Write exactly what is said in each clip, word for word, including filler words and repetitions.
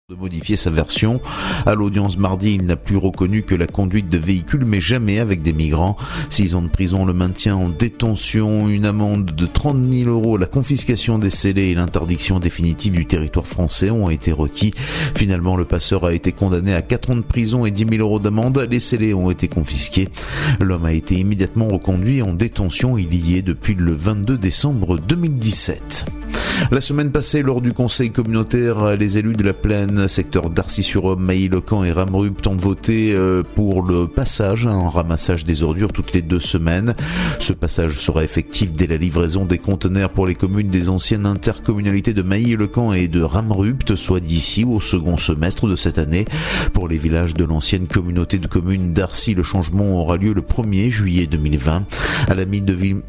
de modifier sa version. À l'audience mardi, il n'a plus reconnu que la conduite de véhicule, mais jamais avec des migrants. Six ans de prison, le maintien en détention, une amende de trente mille euros, la confiscation des scellés et l'interdiction définitive du territoire français ont été requis. Finalement, le passeur a été condamné à quatre ans de prison et dix mille euros d'amende. Les scellés ont été confisqués. L'homme a été immédiatement reconduit en détention. Il y est depuis le vingt-deux décembre deux mille dix-sept. La semaine passée, lors du conseil communautaire, les élus de la plaine, secteur d'Arcis-sur-Aube, Mailly-le-Camp et Ramerupt ont voté pour le passage, un ramassage des ordures toutes les deux semaines. Ce passage sera effectif dès la livraison des conteneurs pour les communes des anciennes intercommunalités de Mailly-le-Camp et de Ramerupt, soit d'ici au second semestre de cette année. Pour les villages de l'ancienne communauté de communes d'Arcis, le changement aura lieu le premier juillet deux mille vingt. À la mi-deux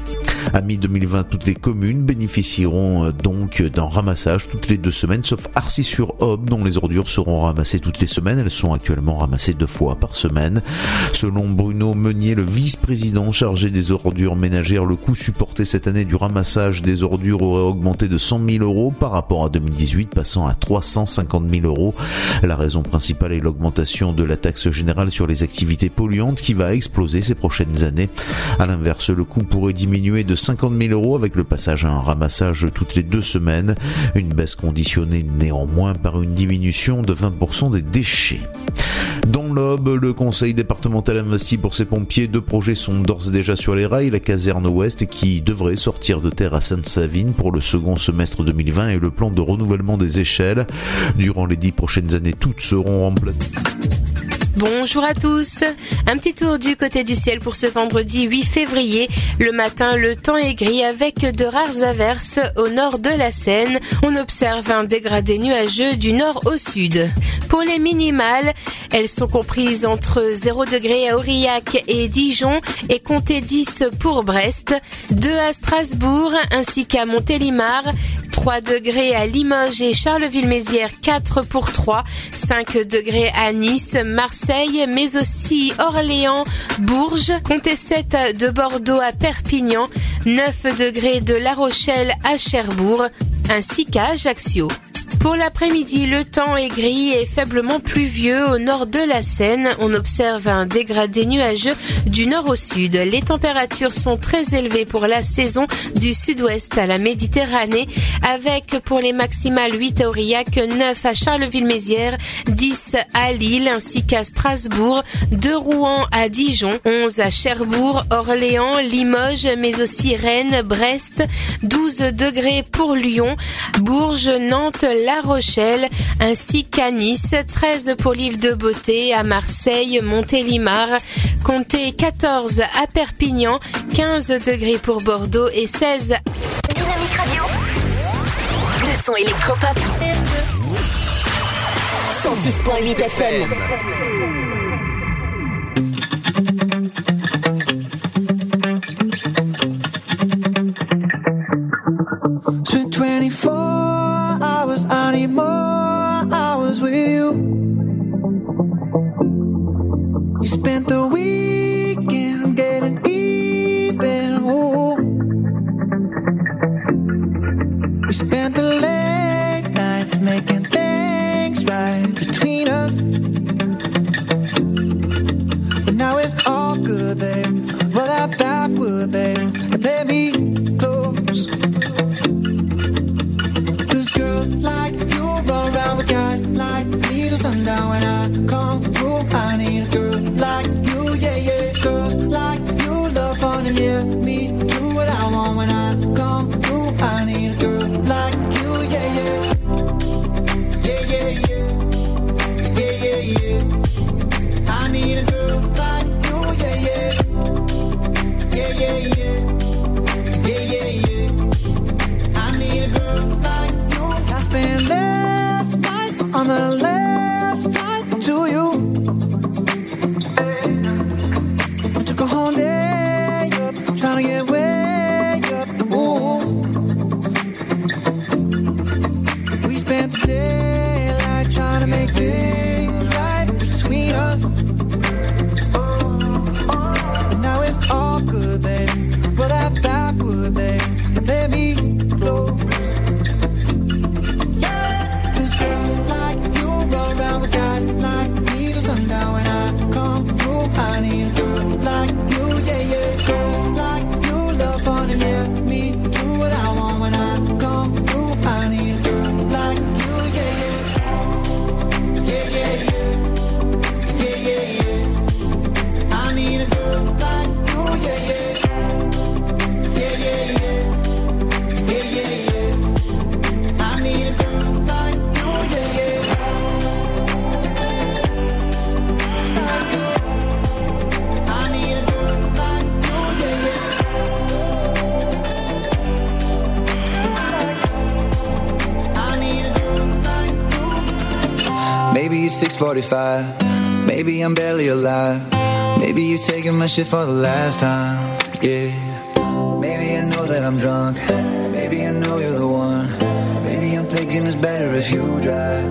mille vingt, toutes les communes bénéficieront donc d'un ramassage toutes les deux semaines, sauf Arcis-sur-Aube, dont les ordures seront ramassées toutes les semaines. Elles sont actuellement ramassées deux fois par semaine. Selon Bruno Meunier, le vice-président chargé des ordures ménagères, le coût supporté cette année du ramassage des ordures aurait augmenté de cent mille euros par rapport à deux mille dix-huit, passant à trois cent cinquante mille euros. La raison principale est l'augmentation de la taxe générale sur les activités polluantes qui va exploser ces prochaines années. À l'inverse, le coût pourrait diminuer de cinquante mille euros avec le passage à un ramassage toutes les deux semaines. Une baisse conditionnée néanmoins par une diminution de vingt pour cent des déchets. Dans l'Aube, le conseil départemental investit pour ses pompiers. Deux projets sont d'ores et déjà sur les rails. La caserne ouest qui devrait sortir de terre à Sainte-Savine pour le second semestre deux mille vingt et le plan de renouvellement des échelles. Durant les dix prochaines années, toutes seront remplacées. Bonjour à tous. Un petit tour du côté du ciel pour ce vendredi huit février. Le matin, le temps est gris avec de rares averses au nord de la Seine. On observe un dégradé nuageux du nord au sud. Pour les minimales, elles sont comprises entre zéro degré à Aurillac et Dijon et comptez dix pour Brest, deux à Strasbourg ainsi qu'à Montélimar, trois degrés à Limoges et Charleville-Mézières, quatre pour Troyes, cinq degrés à Nice, Marseille, mais aussi Orléans, Bourges, comptez sept de Bordeaux à Perpignan, neuf degrés de La Rochelle à Cherbourg, ainsi qu'à Ajaccio. Pour l'après-midi, le temps est gris et faiblement pluvieux au nord de la Seine. On observe un dégradé nuageux du nord au sud. Les températures sont très élevées pour la saison du sud-ouest à la Méditerranée, avec pour les maximales huit à Aurillac, neuf à Charleville-Mézières, dix à Lille ainsi qu'à Strasbourg, de Rouen à Dijon, onze à Cherbourg, Orléans, Limoges, mais aussi Rennes, Brest, douze degrés pour Lyon, Bourges, Nantes, La Rochelle, ainsi qu'à Nice, treize pour l'île de Beauté, à Marseille, Montélimar, comptez quatorze à Perpignan, quinze degrés pour Bordeaux et seize. Dynamique Radio. Le son électropop. cent six virgule huit F M. I need more hours with you. You spent the weekend getting even. Ooh. We spent the late nights making things right between us. But now it's all good, babe. Roll that backward, babe, and play me close. Like you run around with guys like me till sundown. When I come through, I need a girl like you, yeah, yeah. Girls like you love fun and yeah, me do what I want. When I come through, I need a girl like you, yeah, yeah. Yeah, yeah, yeah. Yeah, yeah, yeah. I need a girl like you, yeah, yeah. Yeah, yeah, yeah. Yeah, yeah, yeah. I need a girl like I spent last night on the last flight to you. I took a whole day up, trying to get way up. Ooh. We spent the daylight trying to make things right between us. But now it's all good, babe. Roll that backward, babe, and let me close. Girls like you Maybe it's six forty-five. Maybe I'm barely alive. Maybe you're taking my shit for the last time. Yeah. Maybe I know that I'm drunk. Maybe I know you're the one. Maybe I'm thinking it's better if you drive.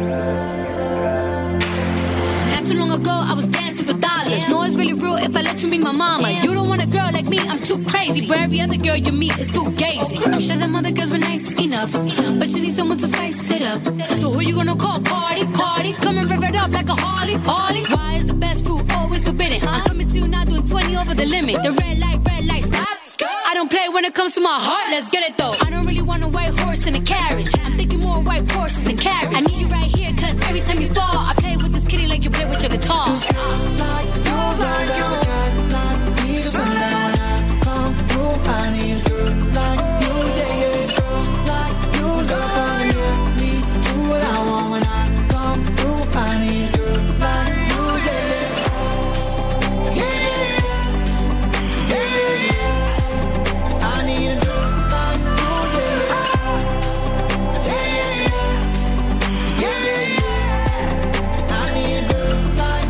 Not too long ago, I was dancing for dollars. No, it's really real if I let you be my mama. You don't want a girl like me, I'm too crazy. But every other girl you meet is too gazy. I'm sure them other girls were nice enough, but you need someone to spice it up. So who you gonna call? Cardi, Cardi. Come and rev it up like a Harley, Harley. Why is the best fruit always forbidden? I'm coming to you now doing twenty over the limit. The red light, red light, stop. I don't play when it comes to my heart, let's get it though. I don't really want a white horse in a carriage. I'm thinking more white Porsches and carriage. I need you right here, cause every time you fall, I play with this kitty like you play with your guitar. Cause girls like you, like you, guys like me. Sundown when I come through, I need a girl like you, yeah, yeah. Girls like you, love fun, yeah. Me do what I want when I come through, I need a girl like you, yeah, yeah. Yeah, yeah, yeah. Yeah, yeah, yeah. I need a girl like you, yeah, yeah. Yeah, yeah, yeah. Yeah, yeah, yeah. I need a girl like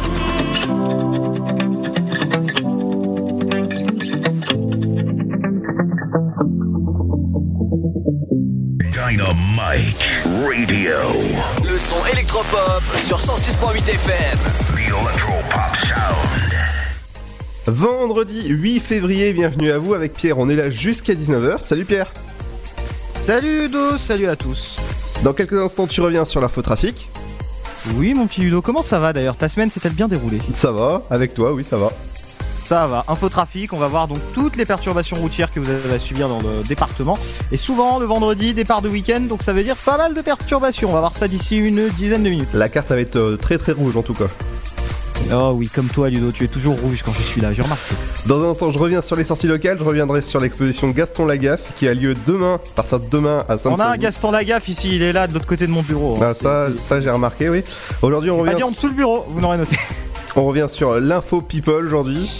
Dynamite Radio. Le son électropop sur cent six point huit F M. The Electropop Sound. Vendredi huit février, bienvenue à vous avec Pierre, on est là jusqu'à dix-neuf heures. Salut Pierre. Salut Ludo, salut à tous. Dans quelques instants tu reviens sur l'infotrafic. Oui mon petit Ludo, comment ça va d'ailleurs? Ta semaine s'est-elle bien déroulée? Ça va, avec toi, oui ça va. Ça va, infotrafic, on va voir donc toutes les perturbations routières que vous avez à subir dans le département. Et souvent le vendredi, départ de week-end, donc ça veut dire pas mal de perturbations. On va voir ça d'ici une dizaine de minutes. La carte va être euh, très très rouge en tout cas. Oh oui, comme toi Ludo, tu es toujours rouge quand je suis là, j'ai remarqué. Dans un instant je reviens sur les sorties locales, je reviendrai sur l'exposition Gaston Lagaffe qui a lieu demain, à partir de demain à Saint-Denis. On a un Gaston Lagaffe ici, il est là de l'autre côté de mon bureau. Ah ça, ça j'ai remarqué, oui. Aujourd'hui on revient... Pas dit en dessous le bureau, vous n'aurez noté. On revient sur l'info people aujourd'hui.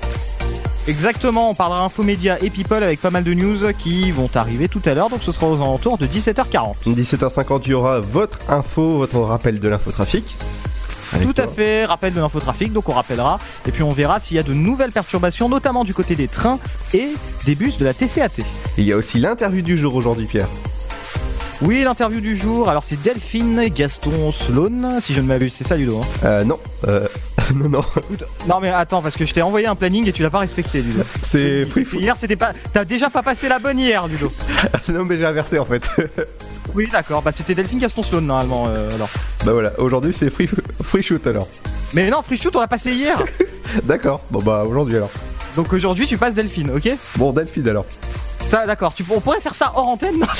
Exactement, on parlera infomédia et people avec pas mal de news qui vont arriver tout à l'heure, donc ce sera aux alentours de dix-sept heures quarante. dix-sept heures cinquante, il y aura votre info, votre rappel de l'infotrafic. Tout à fait, rappel de l'infotrafic, donc on rappellera, et puis on verra s'il y a de nouvelles perturbations, notamment du côté des trains et des bus de la T C A T. Il y a aussi l'interview du jour aujourd'hui, Pierre. Oui, l'interview du jour, alors c'est Delphine Gaston Sloan, si je ne m'abuse, c'est ça Ludo hein Euh, non, euh, non, non. Non mais attends, parce que je t'ai envoyé un planning et tu l'as pas respecté Ludo. C'est free food. Hier c'était pas... T'as déjà pas passé la bonne hier Ludo. Non mais j'ai inversé en fait. Oui d'accord, bah c'était Delphine Gaston Sloan normalement euh, alors. Bah voilà, aujourd'hui c'est free, free shoot alors. Mais non, free shoot on l'a passé hier. D'accord, bon bah aujourd'hui alors. Donc aujourd'hui tu passes Delphine, ok? Bon Delphine alors. Ça d'accord, tu, on pourrait faire ça hors antenne non?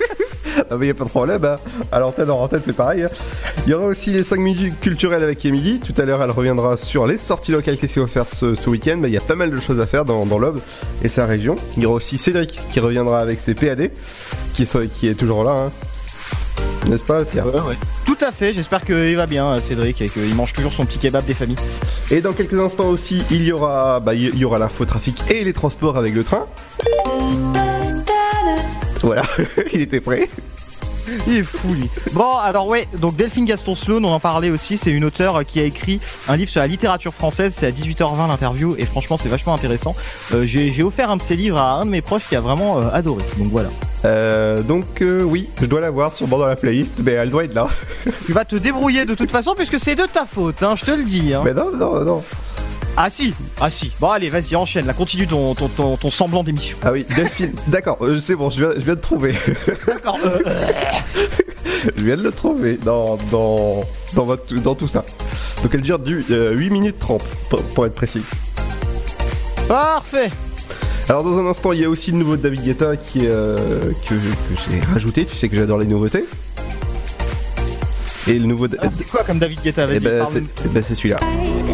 Ah mais y a pas de problème, hein. À l'antenne, hors antenne c'est pareil. Il y aura aussi les cinq minutes culturelles avec Émilie. Tout à l'heure elle reviendra sur les sorties locales qui s'est offert ce, ce week-end. Il y a pas mal de choses à faire dans, dans l'Aube et sa région. Il y aura aussi Cédric qui reviendra avec ses P A D qui, sont, qui est toujours là, hein. N'est-ce pas Pierre? Ouais, ouais. Tout à fait, j'espère qu'il va bien Cédric et qu'il mange toujours son petit kebab des familles. Et dans quelques instants aussi il y aura, bah, il y aura l'infotrafic et les transports avec le train. Voilà, il était prêt. Il est fou lui. Bon alors ouais, donc Delphine Gaston Sloan, on en parlait aussi, c'est une auteure qui a écrit un livre sur la littérature française, c'est à dix-huit heures vingt l'interview et franchement c'est vachement intéressant. Euh, j'ai, j'ai offert un de ses livres à un de mes proches qui a vraiment euh, adoré, donc voilà. Euh, donc euh, oui, je dois l'avoir sûrement dans la playlist, mais elle doit être là. Tu vas te débrouiller de toute façon puisque c'est de ta faute, hein, je te le dis. Hein. Mais non, non, non. Ah si, ah si. Bon allez, vas-y, enchaîne, là, continue ton, ton, ton, ton semblant d'émission. Ah oui, Delphine, d'accord, euh, c'est bon, je viens, je viens de trouver. D'accord. Euh... je viens de le trouver dans, dans, dans, votre, dans tout ça. Donc elle dure du, euh, huit minutes trente, pour, pour être précis. Parfait. Alors dans un instant, il y a aussi le nouveau David Guetta qui, euh, que, que j'ai rajouté, tu sais que j'adore les nouveautés. Et le nouveau... Ah, c'est quoi comme David Guetta? Vas-y, eh ben, c'est, eh ben, c'est celui-là.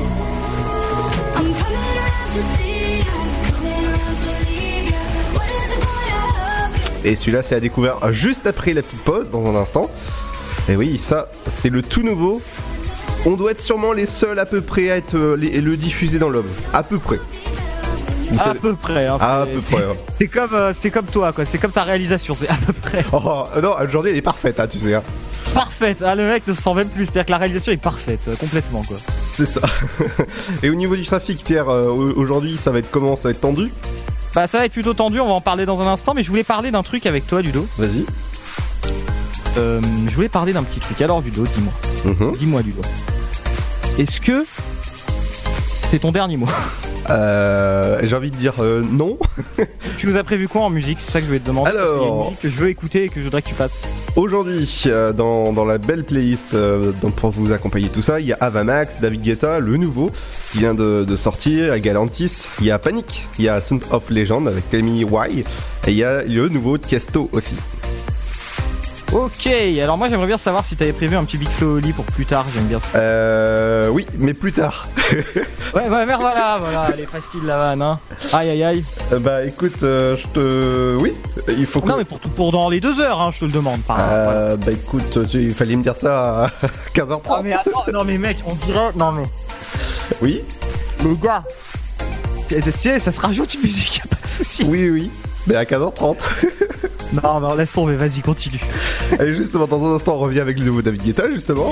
Et celui-là c'est à découvrir juste après la petite pause dans un instant. Et oui, ça c'est le tout nouveau. On doit être sûrement les seuls à peu près à être, euh, les, le diffuser dans l'Aube. À peu près. Vous à savez... peu près. Hein, à peu c'est, près. Hein. C'est comme, euh, c'est comme toi quoi. C'est comme ta réalisation. C'est à peu près. Oh non, aujourd'hui elle est parfaite, hein, tu sais. Hein. parfaite. Ah, le mec ne se sent même plus. C'est-à-dire que la réalisation est parfaite, euh, complètement quoi. C'est ça. Et au niveau du trafic, Pierre, euh, aujourd'hui, ça va être comment? Ça va être tendu? Bah, ça va être plutôt tendu. On va en parler dans un instant. Mais je voulais parler d'un truc avec toi, Ludo. Vas-y. Euh, je voulais parler d'un petit truc. Alors, Ludo, dis-moi. Mm-hmm. Dis-moi, Ludo. Est-ce que c'est ton dernier mot? Euh, j'ai envie de dire euh, non. Tu nous as prévu quoi en musique? C'est ça que je voulais te demander. Alors, parce qu'il y a une musique que je veux écouter et que je voudrais que tu passes. Aujourd'hui, euh, dans, dans la belle playlist euh, donc pour vous accompagner tout ça, il y a Avamax, David Guetta, le nouveau qui vient de, de sortir, Galantis, il y a Panic, il y a Sound of Legend avec Tell Me Why, et il y a le nouveau Tiesto aussi. Ok, alors moi j'aimerais bien savoir si t'avais prévu un petit Big Flo au lit pour plus tard, j'aime bien ça. Euh... Oui, mais plus tard. Ouais, bah merde, voilà, voilà, elle est facile la vanne, hein. Aïe aïe aïe. Euh, bah écoute, euh, je te... Oui, il faut que... Non mais pour, pour dans les deux heures, hein, je te le demande pas. Euh, voilà. Bah écoute, tu, il fallait me dire ça à quinze heures trente. Non mais attends, non mais mec, on dirait... Non mais... Oui. Les gars, tu sais, ça se rajoute une musique, y'a pas de soucis. Oui, oui, mais à quinze heures trente. Non, non, laisse tomber, vas-y, continue. Allez, justement, dans un instant, on revient avec le nouveau David Guetta, justement.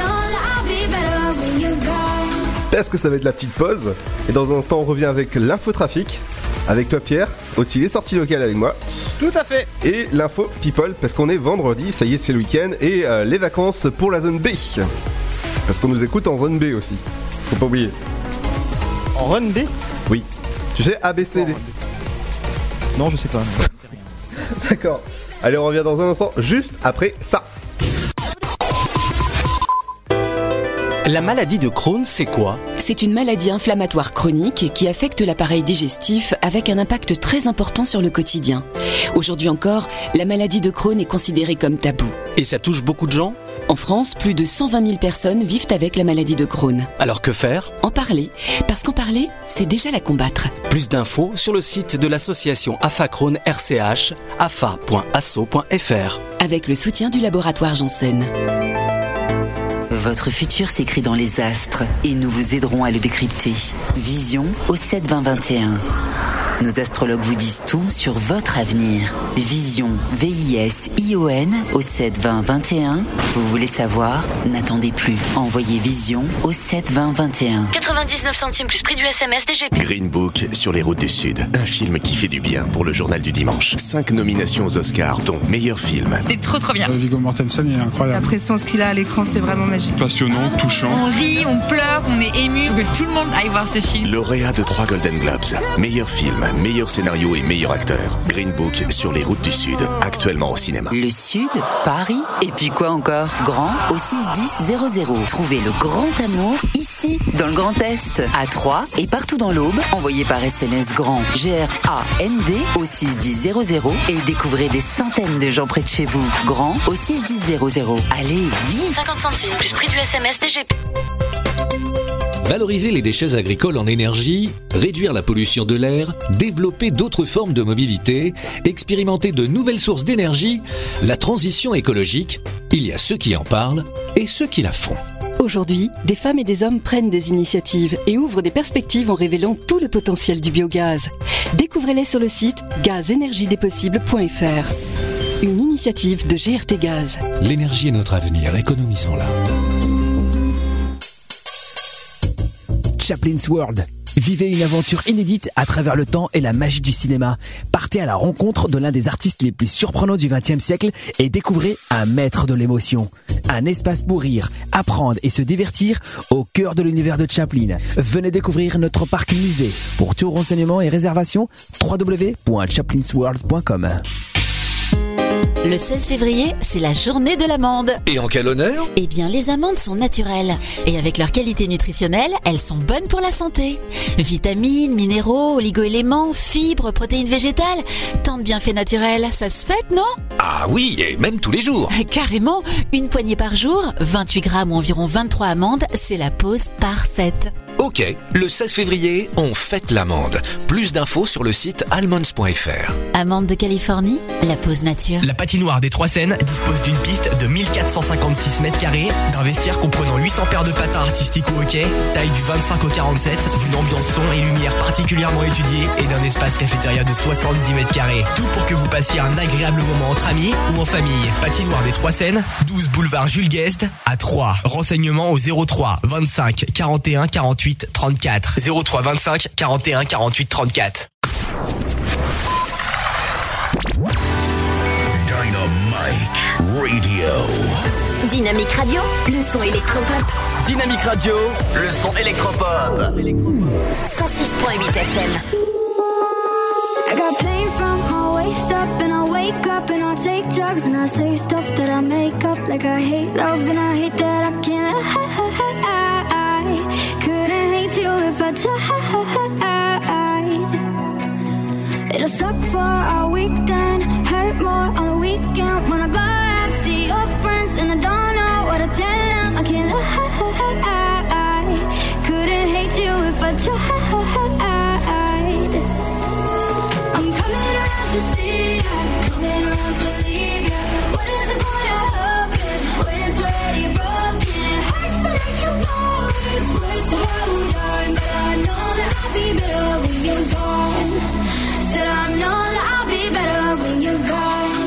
Parce que ça va être la petite pause. Et dans un instant, on revient avec l'infotrafic. Avec toi, Pierre. Aussi, les sorties locales avec moi. Tout à fait. Et l'info people, parce qu'on est vendredi, ça y est, c'est le week-end. Et euh, les vacances pour la zone B. Parce qu'on nous écoute en zone B aussi. Faut pas oublier. En run B? Oui. Tu sais, A, B, C, D. Non, je sais pas. D'accord. Allez, on revient dans un instant, juste après ça. La maladie de Crohn, c'est quoi? C'est une maladie inflammatoire chronique qui affecte l'appareil digestif avec un impact très important sur le quotidien. Aujourd'hui encore, la maladie de Crohn est considérée comme tabou. Et ça touche beaucoup de gens? En France, plus de cent vingt mille personnes vivent avec la maladie de Crohn. Alors que faire? En parler, parce qu'en parler, c'est déjà la combattre. Plus d'infos sur le site de l'association A F A Crohn R C H, afa point asso point f r. Avec le soutien du laboratoire Janssen. Votre futur s'écrit dans les astres et nous vous aiderons à le décrypter. Vision au sept vingt vingt et un. Nos astrologues vous disent tout sur votre avenir. Vision, V I S I O N au sept vingt vingt et un. Vous voulez savoir? N'attendez plus. Envoyez Vision au sept vingt vingt et un. quatre-vingt-dix-neuf centimes plus prix du S M S D G P. Green Book sur les routes du Sud. Un film qui fait du bien pour le journal du dimanche. Cinq nominations aux Oscars, dont meilleur film. C'était trop trop bien. Euh, Viggo Mortensen, il est incroyable. La prestance qu'il a à l'écran, c'est vraiment magique. Passionnant, touchant. On rit, on pleure, on est ému. Faut que tout le monde aille voir ce film. Lauréat de trois Golden Globes. Meilleur film, meilleur scénario et meilleur acteur. Green Book sur les routes du Sud. Actuellement au cinéma. Le Sud, Paris, et puis quoi encore? Grand au six dix zéro zéro. Trouvez le grand amour ici, dans le Grand Est, à Troyes et partout dans l'Aube. Envoyez par S M S grand G R A N D au six dix zéro zéro et découvrez des centaines de gens près de chez vous. Grand au six dix zéro zéro. Allez, vite! cinquante centimes plus prix du S M S D G P. Valoriser les déchets agricoles en énergie, réduire la pollution de l'air, développer d'autres formes de mobilité, expérimenter de nouvelles sources d'énergie, la transition écologique, il y a ceux qui en parlent et ceux qui la font. Aujourd'hui, des femmes et des hommes prennent des initiatives et ouvrent des perspectives en révélant tout le potentiel du biogaz. Découvrez-les sur le site gaz énergie des possibles point f r. Une initiative de G R T Gaz. L'énergie est notre avenir, économisons-la. Chaplin's World. Vivez une aventure inédite à travers le temps et la magie du cinéma. Partez à la rencontre de l'un des artistes les plus surprenants du vingtième siècle et découvrez un maître de l'émotion. Un espace pour rire, apprendre et se divertir au cœur de l'univers de Chaplin. Venez découvrir notre parc musée. Pour tout renseignement et réservation, w w w point chaplins world point com. Le seize février, c'est la journée de l'amande. Et en quel honneur? Eh bien, les amandes sont naturelles. Et avec leur qualité nutritionnelle, elles sont bonnes pour la santé. Vitamines, minéraux, oligo-éléments, fibres, protéines végétales. Tant de bienfaits naturels, ça se fête, non? Ah oui, et même tous les jours. Carrément, une poignée par jour, vingt-huit grammes ou environ vingt-trois amandes, c'est la pause parfaite. Ok, le seize février, on fête l'amande. Plus d'infos sur le site almonds point f r. Amande de Californie, la pause nature. La patinoire des Trois Seines dispose d'une piste de mille quatre cent cinquante-six mètres carrés, d'un vestiaire comprenant huit cents paires de patins artistiques ou hockey, taille du vingt-cinq au quarante-sept, d'une ambiance son et lumière particulièrement étudiée et d'un espace cafétéria de soixante-dix mètres carrés. Tout pour que vous passiez un agréable moment entre amis ou en famille. Patinoire des Trois Seines, douze boulevard Jules Guest à Troyes. Renseignements au zéro trois vingt-cinq quarante et un quarante-huit trente-quatre. zéro trois vingt-cinq quarante et un quarante-huit trente-quatre. Dynamic Radio. Dynamic Radio, le son électropop. Dynamic Radio, le son électropop. cent six point huit F M. I got pain from my waist up and I wake up and I take drugs and I say stuff that I make up like I hate love and I hate that I can't I couldn't hate you if I tried. It'll suck for a weekend, hurt more on the weekend when I go out, see your friends and I don't know what to tell them. I can't lie, couldn't hate you if I tried. To see ya, coming around to leave ya. What is the point of hoping when it's already broken? It hurts to let you go, it's worse to hold on. But I know that I'll be better when you're gone. Said I know that I'll be better when you're gone.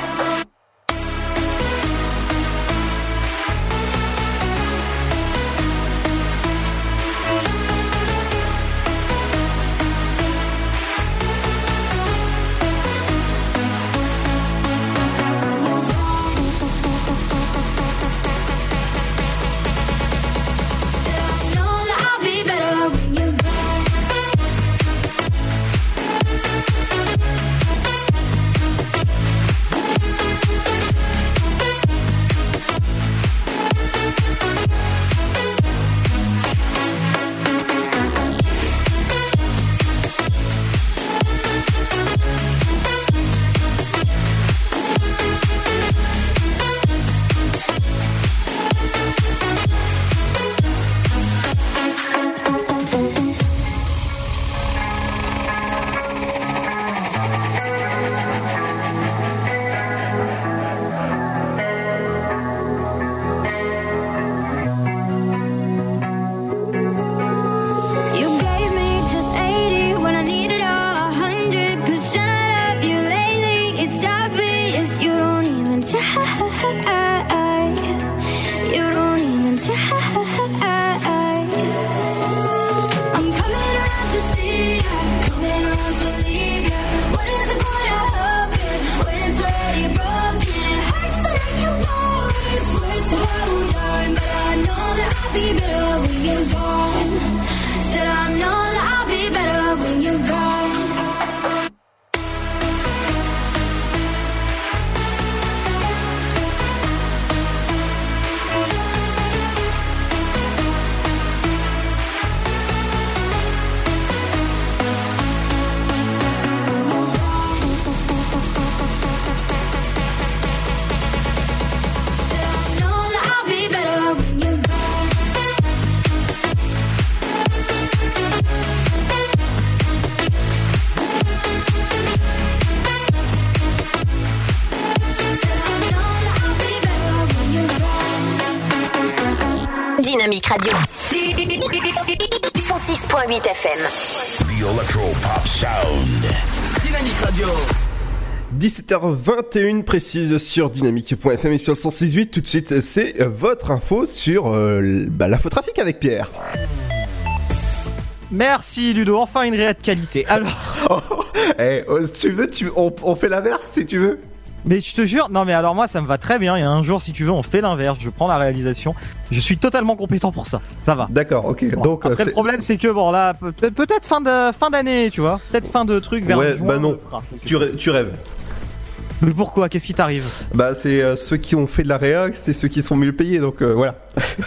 Dynamic Radio. cent six point huit F M. The Electro Pop Sound. Dynamic Radio. dix-sept heures vingt et une précise sur dynamic point f m et sur le cent six point huit. Tout de suite, c'est votre info sur euh, bah, l'infotrafic avec Pierre. Merci Ludo, enfin une réa de qualité. Alors, oh, hey, oh, si tu veux, tu, on, on fait l'inverse si tu veux. Mais je te jure, non mais alors moi ça me va très bien. Il y a un jour, si tu veux, on fait l'inverse. Je prends la réalisation. Je suis totalement compétent pour ça. Ça va. D'accord, ok. Bon, donc après c'est... le problème c'est que bon là, peut- peut-être fin de fin d'année, tu vois, peut-être fin de truc vers ouais, juin. bah non. Tu, rê- tu rêves. Mais pourquoi ? Qu'est-ce qui t'arrive ? Bah c'est euh, ceux qui ont fait de la réa, c'est ceux qui sont mieux payés. Donc euh, voilà.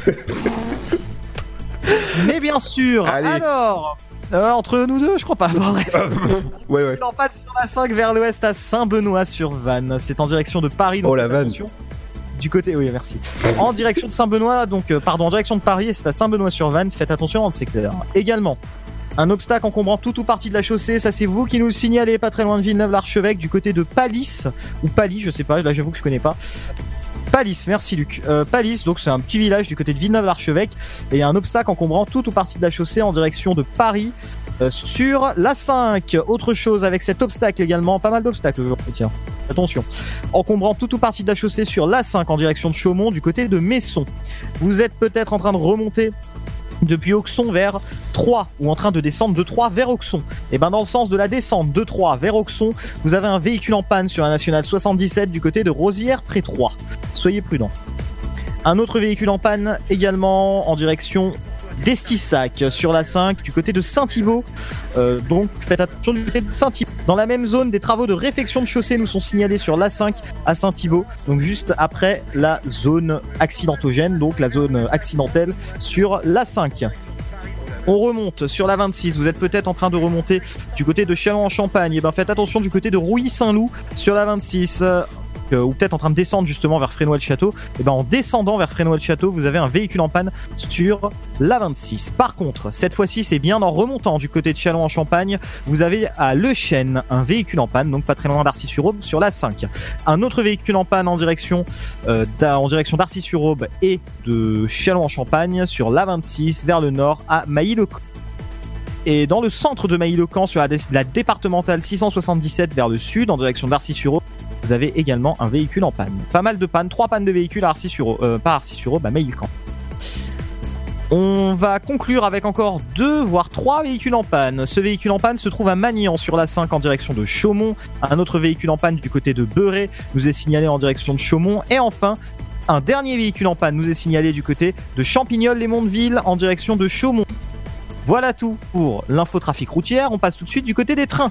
Mais bien sûr. Allez. Alors. Euh, entre nous deux, je crois pas. Bon, bref. ouais, ouais. En passe sur la cinq vers l'ouest à Saint-Benoît-sur-Vanne. C'est en direction de Paris. Donc oh la Vanne. du côté, oui, merci. En direction de Saint-Benoît, donc, euh, pardon, en direction de Paris, et c'est à Saint-Benoît-sur-Vanne. Faites attention dans le secteur. Également, un obstacle encombrant tout ou partie de la chaussée. Ça, c'est vous qui nous le signalez, pas très loin de Villeneuve-l'Archevêque, du côté de Palis, ou Pali, je sais pas, là, j'avoue que je connais pas. Palis, merci Luc. Euh, Palis, donc c'est un petit village du côté de Villeneuve-l'Archevêque, et un obstacle encombrant tout ou partie de la chaussée en direction de Paris. Euh, sur l'A cinq, autre chose avec cet obstacle également, pas mal d'obstacles aujourd'hui, tiens, attention. Encombrant tout ou partie de la chaussée sur l'A cinq en direction de Chaumont du côté de Messon. Vous êtes peut-être en train de remonter depuis Auxon vers Troyes ou en train de descendre de Troyes vers Auxon. Et ben dans le sens de la descente de Troyes vers Auxon, vous avez un véhicule en panne sur la nationale soixante-dix-sept du côté de Rosières près Troyes. Soyez prudents. Un autre véhicule en panne également en direction d'Estissac sur la cinq du côté de Saint-Thibault. Euh, donc faites attention du côté de Saint-Thibault. Dans la même zone, des travaux de réfection de chaussée nous sont signalés sur l'A cinq à Saint-Thibault, donc juste après la zone accidentogène, donc la zone accidentelle sur l'A cinq. On remonte sur la vingt-six, vous êtes peut-être en train de remonter du côté de Châlons-en-Champagne, et ben faites attention du côté de Rouilly-Saint-Loup sur la vingt-six. Euh, ou peut-être en train de descendre justement vers Frénois-le-Château, et ben en descendant vers Frénois-le-Château, vous avez un véhicule en panne sur la vingt-six. Par contre, cette fois-ci, c'est bien en remontant du côté de Châlons-en-Champagne, vous avez à Le Chêne un véhicule en panne, donc pas très loin d'Arcis-sur-Aube sur la cinq. Un autre véhicule en panne en direction, euh, en direction d'Arcis-sur-Aube et de Châlons-en-Champagne sur la vingt-six vers le nord à Mailly-le-Camp. Et dans le centre de Mailly-le-Camp sur la, dé- la départementale six cent soixante-dix-sept vers le sud en direction d'Arcis-sur-Aube, vous avez également un véhicule en panne. Pas mal de pannes, trois pannes de véhicules à Arcis-sur-Aube, euh, pas Arcis-sur-Aube, à Mailly-le-Camp. On va conclure avec encore deux, voire trois véhicules en panne. Ce véhicule en panne se trouve à Magnan sur la cinq en direction de Chaumont. Un autre véhicule en panne du côté de Beuret nous est signalé en direction de Chaumont. Et enfin, un dernier véhicule en panne nous est signalé du côté de Champignol-les-Mondeville en direction de Chaumont. Voilà tout pour l'infotrafic routière. On passe tout de suite du côté des trains.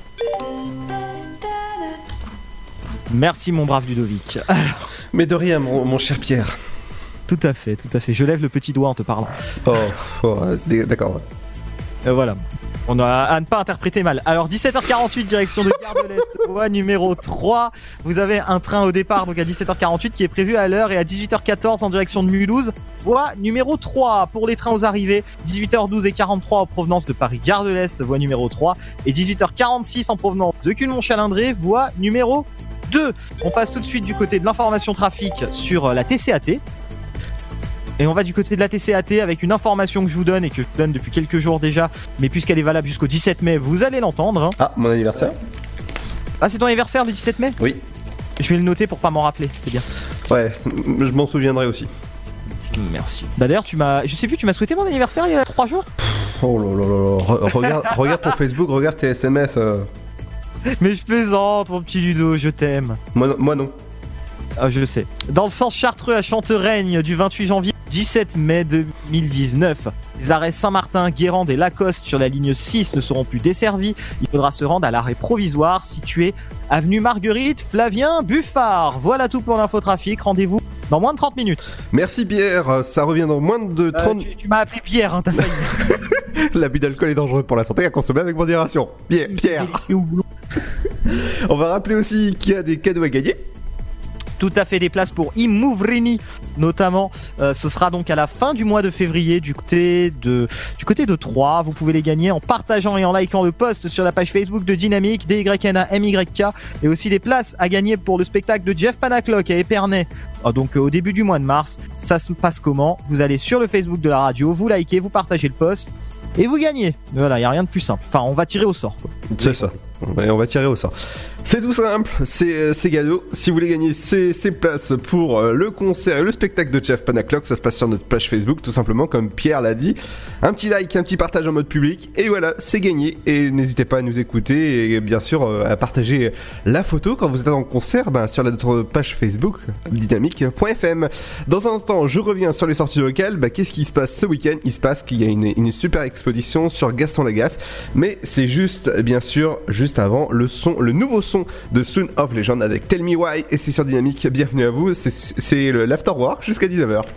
Merci mon brave Ludovic. Alors... Mais de rien mon, mon cher Pierre. Tout à fait, tout à fait. Je lève le petit doigt en te parlant. Oh, oh d'accord. Euh, voilà. On a à ne pas interpréter mal. Alors dix-sept heures quarante-huit, direction de Gare de l'Est, voie numéro trois. Vous avez un train au départ donc à dix-sept heures quarante-huit qui est prévu à l'heure et à dix-huit heures quatorze en direction de Mulhouse. Voie numéro trois pour les trains aux arrivées. dix-huit heures douze et quarante-trois en provenance de Paris Gare de l'Est, voie numéro trois. Et dix-huit heures quarante-six en provenance de Culmont-Chalindré, voie numéro deux. On passe tout de suite du côté de l'information trafic sur la T C A T. Et on va du côté de la T C A T avec une information que je vous donne et que je vous donne depuis quelques jours déjà, mais puisqu'elle est valable jusqu'au dix-sept mai, vous allez l'entendre. Hein. Ah, mon anniversaire. Ah, c'est ton anniversaire le dix-sept mai ? Oui. Je vais le noter pour pas m'en rappeler, c'est bien. Ouais, je m'en souviendrai aussi. Merci. Bah d'ailleurs, tu m'as, je sais plus, tu m'as souhaité mon anniversaire il y a trois jours ? Oh là là là là. Re- regarde, regarde ton Facebook, regarde tes S M S. Euh... Mais je plaisante, mon petit Ludo, je t'aime. Moi, moi non. Ah, je le sais. Dans le sens Chartreux à Chantereigne du vingt-huit janvier dix-sept mai deux mille dix-neuf, les arrêts Saint-Martin, Guérande et Lacoste sur la ligne six ne seront plus desservis. Il faudra se rendre à l'arrêt provisoire situé avenue Marguerite Flavien Buffard. Voilà tout pour l'infotrafic. Rendez-vous dans moins de trente minutes. Merci Pierre, ça revient dans moins de trente... Euh, tu, tu m'as appelé Pierre, hein, t'as failli. L'abus d'alcool est dangereux pour la santé, à consommer avec modération. Pierre, Pierre. On va rappeler aussi qu'il y a des cadeaux à gagner. Tout à fait, des places pour Imouvrini notamment. Euh, ce sera donc à la fin du mois de février du côté de du côté de Troyes. Vous pouvez les gagner en partageant et en likant le post sur la page Facebook de Dynamique, D Y N A M Y K, et aussi des places à gagner pour le spectacle de Jeff Panaclock à Épernay. Ah, donc euh, au début du mois de mars. Ça se passe comment ? Vous allez sur le Facebook de la radio, vous likez, vous partagez le post et vous gagnez. Voilà, il y a rien de plus simple. Enfin, on va tirer au sort, quoi. C'est ça. Et on va tirer au sort. C'est tout simple, c'est, c'est cadeau. Si vous voulez gagner ces, ces places pour le concert et le spectacle de Jeff Panaclock, ça se passe sur notre page Facebook, tout simplement, comme Pierre l'a dit. Un petit like, un petit partage en mode public, et voilà, c'est gagné. Et n'hésitez pas à nous écouter et bien sûr à partager la photo quand vous êtes en concert ben, sur notre page Facebook dynamique point f m. Dans un instant, je reviens sur les sorties locales. Ben, qu'est-ce qui se passe ce week-end ? Il se passe qu'il y a une, une super exposition sur Gaston Lagaffe, mais c'est juste, bien sûr, juste avant le son, le nouveau son de Sound of Legend avec Tell Me Why, et c'est sur Dynamique. Bienvenue à vous, c'est, c'est le l'Afterwork jusqu'à dix-neuf heures.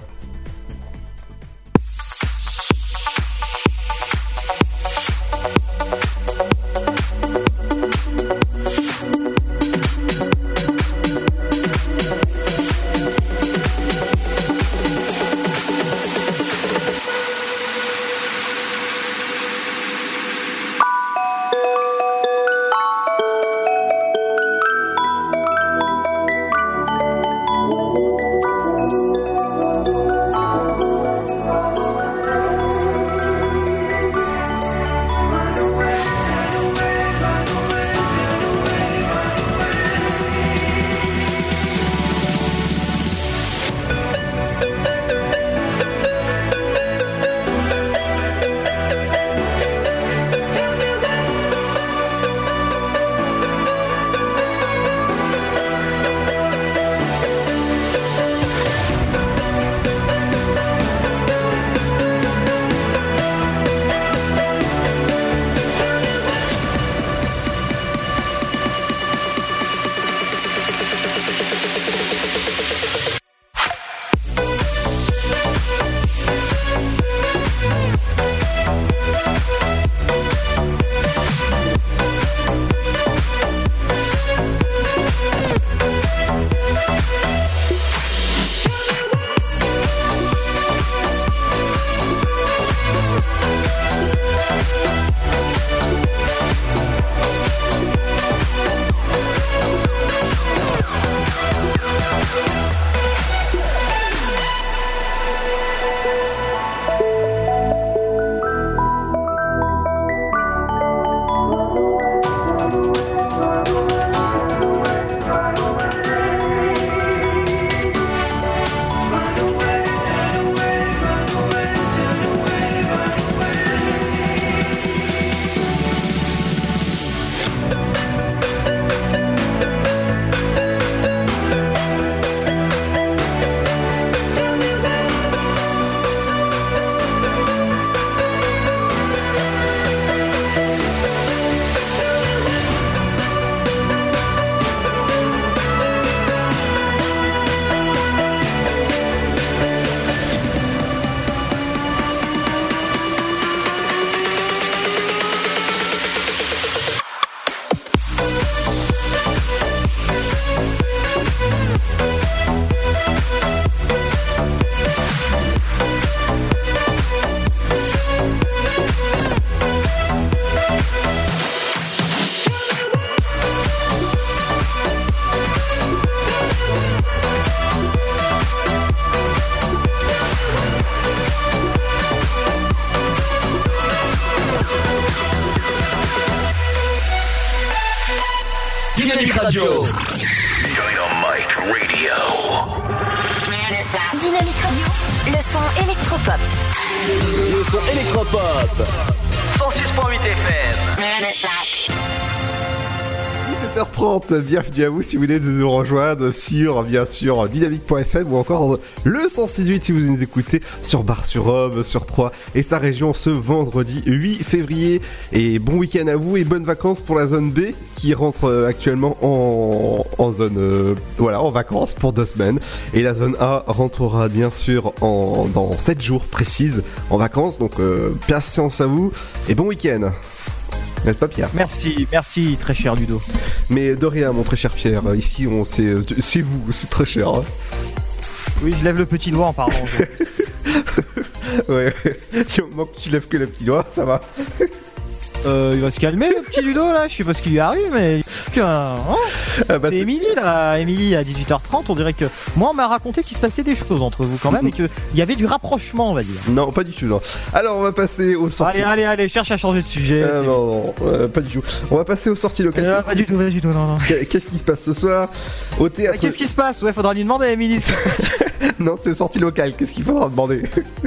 Dynamique Radio. Dynamique Radio. Dynamique Radio, le son électropop. Le son électropop. cent six virgule huit F M. dix-sept heures trente, bienvenue à vous si vous venez de nous rejoindre sur, bien sûr, dynamique point f m ou encore le cent six virgule huit si vous nous écoutez sur Bar-sur-Aube, sur Troyes et sa région ce vendredi huit février. Et bon week-end à vous et bonnes vacances pour la zone B qui rentre actuellement en, en zone, euh, voilà, en vacances pour deux semaines. Et la zone A rentrera bien sûr en, dans sept jours précises en vacances. Donc euh, patience à vous et bon week-end. N'est-ce pas Pierre? Merci, merci très cher Ludo. Mais de rien mon très cher Pierre, ici on c'est, c'est vous, c'est très cher. Hein. Oui, je lève le petit doigt en parlant. Ouais, du moment que tu lèves que le petit doigt, ça va. Euh, il va se calmer le petit Ludo là, je sais pas ce qui lui arrive mais... Hein ah bah c'est Émilie là, Émilie à dix-huit heures trente, on dirait que... Moi on m'a raconté qu'il se passait des choses entre vous quand même et qu'il y avait du rapprochement on va dire. Non, pas du tout non. Alors on va passer aux sorties... Allez, allez, allez, cherche à changer de sujet. Euh, non, non, euh, pas du tout. On va passer aux sorties locales. Euh, pas du tout, pas du tout, non, non. Qu'est-ce qui se passe ce soir au théâtre? Qu'est-ce qui se passe? Ouais, faudra lui demander à Émilie ce qui se passe. Non, c'est aux sorties locales, qu'est-ce qu'il faudra demander?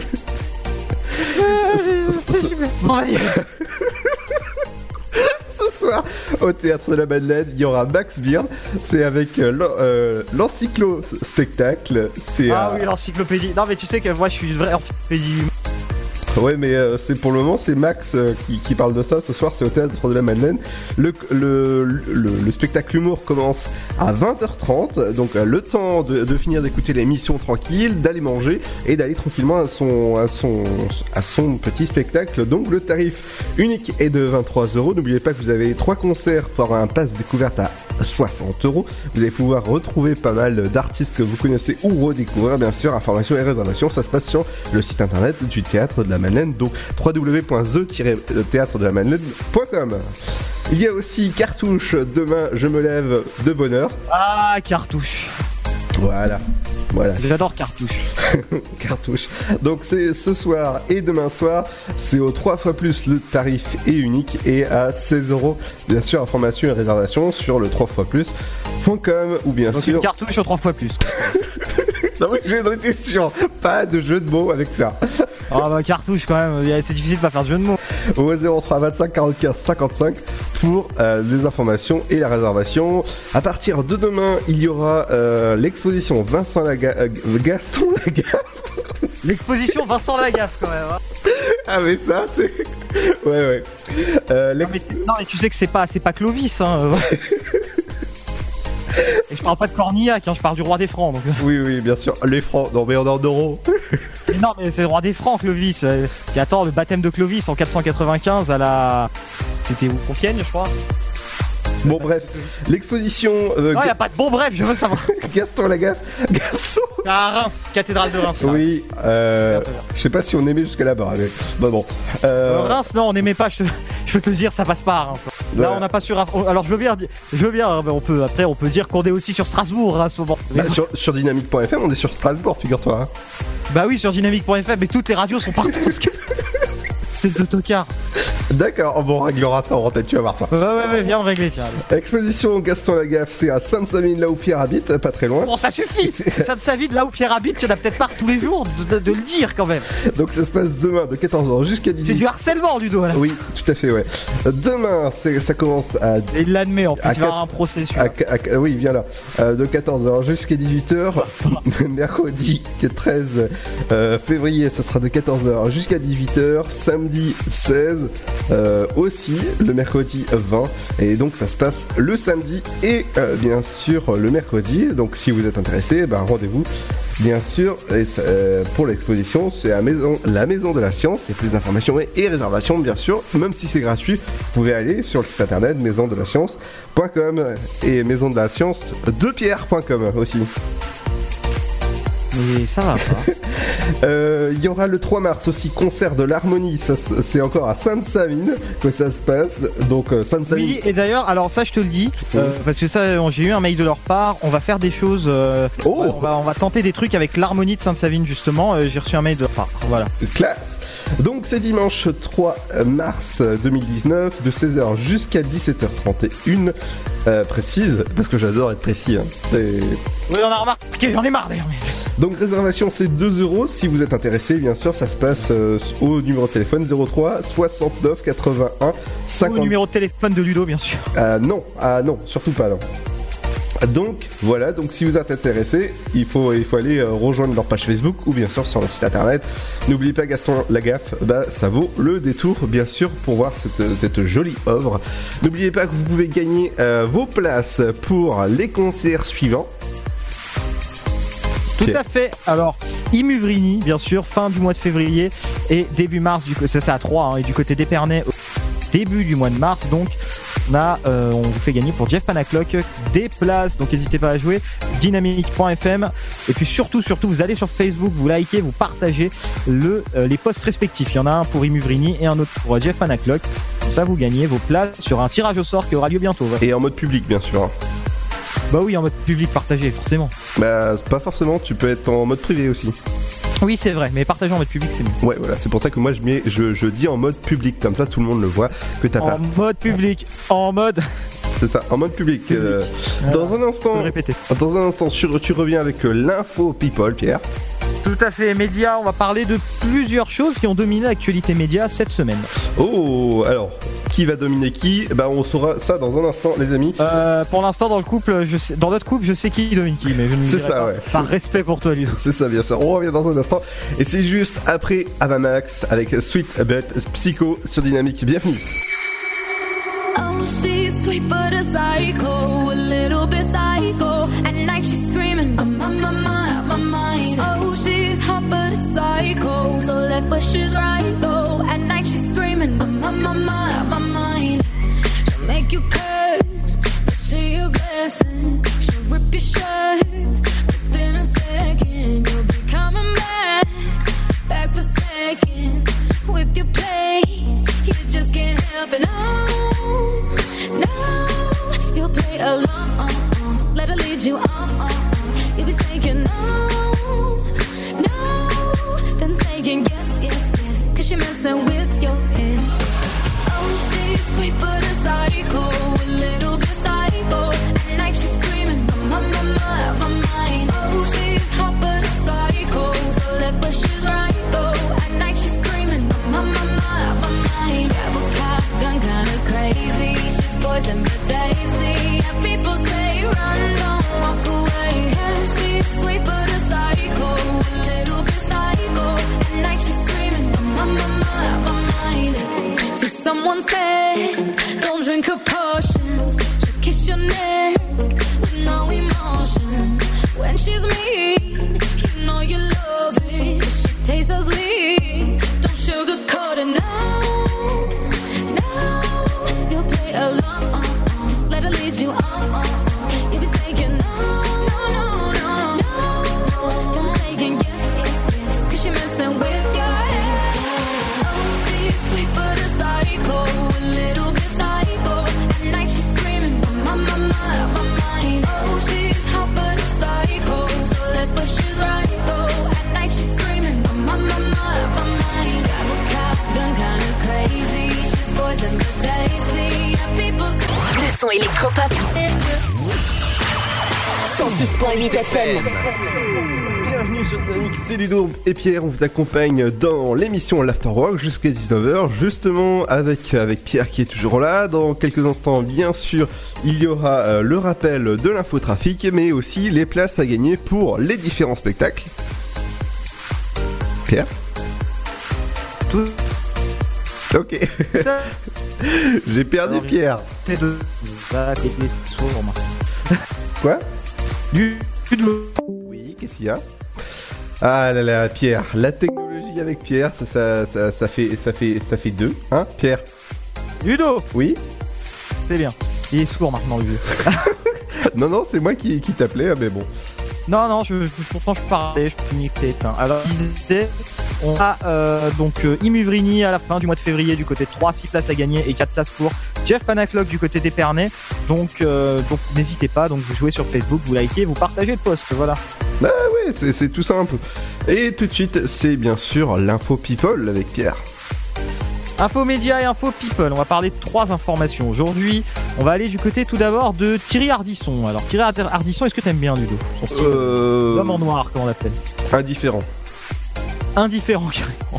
Bon, vas-y. Ce soir, au Théâtre de la Madeleine, il y aura Max Beard. C'est avec euh, euh, l'encyclo-spectacle. C'est, ah euh... oui, l'encyclopédie. Non, mais tu sais que moi, je suis une vraie encyclopédie. Ouais, mais euh, c'est pour le moment, c'est Max euh, qui, qui parle de ça. Ce soir, c'est au Théâtre de la Madeleine. Le, le, le, le spectacle humour commence à vingt heures trente. Donc, euh, le temps de, de finir d'écouter l'émission tranquille, d'aller manger et d'aller tranquillement à son, à, son, à son petit spectacle. Donc, le tarif unique est de vingt-trois euros. N'oubliez pas que vous avez trois concerts pour un pass découverte à soixante euros. Vous allez pouvoir retrouver pas mal d'artistes que vous connaissez ou redécouvrir, bien sûr. Informations et réservations, ça se passe sur le site internet du Théâtre de la Madeleine, donc w w w point the tiret théâtre de la madeleine point com. Il y a aussi Cartouche, demain je me lève de bonne heure. Ah, Cartouche. Voilà. Voilà. J'adore Cartouche. Cartouche. Donc c'est ce soir et demain soir, c'est au trois fois plus, le tarif est unique et à seize euros. Bien sûr, information et réservation sur le trois fois plus point com ou bien donc sûr... une cartouche au trois fois plus. Non mais j'ai été sûr, pas de jeu de mots avec ça. Ah bah cartouche quand même, c'est difficile de pas faire de jeu de mots. Au zéro trois vingt-cinq quarante-quinze cinquante-cinq pour euh, les informations et la réservation. À partir de demain, il y aura euh, l'exposition Vincent Laga... euh, Gaston Lagaffe. L'exposition Vincent Lagaffe quand même. Hein. Ah mais ça c'est... Ouais ouais. Euh, non, mais, non mais tu sais que c'est pas, c'est pas Clovis hein. Et je parle pas de Cornillac, hein, je parle du roi des Francs. Donc... Oui, oui, bien sûr. Les Francs, non mais on est en euros. Mais non, mais c'est le roi des Francs, Clovis. Euh, et attends, le baptême de Clovis en quatre cent quatre-vingt-quinze à la... C'était où, Compiègne, je crois. Bon, bref, l'exposition... Euh, non, il y a pas de bon bref, je veux savoir. Gaston Lagaffe. Gaston... À Reims, cathédrale de Reims. Oui, euh, je sais pas si on aimait jusqu'à là-bas. Mais... Bon, bon. Euh... Euh, Reims, non, on n'aimait pas, je, te... je peux te le dire, ça passe pas à Reims. Là, ouais. On n'a pas sur Reims. Alors, je veux bien, je veux bien, on peut, après, on peut dire qu'on est aussi sur Strasbourg à ce moment. Bah, sur, sur dynamique point f m, on est sur Strasbourg, figure-toi. Hein. Bah oui, sur dynamique point f m, mais toutes les radios sont partout parce que... Espèce de tocard. D'accord, bon, on réglera ça en tête, tu vas voir ça. Ouais, ouais, ouais, viens, on régler, tiens. Exposition Gaston Lagaffe, c'est à Sainte-Savine, là où Pierre habite, pas très loin. Bon, ça suffit. Sainte-Savine, là où Pierre habite, il y en a peut-être pas tous les jours de, de, de le dire quand même. Donc ça se passe demain de quatorze heures jusqu'à dix-huit heures. C'est du harcèlement, Ludo, là. Oui, tout à fait, ouais. Demain, c'est, ça commence à... Et il l'admet, en plus, il va y avoir un procès sur... Oui, viens là. Euh, de quatorze heures jusqu'à dix-huit heures. Mercredi treize euh, février, ça sera de quatorze heures jusqu'à dix-huit heures. Samedi seize, euh, aussi le mercredi vingt. Et donc ça se passe le samedi et euh, bien sûr le mercredi. Donc si vous êtes intéressé, ben, rendez-vous bien sûr et, euh, pour l'exposition. C'est à maison, la Maison de la Science. Et plus d'informations et, et réservations bien sûr. Même si c'est gratuit, vous pouvez aller sur le site internet maison de la science point com et maison de la science de pierre point com aussi. Mais ça va pas. Il euh, y aura le trois mars aussi concert de l'harmonie, ça c'est encore à Sainte-Savine que ça se passe. Donc euh, Sainte-Savine. Oui, et d'ailleurs, alors ça je te le dis, oui. euh, parce que ça j'ai eu un mail de leur part, on va faire des choses, euh, oh. ouais, on, va, on va tenter des trucs avec l'harmonie de Sainte-Savine justement, euh, j'ai reçu un mail de leur part, voilà. Classe. Donc c'est dimanche trois mars deux mille dix-neuf de seize heures jusqu'à dix-sept heures trente et une euh, précise, parce que j'adore être précis. Hein. C'est... Oui, on a remarqué, j'en ai marre d'ailleurs. Donc réservation c'est deux euros. Si vous êtes intéressé, bien sûr, ça se passe euh, au numéro de téléphone zéro trois soixante-neuf quatre-vingt-un cinquante. Au numéro de téléphone de Ludo, bien sûr. Ah non, ah non, surtout pas non. Donc voilà, donc si vous êtes intéressé, il faut, il faut aller euh, rejoindre leur page Facebook ou bien sûr sur leur site internet. N'oubliez pas Gaston Lagaffe, bah, ça vaut le détour bien sûr pour voir cette, cette jolie œuvre. N'oubliez pas que vous pouvez gagner euh, vos places pour les concerts suivants. Tout à fait. Alors, Imuvrini, bien sûr, fin du mois de février et début mars, du, c'est ça à trois, hein, et du côté d'Épernay, début du mois de mars, donc on a, euh, on vous fait gagner pour Jeff Panaclock des places, donc n'hésitez pas à jouer, dynamique point f m, et puis surtout, surtout, vous allez sur Facebook, vous likez, vous partagez le, euh, les posts respectifs. Il y en a un pour Imuvrini et un autre pour Jeff Panaclock. Comme ça, vous gagnez vos places sur un tirage au sort qui aura lieu bientôt. Ouais. Et en mode public, bien sûr. Bah oui, en mode public partagé, forcément. Bah, pas forcément, tu peux être en mode privé aussi. Oui, c'est vrai, mais partager en mode public, c'est mieux. Ouais, voilà, c'est pour ça que moi je, mets, je, je dis en mode public, comme ça tout le monde le voit que t'as en pas. En mode public, en mode. C'est ça, en mode public. public. Euh, euh, dans un instant, répéter. Dans un instant, tu, tu reviens avec l'info people, Pierre. Tout à fait, médias, on va parler de plusieurs choses qui ont dominé l'actualité média cette semaine. Oh, alors, qui va dominer qui ? Bah, on saura ça dans un instant, les amis. Euh, pour l'instant, dans le couple, je sais, dans notre couple, je sais qui domine qui, mais je ne c'est ça, pas, ouais. Par respect pour toi, lui. C'est ça, bien sûr. On revient dans un instant. Et c'est juste après Avamax avec Sweet But Psycho sur Dynamique. Bienvenue. Oh, she's sweet but a psycho, a little bit psycho. At night she's screaming, I'm on my mind, my mind. Oh, she's hot but a psycho, so left but she's right though. At night she's screaming, I'm on my mind, my mind. She'll make you curse, but see a blessing. She'll rip your shirt, within a second you'll be coming back, back for seconds with your play. You just can't help it, no. No, you'll play along, let her lead you on. You'll be saying no, no, then saying yes, yes, yes, cause you're messing with your head. Oh, she's sweet but a psycho, a little bit psycho. At night she's screaming, my, my, my, my mind. Oh, she's hot but a psycho, so left but she's right though. At night she's screaming, my, my, my, my mind. Grab a cop gun, kinda crazy. Poison but tasty, and people say run, don't walk away. Yeah, she's sweet but a psycho, a little bit psycho. At night she's screaming, my, my, my, my mind. So someone said, don't drink her potions. She'll kiss your neck with no emotion. When she's mean, you know you love it, 'cause she tastes so sweet. Don't sugarcoat it, no, no. You'll play along, lead you on, you'll be saying no, no, no, no, no, then saying yes, yes, yes, 'cause you're messing with your head. Oh, she's sweet but a psycho, a little bit psycho. At night she's screaming, my, my, my, my mind. Oh, she's hot but a psycho, so left but she's right though. At night she's screaming, my, my, my, my mind. Grab a cop gun, kinda crazy. She's poison but tasty, and people say le son électropop. cent six point huit F M. Bienvenue sur Dynamique, c'est Ludo et Pierre, on vous accompagne dans l'émission l'Afterwork jusqu'à dix-neuf heures, justement avec, avec Pierre qui est toujours là. Dans quelques instants, bien sûr, il y aura euh, le rappel de l'infotrafic, mais aussi les places à gagner pour les différents spectacles. Pierre ? Tout. Ok. J'ai perdu alors, Pierre. Quoi ? Du Oui, qu'est-ce qu'il y a ? Ah là là, Pierre, la technologie avec Pierre, ça, ça, ça, ça fait, ça fait, ça fait deux, hein, Pierre ? Ludo ? Oui ? C'est bien. Il est sourd maintenant, le vieux. Non, non, c'est moi qui, qui t'appelais, mais bon. Non, non, je, je, pourtant je parlais, je peux m'écouter éteint. Alors, il disait, on a euh, donc euh, Imuvrini à la fin du mois de février du côté de trois, six places à gagner et quatre places pour Jeff Panaclock du côté d'Épernay. Donc, euh, donc n'hésitez pas, donc vous jouez sur Facebook, vous likez, vous partagez le post, voilà. Bah ouais, c'est, c'est tout simple. Et tout de suite, c'est bien sûr l'info people avec Pierre. Info média et info people, on va parler de trois informations aujourd'hui. On va aller du côté tout d'abord de Thierry Ardisson. Alors Thierry Ardisson, est-ce que t'aimes bien Ludo? Son style, euh... l'homme en noir, comment on l'appelle? Indifférent. Indifférent carrément.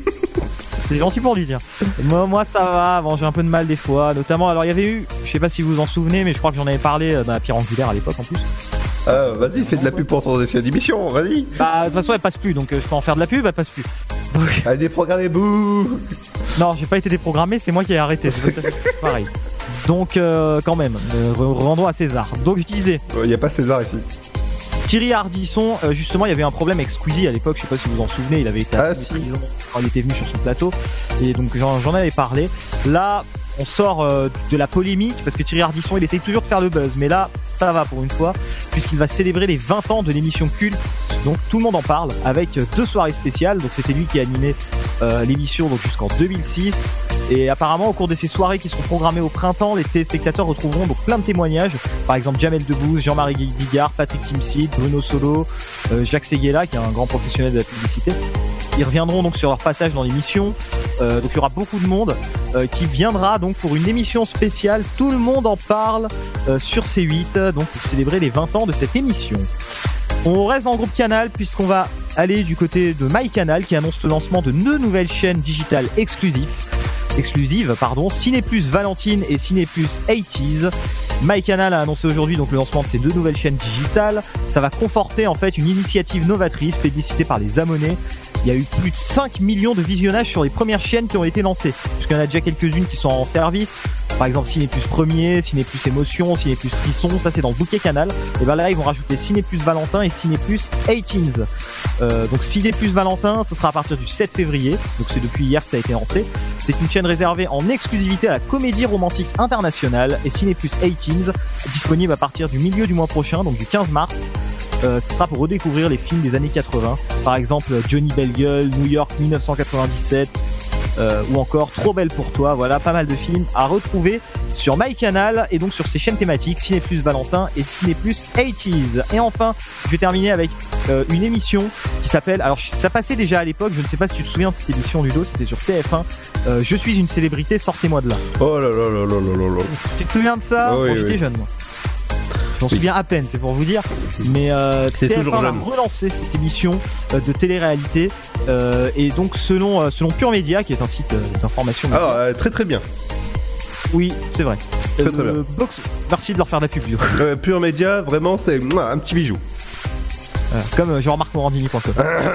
C'est gentil pour lui dire. Moi, moi ça va, bon, j'ai un peu de mal des fois, notamment, alors il y avait eu, je sais pas si vous vous en souvenez, mais je crois que j'en avais parlé dans la Pierre Angulaire à l'époque en plus. Euh, vas-y, fais de la pub pour ton dossier d'émission, vas-y. Bah, de toute façon, elle passe plus, donc euh, je peux en faire de la pub, elle passe plus. Donc... Elle est déprogrammée, bouh. Non, j'ai pas été déprogrammé, c'est moi qui ai arrêté, c'est pareil. Donc, euh, quand même, euh, rendons à César. Donc, je disais. Il ouais, n'y a pas César ici. Thierry Ardisson, euh, justement, il y avait un problème avec Squeezie à l'époque, je sais pas si vous vous en souvenez, il avait été ah, si. quand il était venu sur son plateau, et donc j'en, j'en avais parlé. Là, on sort euh, de la polémique, parce que Thierry Ardisson, il essaye toujours de faire le buzz, mais là, ça va pour une fois, puisqu'il va célébrer les vingt ans de l'émission culte, donc tout le monde en parle, avec deux soirées spéciales, donc c'était lui qui a animé euh, l'émission donc jusqu'en deux mille six, et apparemment au cours de ces soirées qui seront programmées au printemps, les téléspectateurs retrouveront donc plein de témoignages, par exemple Jamel Debbouze, Jean-Marie Bigard, Patrick Timsit, Bruno Solo, euh, Jacques Séguéla qui est un grand professionnel de la publicité. Ils reviendront donc sur leur passage dans l'émission, euh, donc il y aura beaucoup de monde euh, qui viendra donc pour une émission spéciale, tout le monde en parle euh, sur C huit, donc pour célébrer les vingt ans de cette émission. On reste dans le groupe Canal puisqu'on va aller du côté de MyCanal qui annonce le lancement de deux nouvelles chaînes digitales exclusives. exclusive, pardon, Ciné Plus Valentine et Ciné Plus eighties. MyCanal a annoncé aujourd'hui donc le lancement de ces deux nouvelles chaînes digitales. Ça va conforter en fait une initiative novatrice plébiscitée par les abonnés. Il y a eu plus de cinq millions de visionnages sur les premières chaînes qui ont été lancées, puisqu'il y en a déjà quelques-unes qui sont en service. Par exemple Ciné Plus Premier, Ciné Plus Émotion, Ciné Plus Frisson, ça c'est dans le bouquet Canal. Et ben là ils vont rajouter Ciné Plus Valentin et Ciné Plus eighteens. Euh, donc Ciné Plus Valentin, ce sera à partir du sept février, donc c'est depuis hier que ça a été lancé. C'est une chaîne réservée en exclusivité à la comédie romantique internationale, et Ciné Plus eighteens disponible à partir du milieu du mois prochain, donc du quinze mars. Euh, ce sera pour redécouvrir les films des années quatre-vingts, par exemple Johnny Belle Gueule, New York dix-neuf cent quatre-vingt-dix-sept, euh, ou encore Trop belle pour toi. Voilà, pas mal de films à retrouver sur MyCanal et donc sur ces chaînes thématiques Ciné Plus Valentin et Ciné Plus eighties. Et enfin, je vais terminer avec euh, une émission qui s'appelle, alors ça passait déjà à l'époque, je ne sais pas si tu te souviens de cette émission Ludo, c'était sur T F un, euh, Je suis une célébrité, sortez-moi de là. Oh là là là là là là là. Tu te souviens de ça? Oh, oui, bon, j'étais oui. jeune moi. Je m'en souviens à peine, c'est pour vous dire. Mais euh, T F un a relancé cette émission euh, de télé-réalité. Euh, et donc, selon, euh, selon Pure Média, qui est un site euh, d'information. Ah, euh, très très bien. Oui, c'est vrai. Très euh, très bien. Box... Merci de leur faire de la pub. Euh, Pure Média, vraiment, c'est mouah, un petit bijou. Euh, comme euh, Jean-Marc Morandini point com.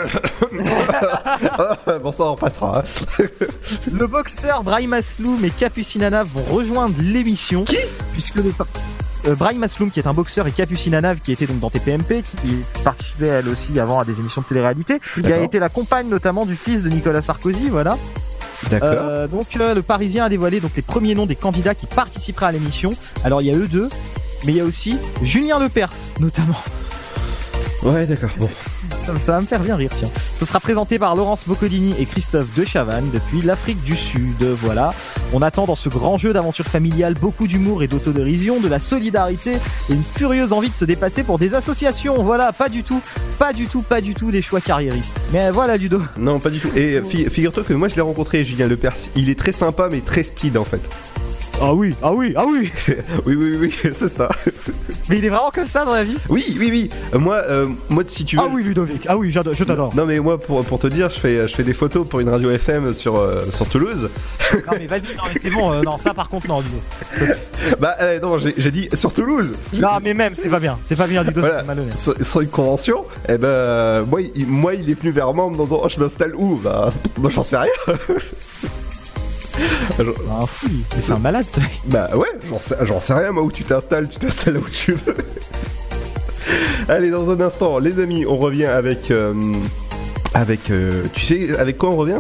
Bon, ça, on passera. Hein. Le boxeur Brahim Asloum et Capucine Anav vont rejoindre l'émission. Qui Puisque le. Euh, Brahim Asloum qui est un boxeur et Capucine Anav qui était donc dans T P M P, qui participait elle aussi avant à des émissions de télé-réalité, qui a été la compagne notamment du fils de Nicolas Sarkozy, voilà. D'accord. Euh, donc euh, le Parisien a dévoilé donc les premiers noms des candidats qui participeraient à l'émission. Alors il y a eux deux, mais il y a aussi Julien Lepers notamment. Ouais, d'accord. Bon. Ça, ça va me faire bien rire, tiens. Ce sera présenté par Laurence Boccolini et Christophe de Chavannes depuis l'Afrique du Sud. Voilà. On attend dans ce grand jeu d'aventure familiale beaucoup d'humour et d'autodérision, de la solidarité et une furieuse envie de se dépasser pour des associations. Voilà, pas du tout, pas du tout, pas du tout des choix carriéristes. Mais voilà, Ludo. Non, pas du tout. Et fi- figure-toi que moi je l'ai rencontré, Julien Lepers. Il est très sympa, mais très speed en fait. Ah oui, ah oui, ah oui. Oui, oui, oui, c'est ça. Mais il est vraiment comme ça dans la vie? Oui, oui, oui. Euh, moi, euh, moi, si tu veux. Ah oui, Ludovic. Ah oui, j'adore, je t'adore. Non, mais moi, pour, pour te dire, je fais, je fais des photos pour une radio F M sur, euh, sur Toulouse. Non, mais vas-y, non, mais c'est bon. Euh, non, ça par contre, non, Ludo. Bah, euh, non, j'ai, j'ai dit sur Toulouse. Non, mais même, c'est pas bien. C'est pas bien, Ludo, voilà. C'est malhonnête. Sur, sur une convention, et eh ben, euh, moi, il, moi, il est venu vers moi en me demandant, oh, je m'installe où? Bah, moi, j'en sais rien. Genre... Ah, fou, mais c'est un malade ce mec. Bah ouais, j'en sais, j'en sais rien moi où tu t'installes, tu t'installes où tu veux. Allez, dans un instant, les amis, on revient avec... Euh, avec... Euh, tu sais avec quoi on revient?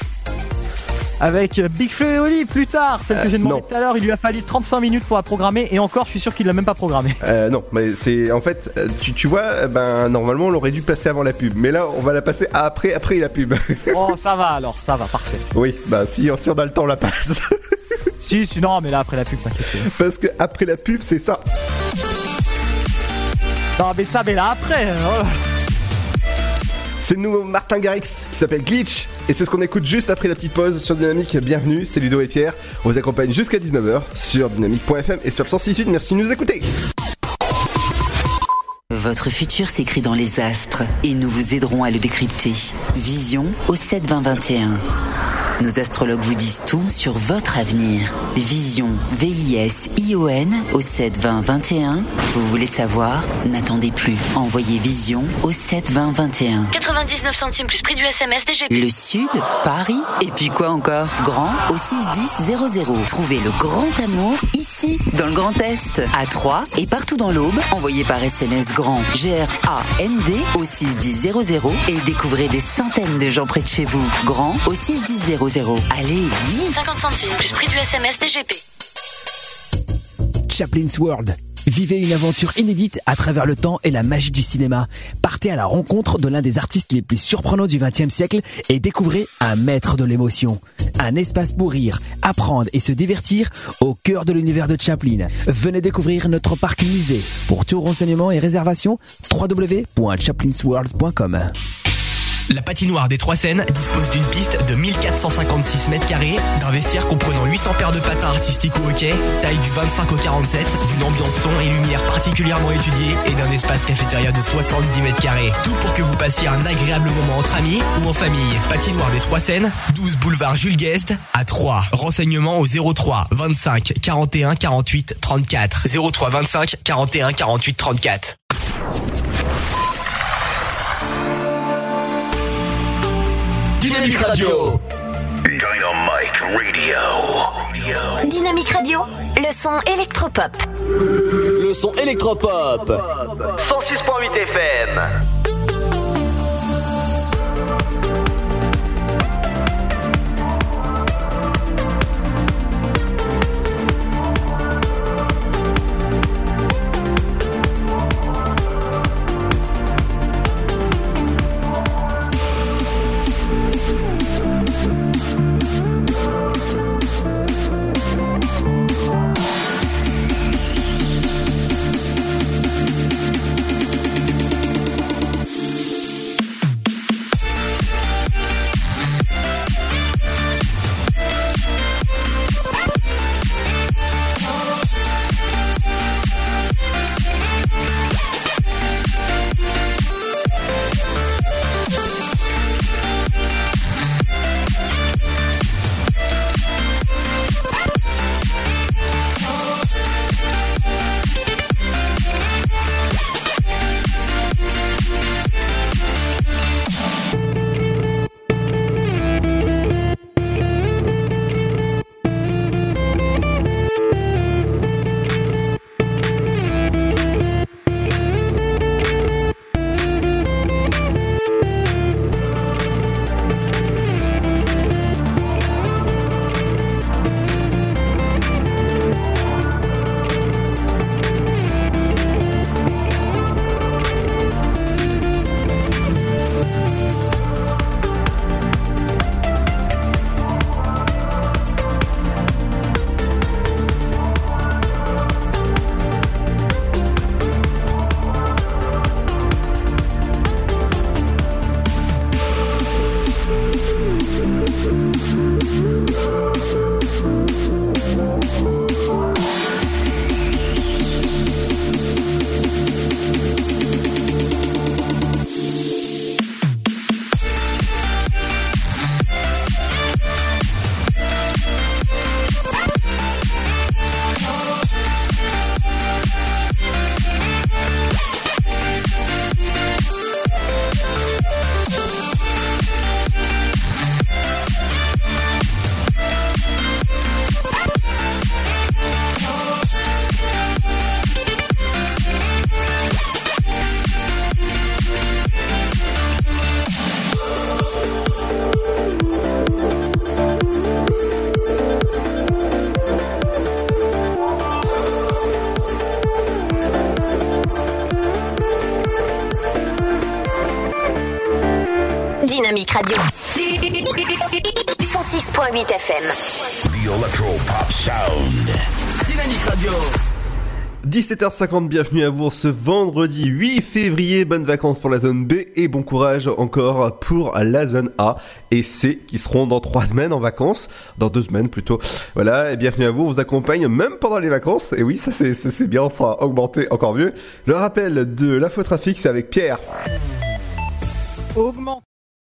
Avec Big Flo et Oli plus tard, celle que euh, j'ai demandé tout à l'heure, il lui a fallu trente-cinq minutes pour la programmer et encore je suis sûr qu'il l'a même pas programmée. Euh, non, mais c'est en fait, tu, tu vois, ben normalement on l'aurait dû passer avant la pub, mais là on va la passer après après la pub. Oh ça va alors, ça va, parfait. Oui, bah si, si on a le temps on la passe. Si, si, non, mais là après la pub, t'inquiète. Parce que après la pub c'est ça. Non mais ça, mais là après. Oh. C'est le nouveau Martin Garrix qui s'appelle Glitch. Et c'est ce qu'on écoute juste après la petite pause sur Dynamique. Bienvenue, c'est Ludo et Pierre. On vous accompagne jusqu'à dix-neuf heures sur dynamique point f m et sur le cent six point huit. Merci de nous écouter. Votre futur s'écrit dans les astres et nous vous aiderons à le décrypter. Vision au sept vingt vingt et un. Nos astrologues vous disent tout sur votre avenir. Vision, V I S I O N au sept vingt vingt et un. Vous voulez savoir? N'attendez plus. Envoyez Vision au sept vingt vingt et un. quatre-vingt-dix-neuf centimes plus prix du S M S D G P. Le Sud, Paris, et puis quoi encore? Grand au six dix zéro zéro. Trouvez le grand amour ici, dans le Grand Est, à Troyes et partout dans l'Aube. Envoyez par S M S grand G R A N D au six dix zéro zéro et découvrez des centaines de gens près de chez vous. Grand au six dix zéro zéro. Allez, vite! cinquante centimes plus prix du S M S D G P. Chaplin's World. Vivez une aventure inédite à travers le temps et la magie du cinéma. Partez à la rencontre de l'un des artistes les plus surprenants du vingtième siècle et découvrez un maître de l'émotion. Un espace pour rire, apprendre et se divertir au cœur de l'univers de Chaplin. Venez découvrir notre parc musée. Pour tout renseignement et réservation, w w w point chaplins world point com. La patinoire des Trois Seines dispose d'une piste de mille quatre cent cinquante-six mètres carrés, d'un vestiaire comprenant huit cents paires de patins artistiques au hockey, taille du vingt-cinq au quarante-sept, d'une ambiance son et lumière particulièrement étudiée et d'un espace cafétéria de soixante-dix mètres carrés. Tout pour que vous passiez un agréable moment entre amis ou en famille. Patinoire des Trois Seines, douze boulevard Jules Guest à Troyes. Renseignements au zéro trois vingt-cinq quarante et un quarante-huit trente-quatre. zéro trois vingt-cinq quarante et un quarante-huit trente-quatre. Dynamique Radio. Dynamique Radio. Dynamique Radio, le son électropop. Le son électropop. cent six point huit F M. Dynamique Radio. cent six point huit F M. The Electro Pop Sound. Dynamique Radio. dix-sept heures cinquante, bienvenue à vous ce vendredi huit février, bonnes vacances pour la zone B et bon courage encore pour la zone A et C qui seront dans trois semaines en vacances, dans deux semaines plutôt. Voilà, et bienvenue à vous, on vous accompagne même pendant les vacances, et oui ça c'est, c'est, c'est bien, on sera augmenté encore mieux. Le rappel de l'infotrafic, c'est avec Pierre. Augmente.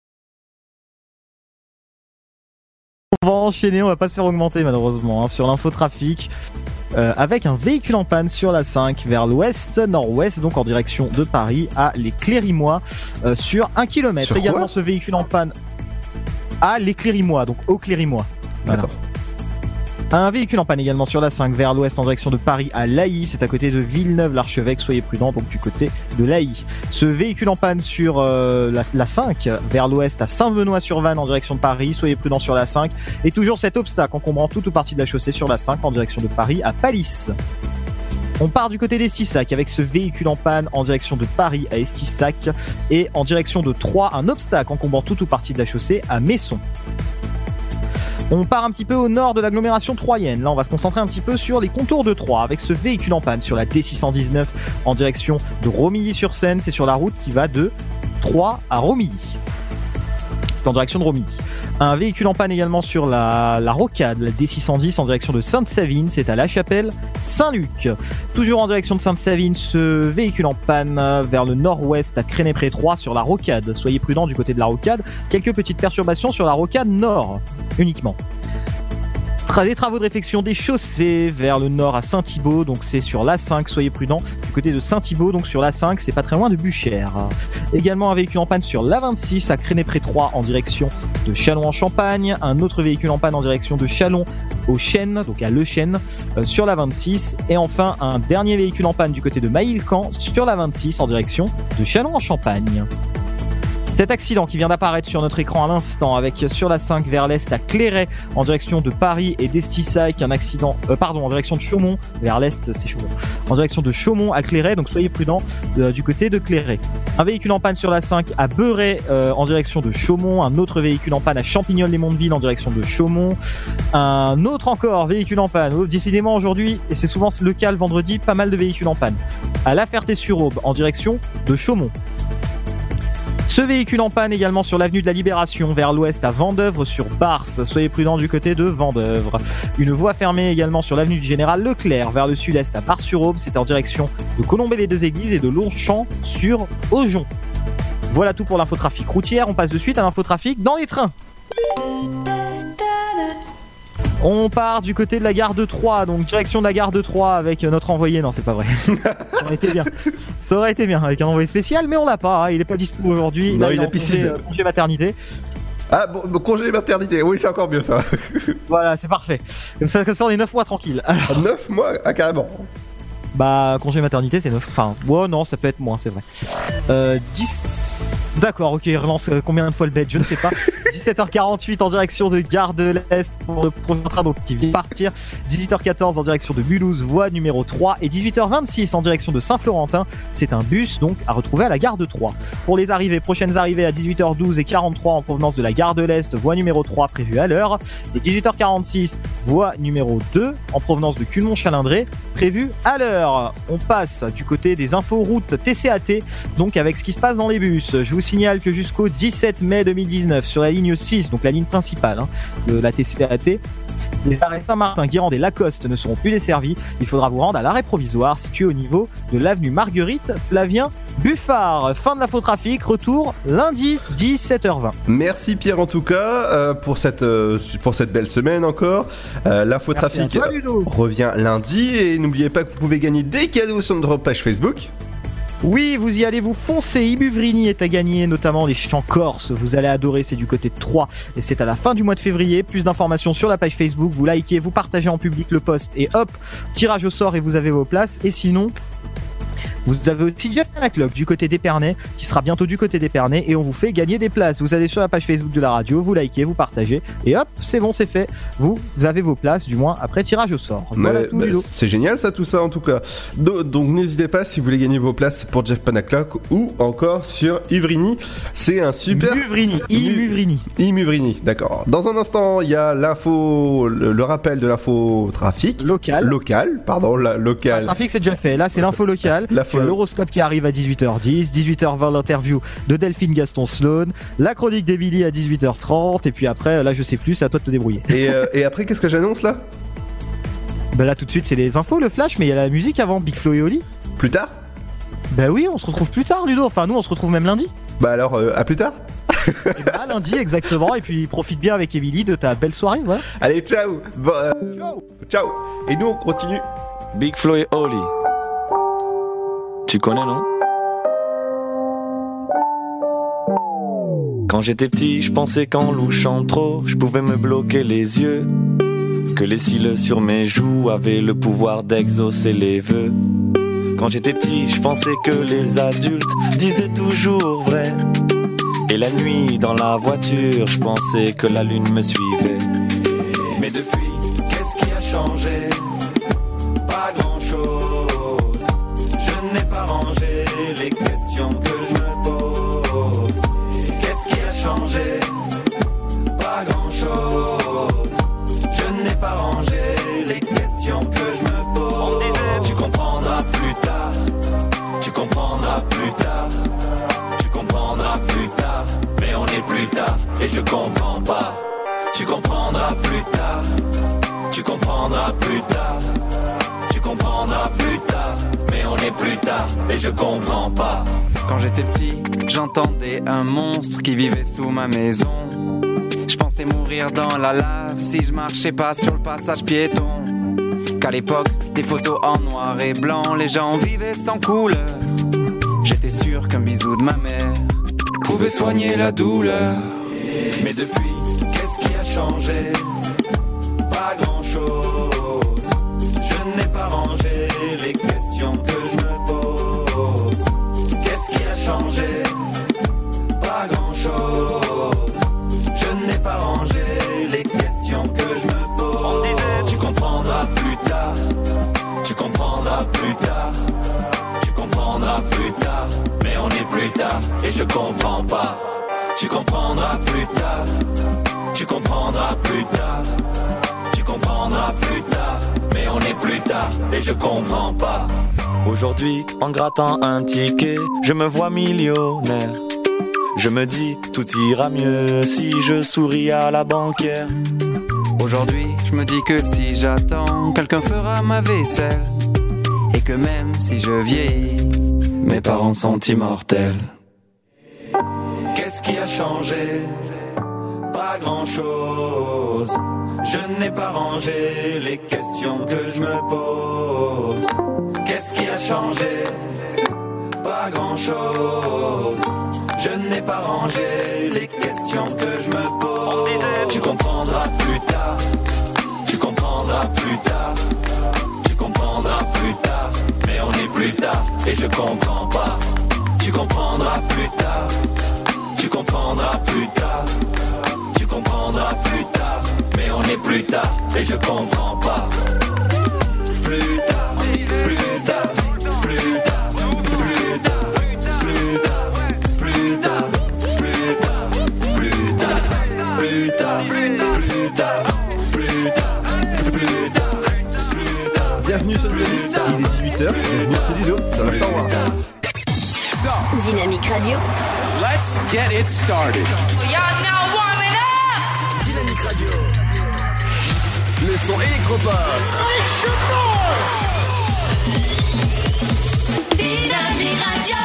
On va enchaîner, on va pas se faire augmenter malheureusement hein, sur l'infotrafic. Euh, avec un véhicule en panne sur la cinq vers l'ouest, nord-ouest, donc en direction de Paris à Les Clérimois euh, sur un kilomètre. Sur également quoi ce véhicule en panne à Les Clérimois, donc au Clérimois. Voilà. D'accord. Un véhicule en panne également sur la cinq vers l'ouest en direction de Paris à Laï, c'est à côté de Villeneuve-l'Archevêque, soyez prudents donc du côté de Laï. Ce véhicule en panne sur euh, la, la cinq vers l'ouest à Saint-Benoît-sur-Vanne en direction de Paris, soyez prudents sur la cinq. Et toujours cet obstacle encombrant toute ou partie de la chaussée sur la cinq en direction de Paris à Palisse. On part du côté d'Estissac avec ce véhicule en panne en direction de Paris à Estissac et en direction de Troyes, un obstacle encombrant toute ou partie de la chaussée à Messon. On part un petit peu au nord de l'agglomération troyenne. Là, on va se concentrer un petit peu sur les contours de Troyes avec ce véhicule en panne sur la D six cent dix-neuf en direction de Romilly-sur-Seine. C'est sur la route qui va de Troyes à Romilly. C'est en direction de Romilly. Un véhicule en panne également sur la, la rocade, la D six cent dix en direction de Sainte-Savine. C'est à La Chapelle-Saint-Luc. Toujours en direction de Sainte-Savine, ce véhicule en panne vers le nord-ouest à Créné-Pré-Troyes sur la rocade. Soyez prudents du côté de la rocade. Quelques petites perturbations sur la rocade nord uniquement. Des travaux de réfection des chaussées vers le nord à Saint-Thibault, donc c'est sur l'A cinq, soyez prudents du côté de Saint-Thibault, donc sur l'A cinq, c'est pas très loin de Buchères. Également un véhicule en panne sur l'A vingt-six à Créné-Pré-Troyes en direction de Châlons-en-Champagne, un autre véhicule en panne en direction de Châlons au Chêne, donc à Le Chêne, euh, sur l'A vingt-six, et enfin un dernier véhicule en panne du côté de Mailly-le-Camp sur l'A vingt-six en direction de Châlons-en-Champagne. Cet accident qui vient d'apparaître sur notre écran à l'instant avec sur la cinq vers l'est à Clairet en direction de Paris et d'Estissac, un accident, euh, pardon, en direction de Chaumont, vers l'est c'est Chaumont, en direction de Chaumont à Clairet, donc soyez prudents euh, du côté de Clairet. Un véhicule en panne sur la cinq à Beuret euh, en direction de Chaumont, un autre véhicule en panne à Champignol-les-Mondeville en direction de Chaumont, un autre encore véhicule en panne, oh, décidément aujourd'hui, et c'est souvent le cas le vendredi, pas mal de véhicules en panne, à La Ferté-sur-Aube en direction de Chaumont. Ce véhicule en panne également sur l'avenue de la Libération vers l'ouest à Vendeuvre sur Barse. Soyez prudents du côté de Vendeuvre. Une voie fermée également sur l'avenue du Général Leclerc vers le sud-est à Bar-sur-Aube. C'est en direction de Colombey-les-Deux-Églises et de Longchamp sur Aujon. Voilà tout pour l'infotrafic routière. On passe de suite à l'infotrafic dans les trains. On part du côté de la gare de Troyes, donc direction de la gare de Troyes avec notre envoyé. Non, c'est pas vrai. Ça aurait été bien. Ça aurait été bien avec un envoyé spécial, mais on l'a pas. Hein. Il est pas dispo aujourd'hui. Non, Là, il, il a congé, euh, congé maternité. Ah, bon, bon, congé maternité. Oui, c'est encore mieux ça. Voilà, c'est parfait. Comme ça, comme ça, on est neuf mois tranquille. Alors... neuf mois, ah, carrément. Bah, congé maternité, c'est neuf. Enfin, ouais, non, ça peut être moins, c'est vrai. Euh, dix. D'accord, ok, relance euh, combien de fois le bête, je ne sais pas. dix-sept heures quarante-huit en direction de Gare de l'Est pour le prochain train donc, qui vient de partir. dix-huit heures quatorze en direction de Mulhouse, voie numéro trois. Et dix-huit heures vingt-six en direction de Saint-Florentin. C'est un bus donc à retrouver à la gare de Troyes. Pour les arrivées, prochaines arrivées à dix-huit heures douze et quarante-trois en provenance de la Gare de l'Est, voie numéro trois prévue à l'heure. Et dix-huit heures quarante-six, voie numéro deux en provenance de Culmont-Chalindré, prévue à l'heure. On passe du côté des inforoutes T C A T, donc avec ce qui se passe dans les bus. Je vous signale que jusqu'au dix-sept mai deux mille dix-neuf, sur la ligne six, donc la ligne principale hein, de la T C A T, les arrêts Saint-Martin, Guérande et Lacoste ne seront plus desservis. Il faudra vous rendre à l'arrêt provisoire situé au niveau de l'avenue Marguerite Flavien Buffard. Fin de l'infotrafic, retour lundi dix-sept heures vingt. Merci Pierre en tout cas euh, pour, cette, euh, pour cette belle semaine encore. Euh, l'infotrafic toi, revient lundi et n'oubliez pas que vous pouvez gagner des cadeaux sur notre page Facebook. Oui, vous y allez vous foncer. Ibuvrini est à gagner, notamment les chants corses. Vous allez adorer, c'est du côté de Troyes. Et c'est à la fin du mois de février. Plus d'informations sur la page Facebook. Vous likez, vous partagez en public le post. Et hop, tirage au sort et vous avez vos places. Et sinon... Vous avez aussi Jeff Panaclock du côté d'Épernay qui sera bientôt du côté d'Épernay et on vous fait gagner des places. Vous allez sur la page Facebook de la radio, vous likez, vous partagez et hop, c'est bon, c'est fait. Vous, vous avez vos places, du moins après tirage au sort. Voilà Mais, tout, bah, Ludo. c'est génial ça, tout ça en tout cas. Do- donc n'hésitez pas si vous voulez gagner vos places pour Jeff Panaclock ou encore sur Ivrini. C'est un super. Muvrini, Imuvrini. Imuvrini, d'accord. Dans un instant, il y a l'info, le, le rappel de l'info trafic. Local. Local, pardon, la, local. Le trafic c'est déjà fait, là c'est l'info locale. L'info- Tu as l'horoscope qui arrive à dix-huit heures dix, dix-huit heures vingt l'interview de Delphine Gaston Sloan, la chronique d'Emily à dix-huit heures trente et puis après là je sais plus, c'est à toi de te débrouiller. Et, euh, et après qu'est-ce que j'annonce là? Bah là tout de suite c'est les infos, le flash, mais il y a la musique avant, Big Flo et Oli. Plus tard? Bah oui, on se retrouve plus tard Ludo, enfin nous on se retrouve même lundi. Bah alors euh, à plus tard. Et bah lundi exactement, et puis profite bien avec Emily de ta belle soirée, voilà. Allez ciao, bon, euh, ciao. Et nous on continue. Big Flo et Oli. Tu connais, non? Quand j'étais petit, je pensais qu'en louchant trop, je pouvais me bloquer les yeux. Que les cils sur mes joues avaient le pouvoir d'exaucer les vœux. Quand j'étais petit, je pensais que les adultes disaient toujours vrai. Et la nuit, dans la voiture, je pensais que la lune me suivait. Mais depuis, qu'est-ce qui a changé? Pas grand-chose. Je n'ai pas rangé les questions que je me pose. Qu'est-ce qui a changé? Pas grand-chose. Je n'ai pas rangé les questions que je me pose. On disait, tu comprendras plus tard. Tu comprendras plus tard. Tu comprendras plus tard. Mais on est plus tard et je comprends pas. Tu comprendras plus tard. Tu comprendras plus tard. Tu comprendras plus tard. Mais on est plus tard et je comprends pas. Quand j'étais petit, j'entendais un monstre qui vivait sous ma maison. Je pensais mourir dans la lave si je marchais pas sur le passage piéton. Qu'à l'époque, des photos en noir et blanc, les gens vivaient sans couleur. J'étais sûr qu'un bisou de ma mère pouvait soigner la douleur. Mais depuis, qu'est-ce qui a changé? Pas grand-chose. Je n'ai pas rangé les questions que je me pose. Qu'est-ce qui a changé? Pas grand-chose. Je n'ai pas rangé les questions que je me pose. On disait, tu comprendras plus tard. Tu comprendras plus tard. Tu comprendras plus tard. Mais on est plus tard et je comprends pas. Tu comprendras plus tard. Tu comprendras plus tard. Tu comprendras plus tard. Mais on est plus tard et je comprends pas. Aujourd'hui, en grattant un ticket, je me vois millionnaire. Je me dis, tout ira mieux si je souris à la banquière. Aujourd'hui, je me dis que si j'attends, quelqu'un fera ma vaisselle. Et que même si je vieillis, mes parents sont immortels. Qu'est-ce qui a changé? Pas grand-chose. Je n'ai pas rangé les questions que je me pose. Qu'est-ce qui a changé? Pas grand-chose. Je n'ai pas rangé les questions que je me pose. On disait, tu comprendras plus tard. Tu comprendras plus tard. Tu comprendras plus tard. Mais on est plus tard et je comprends pas. Tu comprendras plus tard. Tu comprendras plus tard. Tu comprendras plus tard. Mais on est plus tard et je comprends pas. Plus tard, plus tard, plus tard, plus tard, plus tard, plus tard, plus tard, plus tard, plus tard, plus tard, plus tard, plus tard, plus tard. Bienvenue sur le il est dix-huit heures, bienvenue sur Ludo, dans la Star Dynamique Radio. Let's get it started. Y'all now warming up. Dynamique Radio. Le son électropop. Make some noise. Dynamique Radio.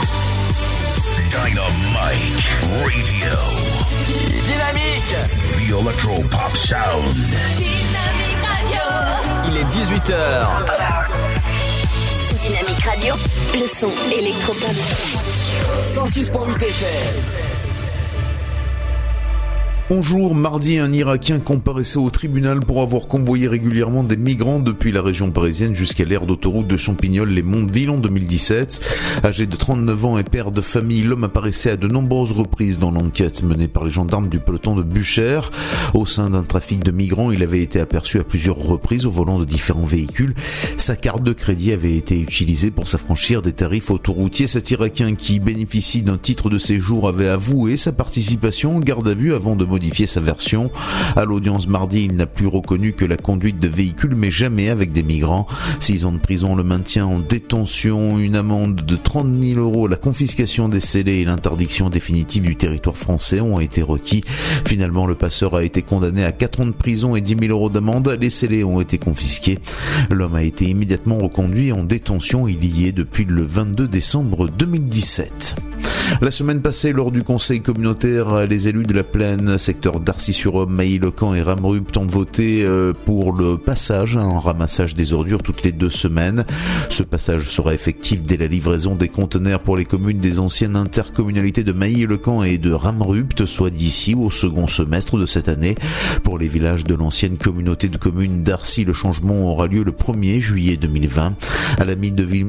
Dynamite Radio. Dynamique. The Electropop Sound. Dynamique Radio. Il est dix-huit heures. Dynamique Radio. Le son électropop. cent six virgule huit F M. Bonjour, mardi, un Irakien comparaissait au tribunal pour avoir convoyé régulièrement des migrants depuis la région parisienne jusqu'à l'aire d'autoroute de Champignol-les-Monts-de-Ville en deux mille dix-sept. Âgé de trente-neuf ans et père de famille, l'homme apparaissait à de nombreuses reprises dans l'enquête menée par les gendarmes du peloton de Buchères. Au sein d'un trafic de migrants, il avait été aperçu à plusieurs reprises au volant de différents véhicules. Sa carte de crédit avait été utilisée pour s'affranchir des tarifs autoroutiers. Cet Irakien qui bénéficie d'un titre de séjour avait avoué sa participation en garde à vue avant de modifier sa version. À l'audience mardi, il n'a plus reconnu que la conduite de véhicules, mais jamais avec des migrants. Six ans de prison, le maintien en détention, une amende de trente mille euros, la confiscation des scellés et l'interdiction définitive du territoire français ont été requis. Finalement, le passeur a été condamné à quatre ans de prison et dix mille euros d'amende. Les scellés ont été confisqués. L'homme a été immédiatement reconduit en détention. Il y est depuis le vingt-deux décembre deux mille dix-sept. La semaine passée, lors du conseil communautaire, les élus de la Plaine, secteur d'Arcis-sur-Aube, Mailly-le-Camp et Ramerupt ont voté pour le passage, un ramassage des ordures toutes les deux semaines. Ce passage sera effectif dès la livraison des conteneurs pour les communes des anciennes intercommunalités de Mailly-le-Camp et de Ramerupt, soit d'ici au second semestre de cette année. Pour les villages de l'ancienne communauté de communes d'Arcis, le changement aura lieu le premier juillet deux mille vingt. À la mi-de-ville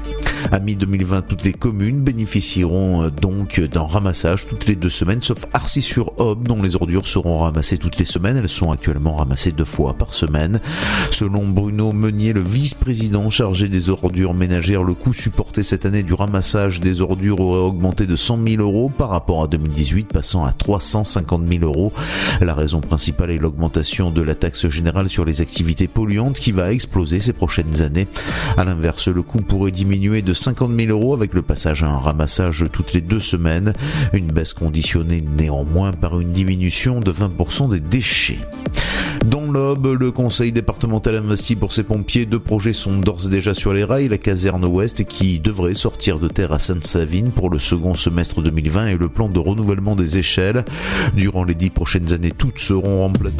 À mi deux mille vingt, toutes les communes bénéficieront donc d'un ramassage toutes les deux semaines, sauf Arcis-sur-Aube, dont les ordures seront ramassées toutes les semaines. Elles sont actuellement ramassées deux fois par semaine. Selon Bruno Meunier, le vice-président chargé des ordures ménagères, le coût supporté cette année du ramassage des ordures aurait augmenté de cent mille euros par rapport à deux mille dix-huit, passant à trois cent cinquante mille euros. La raison principale est l'augmentation de la taxe générale sur les activités polluantes qui va exploser ces prochaines années. À l'inverse, le coût pourrait diminuer de cinquante mille euros avec le passage à un ramassage toutes les deux semaines. Une baisse conditionnée néanmoins par une diminution de vingt pour cent des déchets. Dans l'Aube, le conseil départemental investit pour ses pompiers. Deux projets sont d'ores et déjà sur les rails. La caserne ouest qui devrait sortir de terre à Sainte-Savine pour le second semestre deux mille vingt et le plan de renouvellement des échelles. Durant les dix prochaines années, toutes seront remplacées.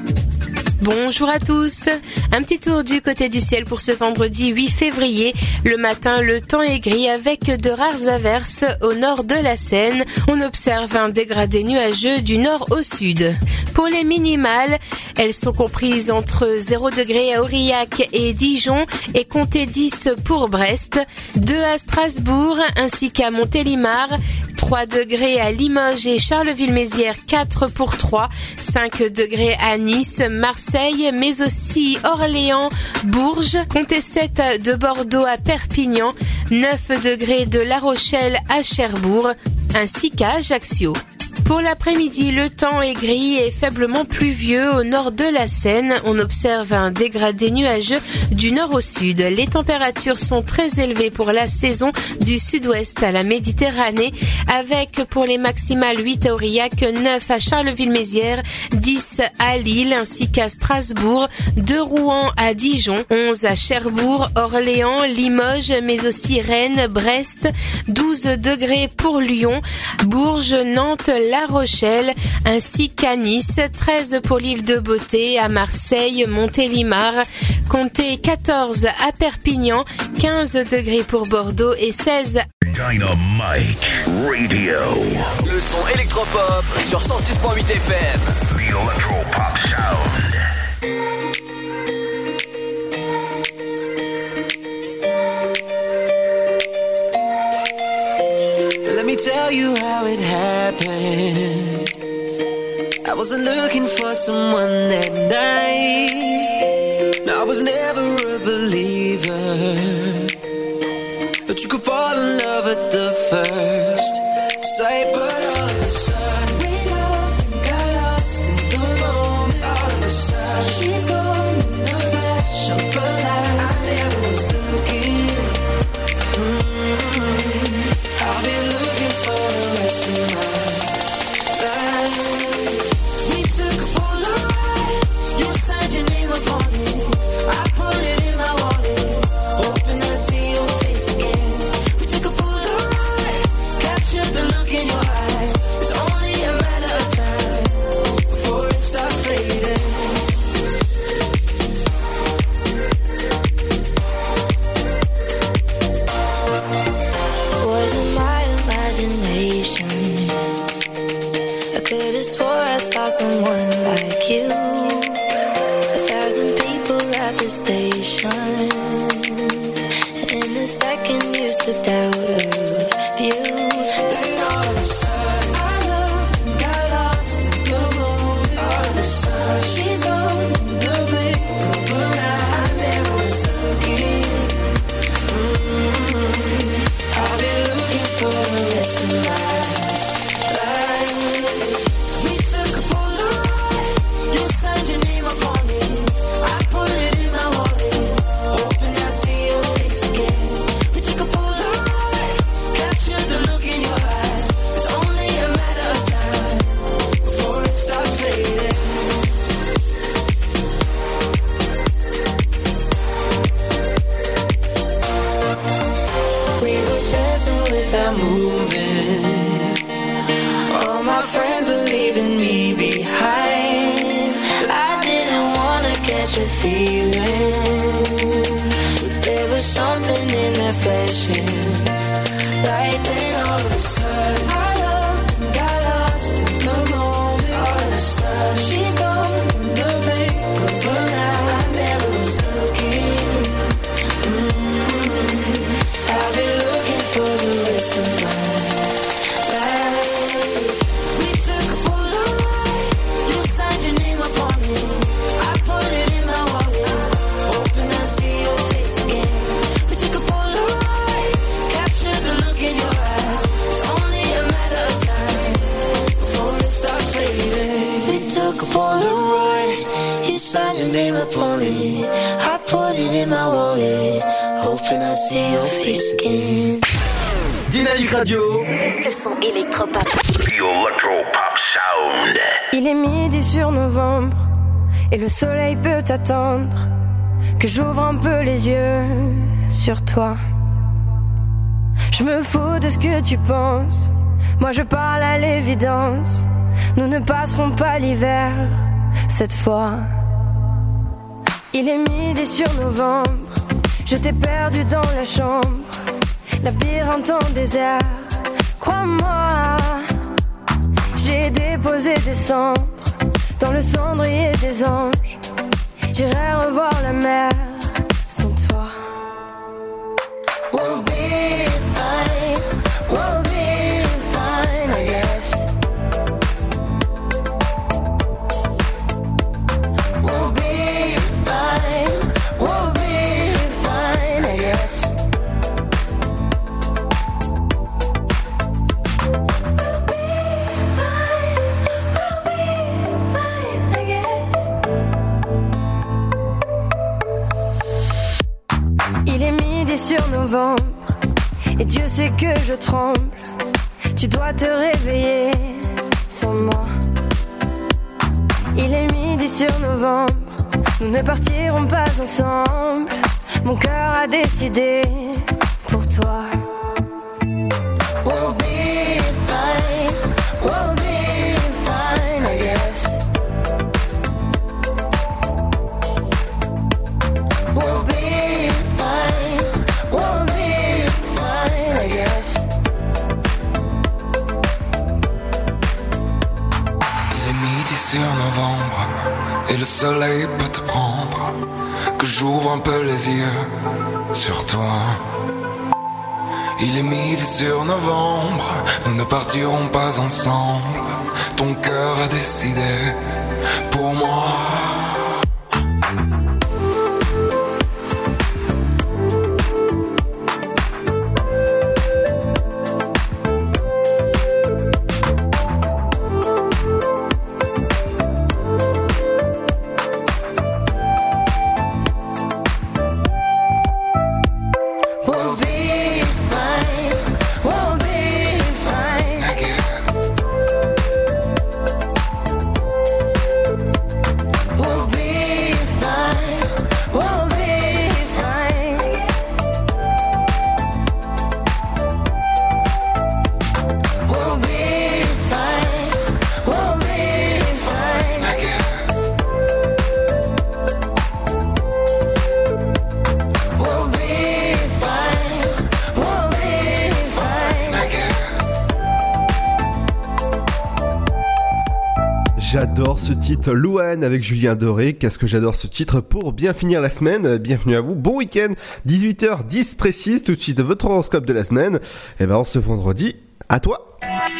Bonjour à tous. Un petit tour du côté du ciel pour ce vendredi huit février. Le matin, le temps est gris avec de rares averses au nord de la Seine. On observe un dégradé nuageux du nord au sud. Pour les minimales, elles sont comprises entre zéro degré à Aurillac et Dijon et comptez dix pour Brest, deux à Strasbourg ainsi qu'à Montélimar, trois degrés à Limoges et Charleville-Mézières, quatre pour Troyes, cinq degrés à Nice, Marseille, mais aussi Orléans, Bourges, comptez sept de Bordeaux à Perpignan, neuf degrés de La Rochelle à Cherbourg, ainsi qu'à Ajaccio. Pour l'après-midi, le temps est gris et faiblement pluvieux au nord de la Seine. On observe un dégradé nuageux du nord au sud. Les températures sont très élevées pour la saison du sud-ouest à la Méditerranée, avec pour les maximales huit à Aurillac, neuf à Charleville-Mézières, dix à Lille ainsi qu'à Strasbourg, de Rouen à Dijon, onze à Cherbourg, Orléans, Limoges, mais aussi Rennes, Brest, douze degrés pour Lyon, Bourges, Nantes, La Rochelle, ainsi qu'à Nice, treize pour l'île de Beauté, à Marseille, Montélimar, comptez quatorze à Perpignan, quinze degrés pour Bordeaux et seize Dynamite Radio. Le son électropop sur cent six point huit F M. The Electropop Sound. Let me tell you how it happened. I wasn't looking for someone that night. No, I was never a believer, but you could fall in love at the first sight. But all of a sudden we loved and got lost in the moment. All of a sudden she's gone in the flash of a light. I never was looking. Mm-hmm. I'll be looking for the rest of my life. We took a Polaroid. You signed your name upon it. I put it in my wallet, hoping I'd see your face again. We took a Polaroid, captured the look in your eyes. It's only saw someone like you. A thousand people at the station. In a second you slipped out of view. Then all of a sudden I loved and got lost in the moment. All of a sudden she's gone in the blink of an eye. I never was looking. Mm-hmm. I'll be looking for the rest of my feeling, but there was something in that flashing light. Then all of a sudden I loved and got lost in the moment. All of a sudden she's gone in the blink of an eye. I never was looking. Mm-hmm. I'll be looking for the rest of my life. We took a Polaroid, you signed your name upon it. I put it in my Polaroid, you signed your name upon it. I put it in my wallet, hoping I see your face again. Dynamique Radio, le son électropop. The Electropop Sound. Il est midi sur novembre et le soleil peut attendre que j'ouvre un peu les yeux sur toi. Je me fous de ce que tu penses, moi je parle à l'évidence. Nous ne passerons pas l'hiver cette fois. Il est midi sur novembre, je t'ai perdu dans la chambre, labyrinthe en désert. Crois-moi, j'ai déposé des cendres dans le cendrier des anges. J'irai revoir la mer sans toi. We'll be fine, we'll be fine, I guess. We'll be fine, we'll be fine, I guess. We'll be fine, we'll be fine, I guess. Il est midi sur novembre et Dieu sait que je tremble. Tu dois te réveiller sans moi. Il est midi sur novembre, nous ne partirons pas ensemble. Mon cœur a décidé pour toi. We'll be fine, we'll be fine, I guess. We'll be fine, we'll be fine, I guess. Il est midi sur novembre et le soleil peut te prendre, que j'ouvre un peu les yeux sur toi. Il est midi sur novembre, nous ne partirons pas ensemble. Ton cœur a décidé pour moi. We'll be fine, we'll be fine, I guess. We'll j'adore ce titre, Louane avec Julien Doré. Qu'est-ce que j'adore ce titre pour bien finir la semaine. Bienvenue à vous, bon week-end, dix-huit heures dix précise, tout de suite votre horoscope de la semaine. Et ben, ce vendredi, à toi.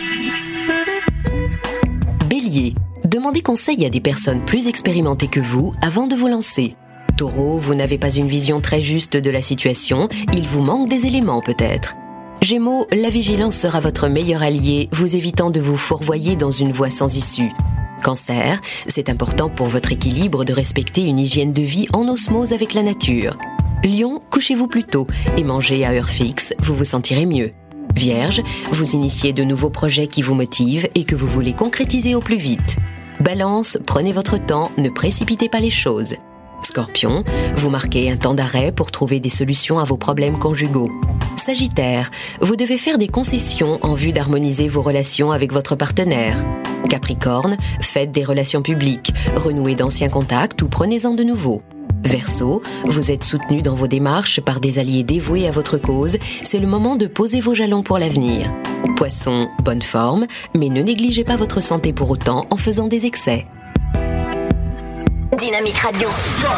Bélier, demandez conseil à des personnes plus expérimentées que vous avant de vous lancer. Taureau, vous n'avez pas une vision très juste de la situation, il vous manque des éléments peut-être. Gémeaux, la vigilance sera votre meilleur allié, vous évitant de vous fourvoyer dans une voie sans issue. Cancer, c'est important pour votre équilibre de respecter une hygiène de vie en osmose avec la nature. Lion, couchez-vous plus tôt et mangez à heure fixe, vous vous sentirez mieux. Vierge, vous initiez de nouveaux projets qui vous motivent et que vous voulez concrétiser au plus vite. Balance, prenez votre temps, ne précipitez pas les choses. Scorpion, vous marquez un temps d'arrêt pour trouver des solutions à vos problèmes conjugaux. Sagittaire, vous devez faire des concessions en vue d'harmoniser vos relations avec votre partenaire. Capricorne, faites des relations publiques, renouez d'anciens contacts ou prenez-en de nouveaux. Verseau, vous êtes soutenu dans vos démarches par des alliés dévoués à votre cause, c'est le moment de poser vos jalons pour l'avenir. Poisson, bonne forme, mais ne négligez pas votre santé pour autant en faisant des excès. Dynamique Radio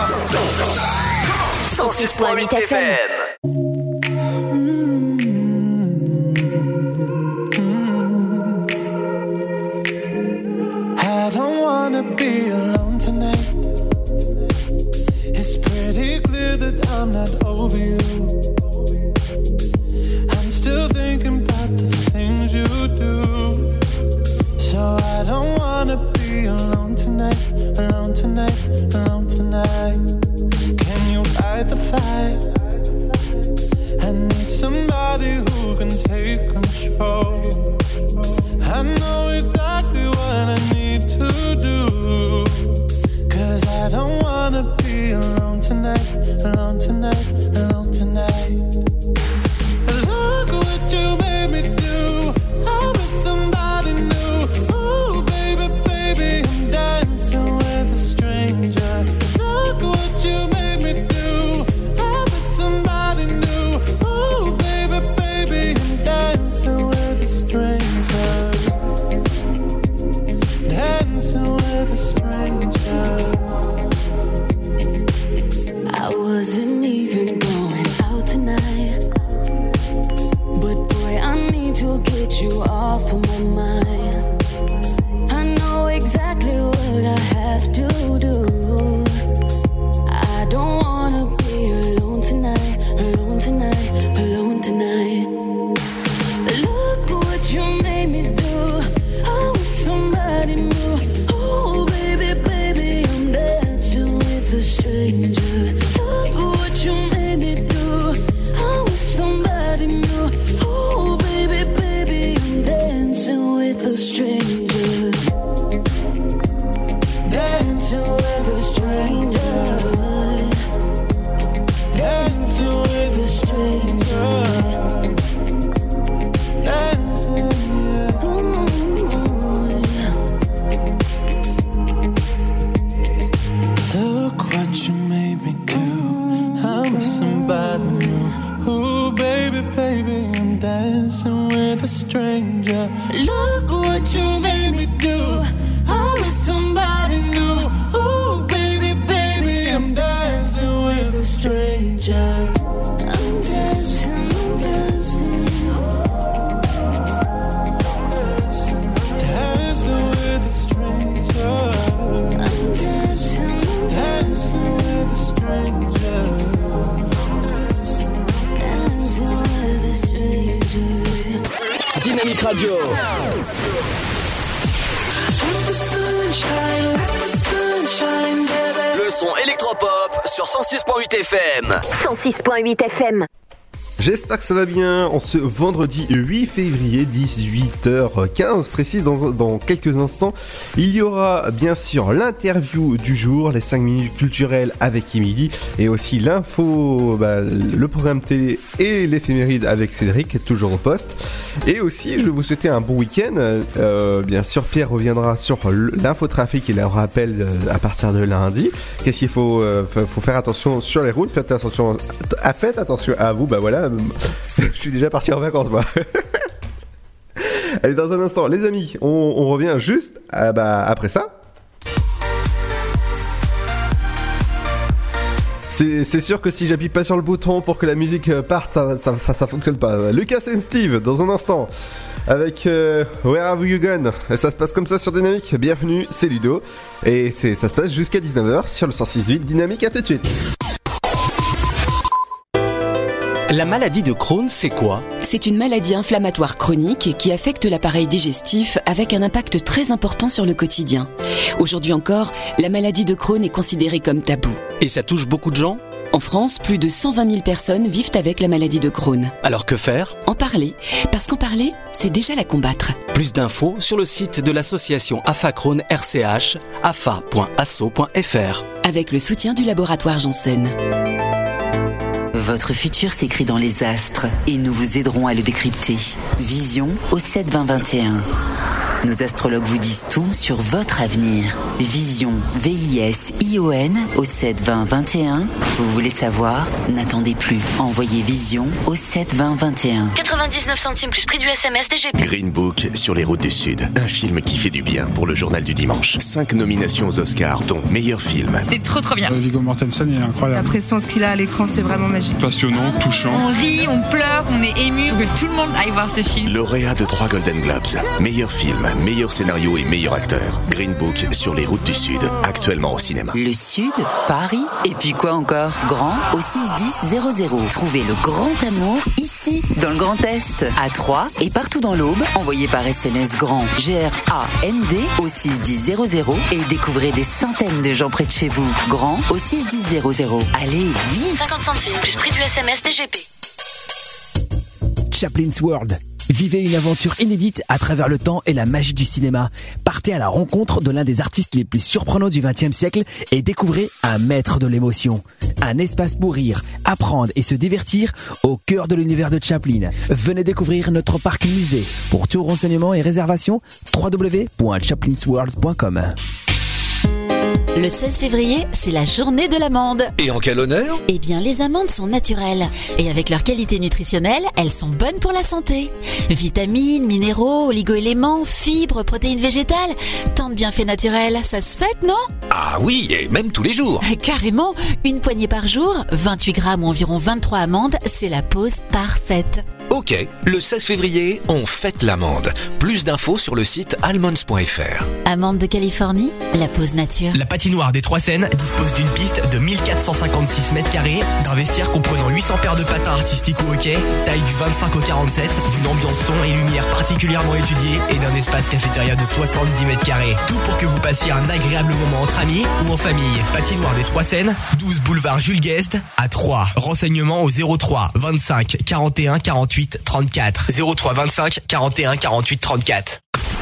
cent six point huit F M. I don't wanna be alone tonight. It's pretty clear that I'm not over you. I'm still thinking about the things you do. So I don't wanna be alone tonight, alone tonight, alone tonight. Can you light the fire? I need somebody who can take control. I know exactly what I need to do. Cause I don't wanna be alone tonight, alone tonight, alone tonight. Look what you made me do. I'm with somebody new. Ooh, baby, baby, I'm dancing with a stranger. Look what you made me do. I'm with somebody new. Ooh, baby, baby, I'm dancing with a stranger. Dancing with a stranger. I wasn't even going out tonight, but boy, I need to get you off of my mind. I know exactly what I have to do. I don't wanna be alone tonight, alone tonight, alone tonight. Look what you made me do. I was somebody new. Oh baby, baby, I'm dancing with a stranger. Look what you made me do. I was somebody new. Oh baby, baby, I'm dancing with a stranger. Dancing with a stranger. Dancing with a stranger. Dancing, yeah. Ooh, yeah. Look what you made me do. I'm with somebody new. Ooh, baby, baby, I'm dancing with a stranger. Look what you made me do. I'm with somebody new. Ooh, baby, baby, I'm dancing with a stranger. I'm dancing, I'm dancing. Dancing with a stranger. I'm dancing, I'm Dancing with a stranger. dancing with a stranger. Dynamique Radio. Let the sunshine, let the sunshine, baby. Le son électropop sur cent six point huit F M. cent six point huit F M. J'espère que ça va bien en ce vendredi huit février, dix-huit heures quinze précis. Dans, dans quelques instants, il y aura bien sûr l'interview du jour, les cinq minutes culturelles avec Émilie, et aussi l'info, bah, le programme télé et l'éphéméride avec Cédric, toujours au poste. Et aussi, je vais vous souhaiter un bon week-end. Euh, bien sûr, Pierre reviendra sur l'infotrafic et le rappel euh, à partir de lundi. Qu'est-ce qu'il faut, euh, faut faire attention sur les routes, faites attention à, faites attention à vous, bah voilà. Je suis déjà parti en vacances, moi. Allez, dans un instant, les amis, on, on revient juste à, bah, après ça. C'est, c'est sûr que si j'appuie pas sur le bouton pour que la musique parte, ça, ça, ça, ça fonctionne pas. Lucas et Steve, dans un instant, avec euh, Where Have You Gone. Et ça se passe comme ça sur Dynamique. Bienvenue, c'est Ludo. Et c'est, ça se passe jusqu'à dix-neuf heures sur le cent six virgule huit Dynamique. À tout de suite. La maladie de Crohn, c'est quoi ? C'est une maladie inflammatoire chronique qui affecte l'appareil digestif avec un impact très important sur le quotidien. Aujourd'hui encore, la maladie de Crohn est considérée comme tabou. Et ça touche beaucoup de gens ? En France, plus de cent vingt mille personnes vivent avec la maladie de Crohn. Alors que faire ? En parler, parce qu'en parler, c'est déjà la combattre. Plus d'infos sur le site de l'association A F A Crohn R C H, afa point asso point f r. Avec le soutien du laboratoire Janssen. Votre futur s'écrit dans les astres et nous vous aiderons à le décrypter. Vision au sept vingt vingt et un. Nos astrologues vous disent tout sur votre avenir. Vision, V I S I O N au sept vingt vingt et un. Vous voulez savoir ? N'attendez plus. Envoyez Vision au sept vingt vingt et un. quatre-vingt-dix-neuf centimes plus prix du S M S D G P. Green Book sur les routes du Sud. Un film qui fait du bien pour le journal du dimanche. Cinq nominations aux Oscars, dont meilleur film. C'était trop trop bien. Euh, Viggo Mortensen, il est incroyable. La prestance qu'il a à l'écran, c'est vraiment magique. Passionnant, touchant. On rit, on pleure, on est ému. Il faut que tout le monde aille voir ce film. Lauréat de trois Golden Globes. Meilleur film, meilleur scénario et meilleur acteur. Green Book sur les routes du Sud, actuellement au cinéma. Le Sud, Paris, et puis quoi encore ? Grand au six dix zéro zéro. Trouvez le grand amour ici, dans le Grand Est, à Troyes et partout dans l'Aube. Envoyez par S M S grand G R A N D au six dix zéro zéro et découvrez des centaines de gens près de chez vous. Grand au six dix zéro zéro. Allez, vite ! cinquante centimes plus prix du S M S D G P. Chaplin's World. Vivez une aventure inédite à travers le temps et la magie du cinéma. Partez à la rencontre de l'un des artistes les plus surprenants du vingtième siècle et découvrez un maître de l'émotion. Un espace pour rire, apprendre et se divertir au cœur de l'univers de Chaplin. Venez découvrir notre parc musée. Pour tout renseignement et réservation, w w w point chaplinsworld point com. Le seize février, c'est la journée de l'amande. Et en quel honneur ? Eh bien, les amandes sont naturelles. Et avec leur qualité nutritionnelle, elles sont bonnes pour la santé. Vitamines, minéraux, oligo-éléments, fibres, protéines végétales. Tant de bienfaits naturels, ça se fête, non ? Ah oui, et même tous les jours. Carrément, une poignée par jour, vingt-huit grammes ou environ vingt-trois amandes, c'est la pause parfaite. Ok, le seize février, on fête l'amande. Plus d'infos sur le site almonds point f r. Amande de Californie, la pause nature. La patinoire des Trois Seines dispose d'une piste de mille quatre cent cinquante-six mètres carrés, d'un vestiaire comprenant huit cents paires de patins artistiques ou hockey, taille du vingt-cinq au quarante-sept, d'une ambiance son et lumière particulièrement étudiée et d'un espace cafétéria de soixante-dix mètres carrés. Tout pour que vous passiez un agréable moment entre amis ou en famille. Patinoire des Trois Seines, douze boulevard Jules Guest à Troyes. Renseignements au zéro trois vingt-cinq quarante et un quarante-huit trente-quatre. zéro trois vingt-cinq quarante et un quarante-huit trente-quatre.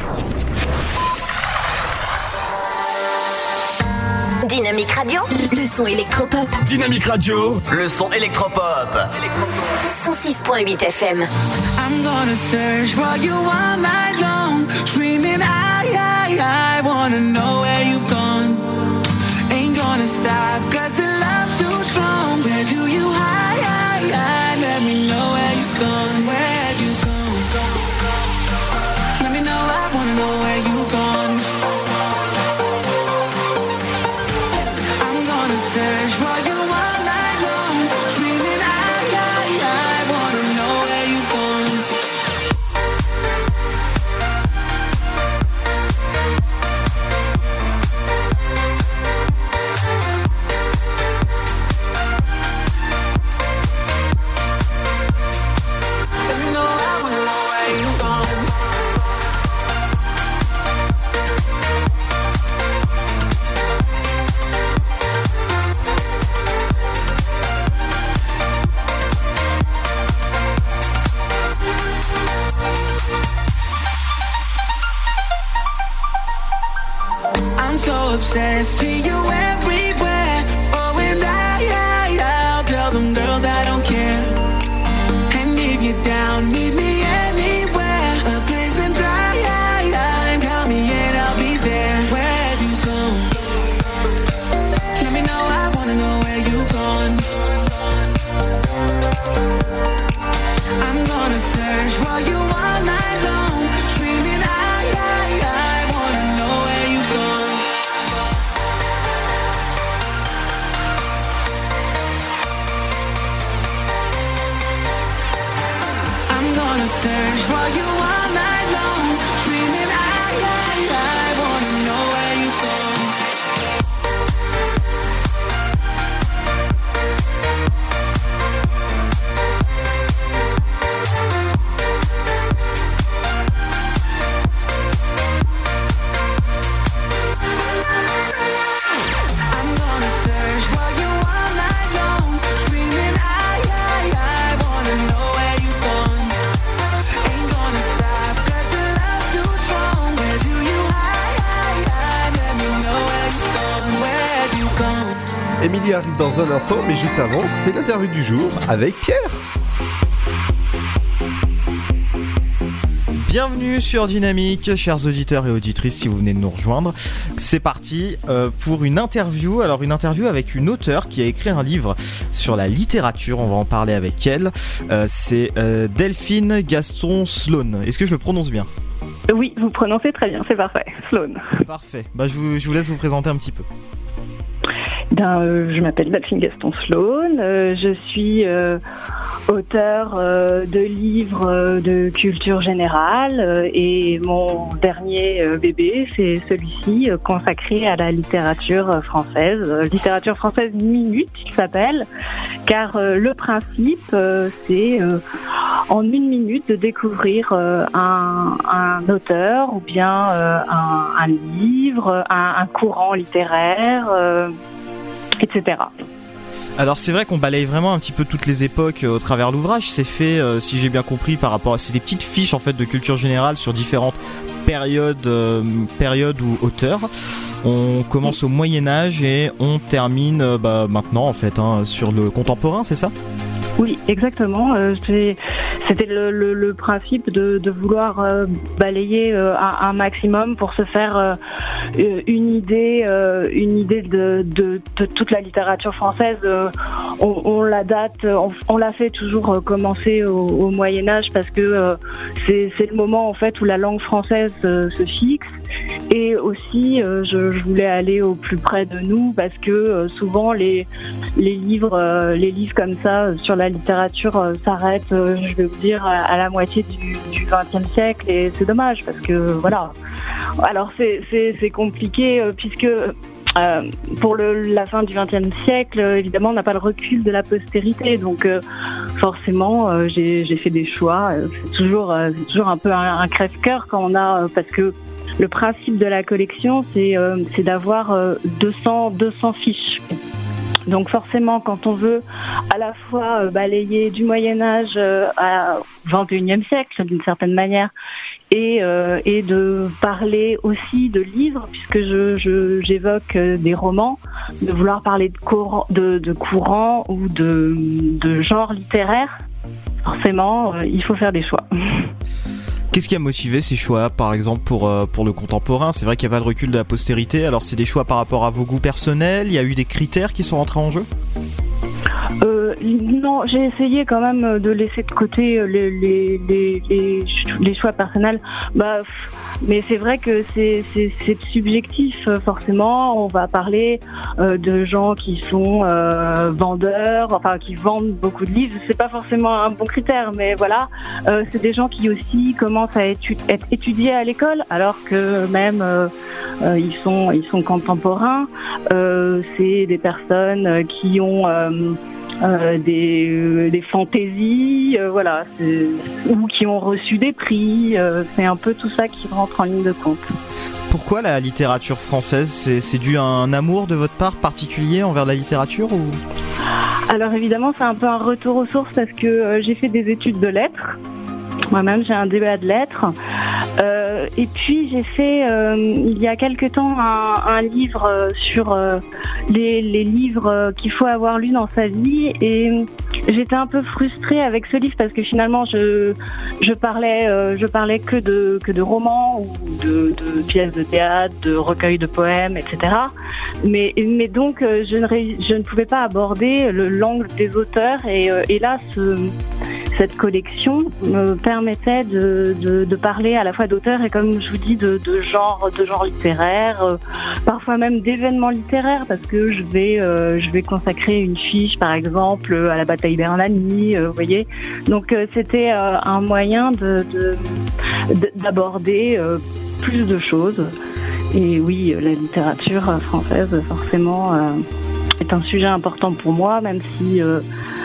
Dynamique Radio, le son électropop. Dynamique Radio, le son électropop. cent six virgule huit F M. I'm gonna search for you all night long, screaming I, I, I wanna know where you've gone. Ain't gonna stop cause the love's too strong. Where do you hide, hide, hide? Let me know where you've gone. Where have you gone? Let me know, I wanna know where you've gone. I'm gonna search for you all night long, screaming I, I, I wanna know where you've gone. Let me know, I wanna know where you've gone. I'm so obsessed, see you everywhere. Oh, and I, I, I'll tell them girls I don't care. And if you're down, meet me anywhere. A place in time, tell me and I'll be there. Where have you gone? Let me know, I wanna know where you've gone. I'm gonna search for you all night long, screaming I, I, I wanna know where you've gone. Émilie arrive dans un instant, mais juste avant, c'est l'interview du jour avec Pierre. Bienvenue sur Dynamique, chers auditeurs et auditrices, si vous venez de nous rejoindre. C'est parti euh, pour une interview. Alors une interview avec une auteure qui a écrit un livre sur la littérature. On va en parler avec elle. Euh, c'est euh, Delphine Gaston Sloan. Est-ce que je le prononce bien ? Oui, vous prononcez très bien, c'est parfait. Sloan. Parfait. Bah, je, vous, je vous laisse vous présenter un petit peu. Ben, euh, je m'appelle Delphine Gaston Sloan, euh, je suis euh, auteure euh, de livres euh, de culture générale euh, et mon dernier euh, bébé, c'est celui-ci euh, consacré à la littérature euh, française, euh, littérature française minute il s'appelle, car euh, le principe euh, c'est euh, en une minute de découvrir euh, un, un auteur ou bien euh, un, un livre, un, un courant littéraire, euh, et cetera. Alors c'est vrai qu'on balaye vraiment un petit peu toutes les époques euh, au travers l'ouvrage. C'est fait, euh, si j'ai bien compris, par rapport à... C'est des petites fiches en fait de culture générale sur différentes périodes, euh, périodes ou auteurs. On commence au Moyen-Âge et on termine euh, bah, maintenant en fait hein, sur le contemporain, c'est ça ? Oui, exactement. Euh, c'est, c'était le, le, le principe de, de vouloir euh, balayer euh, un, un maximum pour se faire euh, une idée, euh, une idée de, de, de toute la littérature française. Euh, on, on la date, on, on l'a fait toujours euh, commencer au, au Moyen Âge parce que euh, c'est, c'est le moment en fait où la langue française euh, se fixe. Et aussi, euh, je, je voulais aller au plus près de nous parce que euh, souvent les les livres, euh, les livres comme ça euh, sur la littérature euh, s'arrêtent, euh, je vais vous dire, à, à la moitié du, du vingtième siècle et c'est dommage parce que voilà. Alors c'est c'est c'est compliqué euh, puisque euh, pour le, la fin du vingtième siècle, euh, évidemment, on n'a pas le recul de la postérité, donc euh, forcément, euh, j'ai j'ai fait des choix. Euh, c'est toujours euh, c'est toujours un peu un, un crève-cœur quand on a euh, parce que le principe de la collection, c'est, euh, c'est d'avoir euh, deux cents, deux cents fiches. Donc forcément, quand on veut à la fois euh, balayer du Moyen-Âge euh, au vingt et unième siècle, d'une certaine manière, et, euh, et de parler aussi de livres, puisque je, je, j'évoque euh, des romans, de vouloir parler de, courant, de, de courant ou de, de genre littéraire, forcément, euh, il faut faire des choix. Qu'est-ce qui a motivé ces choix, par exemple, pour, euh, pour le contemporain ? C'est vrai qu'il n'y a pas de recul de la postérité, alors c'est des choix par rapport à vos goûts personnels ? Il y a eu des critères qui sont rentrés en jeu ? Euh, non, j'ai essayé quand même de laisser de côté les, les, les, les, les choix personnels. Bah, mais c'est vrai que c'est, c'est, c'est subjectif, forcément. On va parler euh, de gens qui sont euh, vendeurs, enfin qui vendent beaucoup de livres. C'est pas forcément un bon critère, mais voilà. Euh, c'est des gens qui aussi commencent à étu- être étudiés à l'école, alors que même euh, euh, ils sont ils sont contemporains. Euh, c'est des personnes qui ont euh, Euh, des, euh, des fantaisies, euh, voilà, c'est, ou qui ont reçu des prix, euh, c'est un peu tout ça qui rentre en ligne de compte. Pourquoi la littérature française ? C'est, c'est dû à un amour de votre part particulier envers la littérature ou... Alors évidemment, c'est un peu un retour aux sources parce que euh, j'ai fait des études de lettres. Moi-même, j'ai un D B A de lettres. Euh, et puis, j'ai fait, euh, il y a quelque temps, un, un livre euh, sur euh, les, les livres euh, qu'il faut avoir lus dans sa vie. Et j'étais un peu frustrée avec ce livre parce que finalement, je, je parlais, euh, je parlais que de, que de romans ou de, de pièces de théâtre, de recueils de poèmes, et cetera. Mais, mais donc, euh, je, ne ré, je ne pouvais pas aborder le, l'angle des auteurs. Et, euh, et là, ce... cette collection me permettait de, de, de parler à la fois d'auteurs et, comme je vous dis, de, de genre, de genre littéraire, euh, parfois même d'événements littéraires, parce que je vais, euh, je vais consacrer une fiche, par exemple, à la bataille d'Hernani, euh, vous voyez. Donc euh, c'était euh, un moyen de, de, de d'aborder euh, plus de choses. Et oui, la littérature française, forcément, euh, est un sujet important pour moi, même si euh,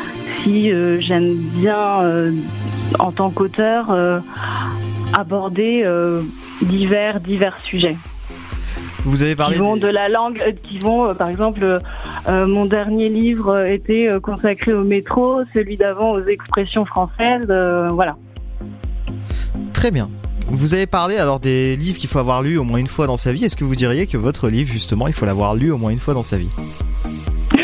si euh, j'aime bien, euh, en tant qu'auteur, euh, aborder euh, divers, divers sujets. Vous avez parlé qui vont des... de la langue, euh, qui vont, euh, par exemple, euh, mon dernier livre euh, était euh, consacré au métro, celui d'avant aux expressions françaises, euh, voilà. Très bien. Vous avez parlé alors des livres qu'il faut avoir lus au moins une fois dans sa vie. Est-ce que vous diriez que votre livre, justement, il faut l'avoir lu au moins une fois dans sa vie ?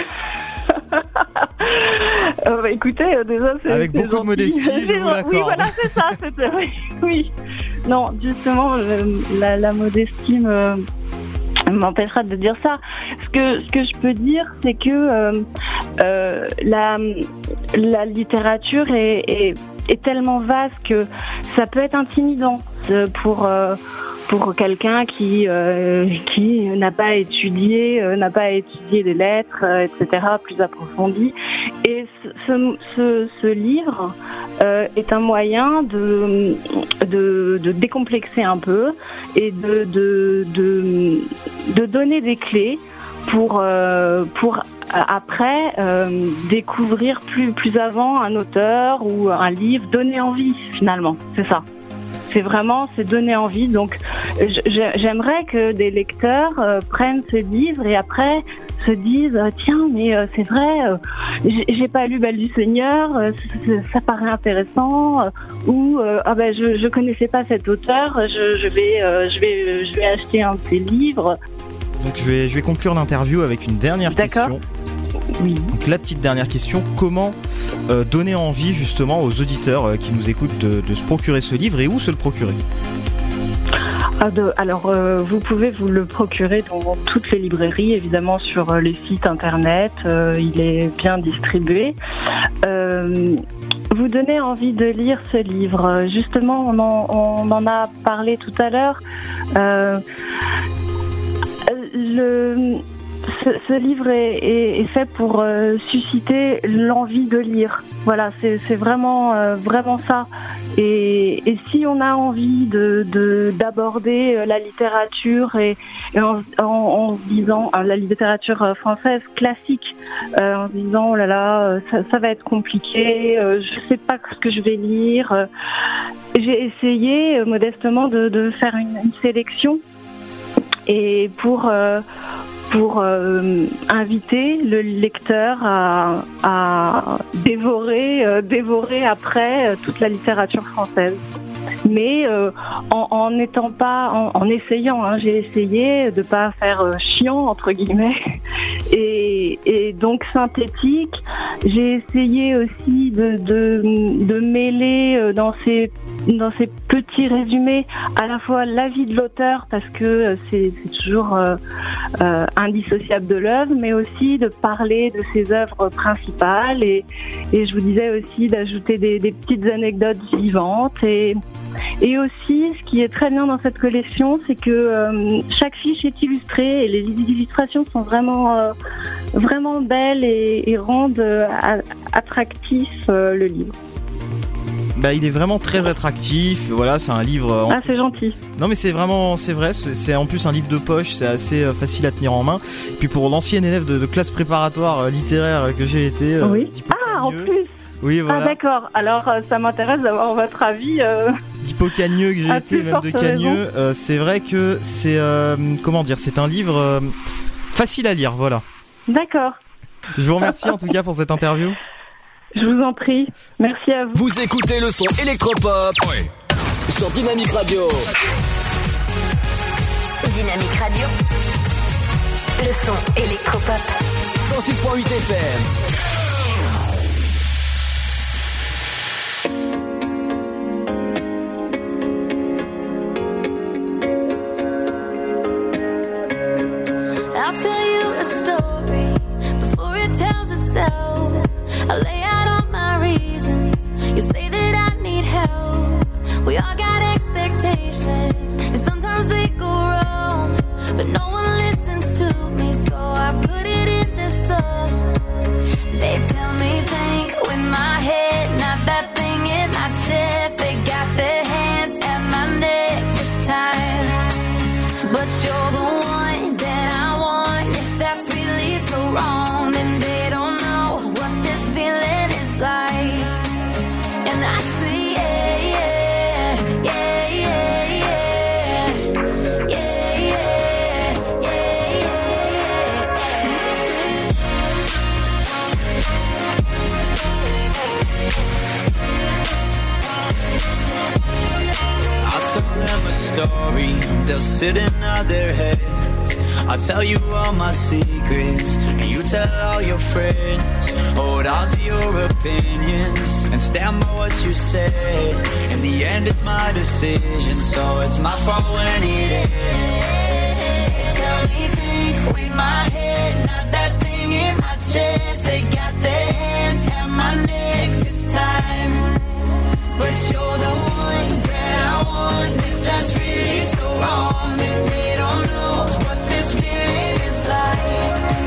Euh, bah, écoutez, euh, déjà, c'est. Avec c'est beaucoup gentil. de modestie, je vous l'accorde. Oui, voilà, c'est ça. C'est, oui, oui. Non, justement, le- la, la modestie me. m'empêchera de dire ça. Ce que ce que je peux dire, c'est que euh, euh, la la littérature est, est est tellement vaste que ça peut être intimidant euh, pour euh, pour quelqu'un qui euh, qui n'a pas étudié euh, n'a pas étudié des lettres, euh, et cetera plus approfondies. Et ce ce ce livre euh, est un moyen de de de décomplexer un peu et de de de de donner des clés pour euh, pour après euh, découvrir plus plus avant un auteur ou un livre, donner envie finalement, c'est ça. C'est vraiment, c'est donner envie. Donc, j'aimerais que des lecteurs euh, prennent ce livre et après se disent tiens, mais euh, c'est vrai, euh, j'ai pas lu Belle du Seigneur, euh, ça, ça paraît intéressant, euh, ou euh, ah ben je je connaissais pas cet auteur, je, je vais euh, je vais je vais acheter un de ses livres. Donc je vais je vais conclure l'interview avec une dernière question. Oui. Donc la petite dernière question, comment euh, donner envie justement aux auditeurs euh, qui nous écoutent de, de se procurer ce livre et où se le procurer? Ah de, alors euh, vous pouvez vous le procurer dans toutes les librairies, évidemment sur euh, les sites internet, euh, il est bien distribué. Euh, vous donnez envie de lire ce livre, justement on en, on en a parlé tout à l'heure. Euh, le... Ce, ce livre est, est, est fait pour euh, susciter l'envie de lire. Voilà, c'est, c'est vraiment, euh, vraiment ça. Et, et si on a envie de, de d'aborder la littérature et, et en, en, en se disant euh, la littérature française classique, euh, en se disant oh là là, ça, ça va être compliqué, euh, je sais pas ce que je vais lire. Euh, j'ai essayé euh, modestement de, de faire une, une sélection et pour euh, pour euh, inviter le lecteur à, à dévorer, euh, dévorer après euh, toute la littérature française. Mais euh, en, en n'étant pas, en, en essayant, hein, j'ai essayé de pas faire euh, chiant entre guillemets et, et donc synthétique. J'ai essayé aussi de, de, de mêler euh, dans ces dans ces petits résumés à la fois l'avis de l'auteur parce que c'est, c'est toujours euh, euh, indissociable de l'œuvre, mais aussi de parler de ses œuvres principales et, et je vous disais aussi d'ajouter des, des petites anecdotes vivantes et et aussi ce qui est très bien dans cette collection, c'est que euh, chaque fiche est illustrée et les illustrations sont vraiment euh, vraiment belles et, et rendent euh, attractif euh, le livre. Bah, il est vraiment très attractif. Voilà, c'est un livre. En... Ah, c'est gentil. Non, mais c'est vraiment, c'est vrai. C'est, c'est en plus un livre de poche. C'est assez euh, facile à tenir en main. Puis pour l'ancien élève de, de classe préparatoire euh, littéraire que j'ai été. Euh, oui. Ah, en plus. Oui, voilà. Ah, d'accord. Alors, euh, ça m'intéresse d'avoir votre avis. Euh... D'hypocagneux que j'ai à été, même de Cagneux. Euh, c'est vrai que c'est, euh, comment dire, c'est un livre euh, facile à lire. Voilà. D'accord. Je vous remercie en tout cas pour cette interview. Je vous en prie. Merci à vous. Vous écoutez le son électropop ouais. sur Dynamique Radio. Dynamique Radio. Le son électropop. cent six point huit F M. I'll tell you a story before it tells itself. I lay out all my reasons. You say that I need help. We all got expectations, and sometimes they go wrong. But no one listens to me, so I put it in the song. They tell me think with my head, not that thing in my chest. They got their hands at my neck this time. But you're the one that I want. If that's really so wrong, then they don't know what this feeling is like. And I say yeah, yeah, yeah, yeah, yeah, yeah, yeah, yeah, I'll tell them a story, they'll sit and nod their heads. I I'll tell you all my secrets, and you tell all your friends. Hold on to your opinions, and stand by what you said. In the end it's my decision, so it's my fault when it ends. They tell me think with my head, not that thing in my chest. They got their hands on my neck this time, but you're the one that I want. If that's really so wrong, then they don't know what this feeling is like.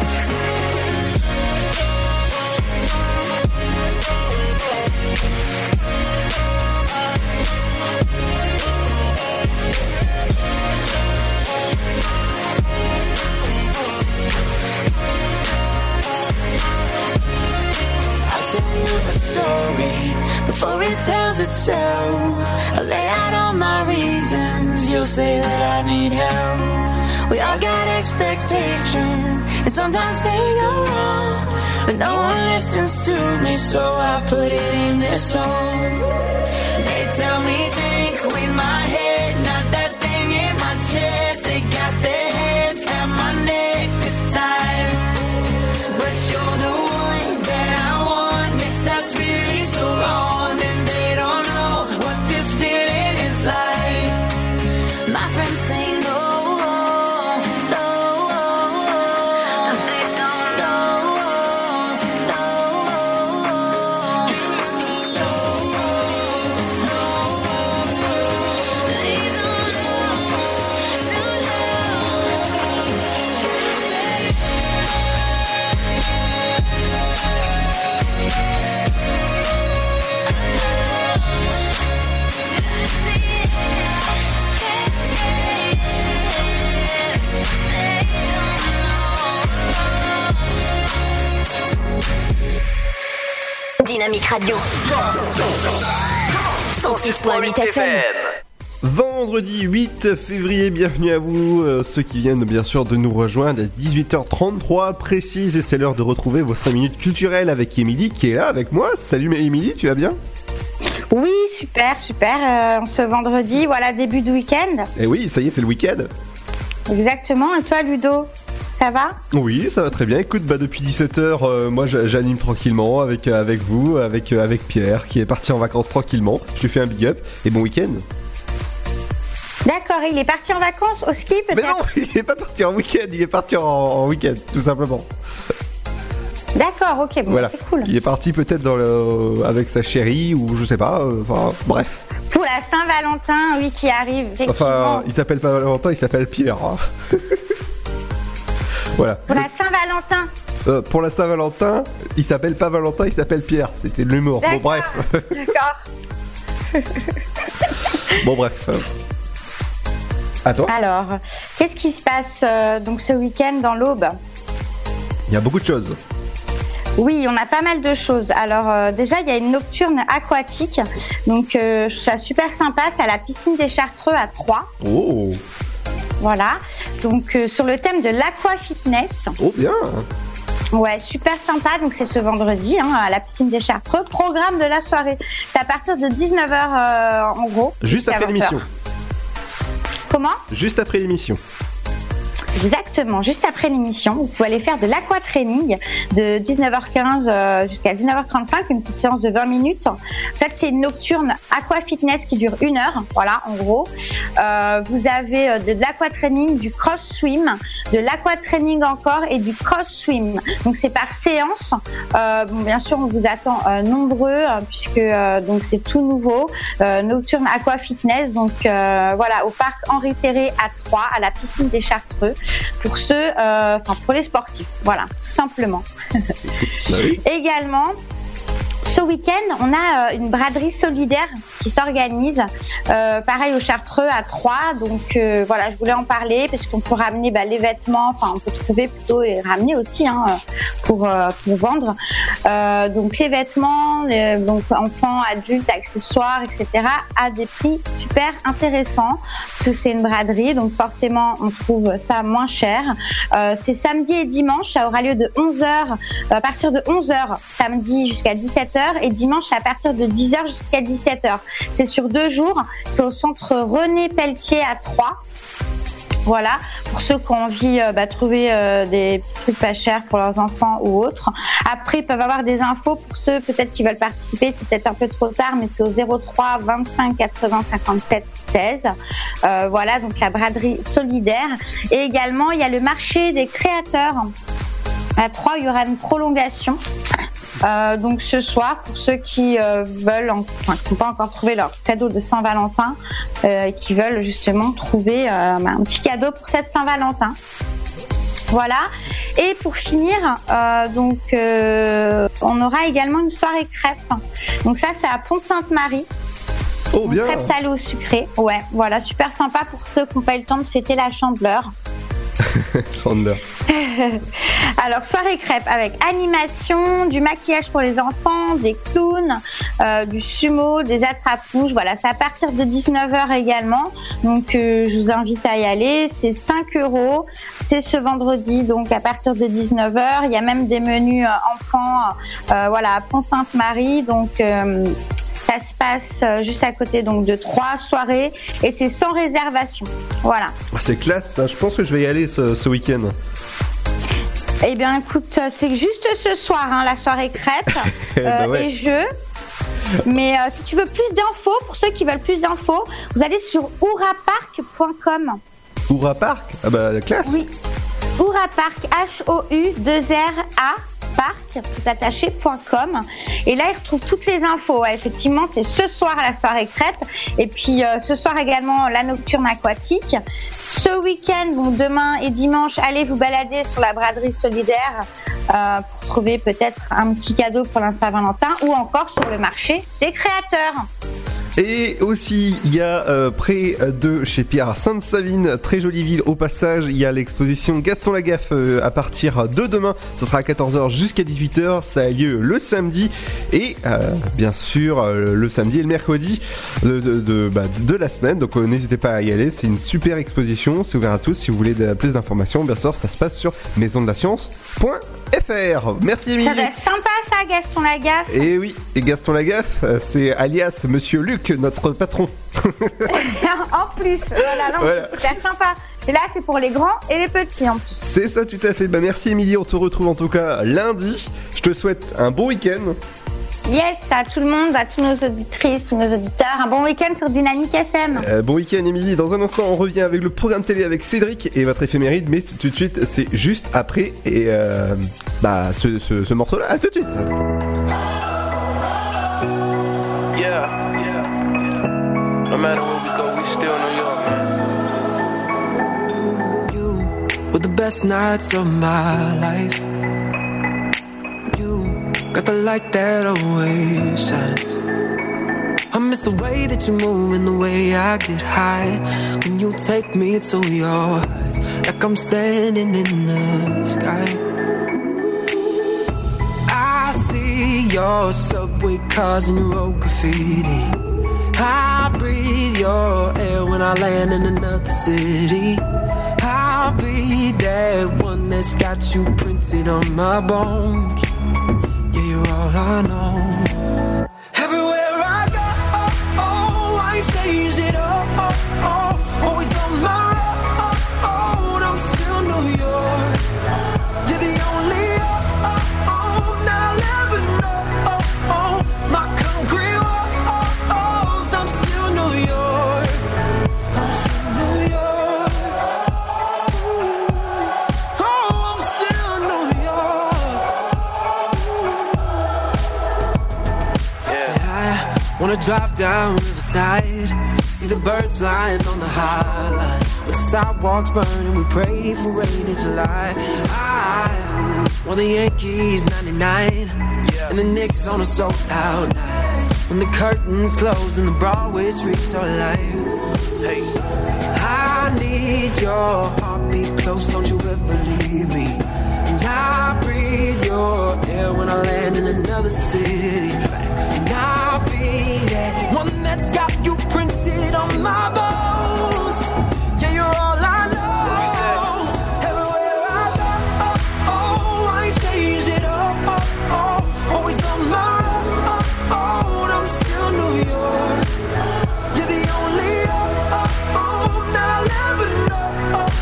Story before it tells itself. I lay out all my reasons. You'll say that I need help. We all got expectations, and sometimes they go wrong, but no one listens to me, so I put it in this song. They tell me think with my head, not that thing in my chest. They got their hands on my neck this time, but you're the one that I want. If that's really so wrong, then they don't know what this feeling is like. My friends say no, no, they don't know, no, they don't Dynamique Radio cent six virgule huit F M. Vendredi huit février, bienvenue à vous, euh, ceux qui viennent bien sûr de nous rejoindre à dix-huit heures trente-trois précise, et c'est l'heure de retrouver vos cinq minutes culturelles avec Émilie qui est là avec moi. Salut Émilie, tu vas bien? Oui, super, super, euh, ce vendredi, voilà, début de week-end. Et oui, ça y est, c'est le week-end. Exactement, et toi Ludo, ça va? Oui, ça va très bien. Écoute, bah depuis dix-sept heures, euh, moi j'anime tranquillement avec, euh, avec vous, avec, euh, avec Pierre qui est parti en vacances tranquillement. Je lui fais un big up et bon week-end. D'accord, il est parti en vacances au ski peut-être? Mais non, il est pas parti en week-end, il est parti en, en week-end, tout simplement. D'accord, ok, bon, voilà. C'est cool. Il est parti peut-être dans le, avec sa chérie ou je sais pas, euh, enfin bref. Pour la Saint-Valentin, oui, qui arrive, effectivement. Enfin, il s'appelle pas Valentin, il s'appelle Pierre. Hein. Voilà. Pour la Saint-Valentin. Euh, pour la Saint-Valentin, il s'appelle pas Valentin, il s'appelle Pierre. C'était de l'humour. Bon bref. D'accord. Bon bref. À toi. Alors, qu'est-ce qui se passe euh, donc ce week-end dans l'Aube? Il y a beaucoup de choses. Oui, on a pas mal de choses. Alors euh, déjà, il y a une nocturne aquatique. Donc euh, c'est super sympa, c'est à la piscine des Chartreux à Troyes. Oh. Voilà. Donc euh, sur le thème de l'aquafitness. Oh bien. Ouais, super sympa. Donc c'est ce vendredi hein, à la piscine des Chartreux. Programme de la soirée. C'est à partir de dix-neuf heures euh, en gros. Juste après l'émission. Comment? Juste après l'émission. Exactement, juste après l'émission, vous pouvez aller faire de l'aquatraining de dix-neuf heures quinze euh, jusqu'à dix-neuf heures trente-cinq, une petite séance de vingt minutes. En fait, c'est une nocturne aquafitness qui dure une heure, voilà, en gros. Euh, vous avez euh, de, de l'aquatraining, du cross-swim, de l'aquatraining encore et du cross-swim. Donc, c'est par séance. Euh, bon, bien sûr, on vous attend euh, nombreux euh, puisque euh, donc c'est tout nouveau. Euh, nocturne aquafitness, donc euh, voilà, au parc Henri Terré à Troyes, à la piscine des Chartreux. Pour ceux, euh, enfin pour les sportifs, voilà, tout simplement. Bah oui. Également, ce week-end, on a euh, une braderie solidaire qui s'organise, euh, pareil au Chartreux à Troyes. Donc euh, voilà, je voulais en parler parce qu'on peut ramener bah, les vêtements, enfin on peut trouver plutôt et ramener aussi hein, pour euh, pour vendre. Euh, donc les vêtements, les, donc enfants, adultes, accessoires, et cetera à des prix super intéressants parce que c'est une braderie, donc forcément on trouve ça moins cher. Euh, c'est samedi et dimanche, ça aura lieu de onze heures à partir de onze heures samedi jusqu'à dix-sept heures et dimanche à partir de dix heures jusqu'à dix-sept heures. C'est sur deux jours, c'est au centre René Pelletier à Troyes. Voilà, pour ceux qui ont envie euh, bah, de trouver euh, des petits trucs pas chers pour leurs enfants ou autres. Après, ils peuvent avoir des infos pour ceux peut-être qui veulent participer. C'est peut-être un peu trop tard, mais c'est au zéro trois vingt-cinq quatre-vingts cinquante-sept seize. Euh, voilà, donc la braderie solidaire. Et également, il y a le marché des créateurs. À Troyes, il y aura une prolongation. Euh, donc ce soir, pour ceux qui euh, veulent, enfin qui n'ont pas encore trouvé leur cadeau de Saint-Valentin, euh, et qui veulent justement trouver euh, un petit cadeau pour cette Saint-Valentin. Voilà. Et pour finir, euh, donc euh, on aura également une soirée crêpes. Donc ça, c'est à Pont-Sainte-Marie. Oh bien. Crêpes salées au sucré. Ouais, voilà, super sympa pour ceux qui n'ont pas eu le temps de fêter la Chandeleur. Chandeleur. Alors, soirée crêpes avec animation, du maquillage pour les enfants, des clowns, euh, du sumo, des attrape-mouches. Voilà, c'est à partir de dix-neuf heures également. Donc, euh, je vous invite à y aller. C'est cinq euros. C'est ce vendredi, donc à partir de dix-neuf heures. Il y a même des menus euh, enfants, euh, voilà, à Pont-Sainte-Marie. Donc, euh, ça se passe juste à côté donc de trois soirées et c'est sans réservation. Voilà. C'est classe, ça. Je pense que je vais y aller ce, ce week-end. Eh bien, écoute, c'est juste ce soir, hein, la soirée crêpes euh, bah ouais. et jeux. Mais euh, si tu veux plus d'infos, pour ceux qui veulent plus d'infos, vous allez sur ourapark point com. Ourapark ? Ah bah, la classe. Oui. Ourapark, H O U deux R A parc tout attaché point com et là ils retrouvent toutes les infos. Ouais, effectivement, c'est ce soir à la soirée crêpes et puis euh, ce soir également la nocturne aquatique. Ce week-end, donc demain et dimanche, allez vous balader sur la braderie solidaire euh, pour trouver peut-être un petit cadeau pour la Saint-Valentin ou encore sur le marché des créateurs. Et aussi, il y a euh, près de chez Pierre à Sainte-Savine, très jolie ville au passage, il y a l'exposition Gaston Lagaffe euh, à partir de demain. Ça sera à quatorze heures jusqu'à dix-huit heures, ça a lieu le samedi et euh, bien sûr euh, le samedi et le mercredi de, de, de, bah, de la semaine. Donc euh, n'hésitez pas à y aller, c'est une super exposition, c'est ouvert à tous. Si vous voulez de, plus d'informations, bien sûr, ça se passe sur maison de la science point f r. Merci Émilie. Ça doit être sympa ça, Gaston Lagaffe. Et oui, et Gaston Lagaffe, c'est alias Monsieur Luc, notre patron. En plus, voilà, non, voilà. C'est super sympa. Et là, c'est pour les grands et les petits en plus. C'est ça, tout à fait. Bah merci Émilie, on te retrouve en tout cas lundi. Je te souhaite un bon week-end. Yes, à tout le monde, à tous nos auditrices, tous nos auditeurs, un bon week-end sur Dynamique F M. Euh, bon week-end Émilie, dans un instant on revient avec le programme télé avec Cédric et votre éphéméride, mais tout de suite c'est juste après et euh, bah ce, ce, ce morceau là, à tout de suite. Yeah, yeah, no matter where we go, we still New York, man. You were the best nights of my life. Got the light that always shines. I miss the way that you move and the way I get high when you take me to your heights, like I'm standing in the sky. I see your subway cars and your road graffiti. I breathe your air when I land in another city. I'll be that one that's got you printed on my bones. You're all I know. Everywhere I go, oh, oh, I ain't changed it, oh, oh, oh. Always on my road, I'm still New York. You're the only, oh, oh, oh, that I'll ever know, oh, oh. My concrete walls, I'm still New York. I'm still New York. Oh, I'm still New York. Wanna drive down Riverside, see the birds flying on the High Line. With the sidewalks burning, we pray for rain in July. I want the Yankees ninety-nine, and the Knicks on a sold out night. When the curtains close and the Broadway streets are alive. Hey, I need your heartbeat close, don't you ever leave me. And I breathe your air when I land in another city. And I'll be that one that's got you printed on my bones. Yeah, you're all I know. Everywhere I go, oh, oh, I ain't changed it, oh, oh, oh. Always on my road, I'm still New York. You're the only, oh, oh, oh, that I'll ever know, oh,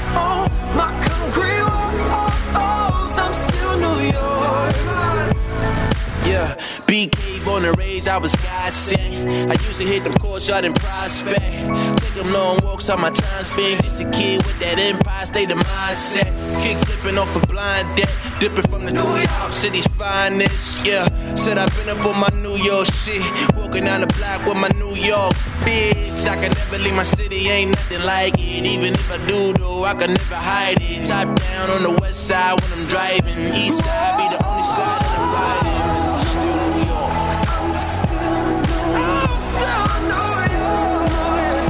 B K born and raised, I was God sent. I used to hit them courtyard and prospect. Take them long walks on my time spent. Just a kid with that empire state of mindset. Kick flipping off a blind deck. Dipping from the New York City's finest. Yeah, said I've been up on my New York shit. Walking down the block with my New York bitch. I can never leave my city, ain't nothing like it. Even if I do though, I can never hide it. Top down on the west side when I'm driving. East side be the only side that I'm riding. I'm still New York. I'm still New York. I'm still New York.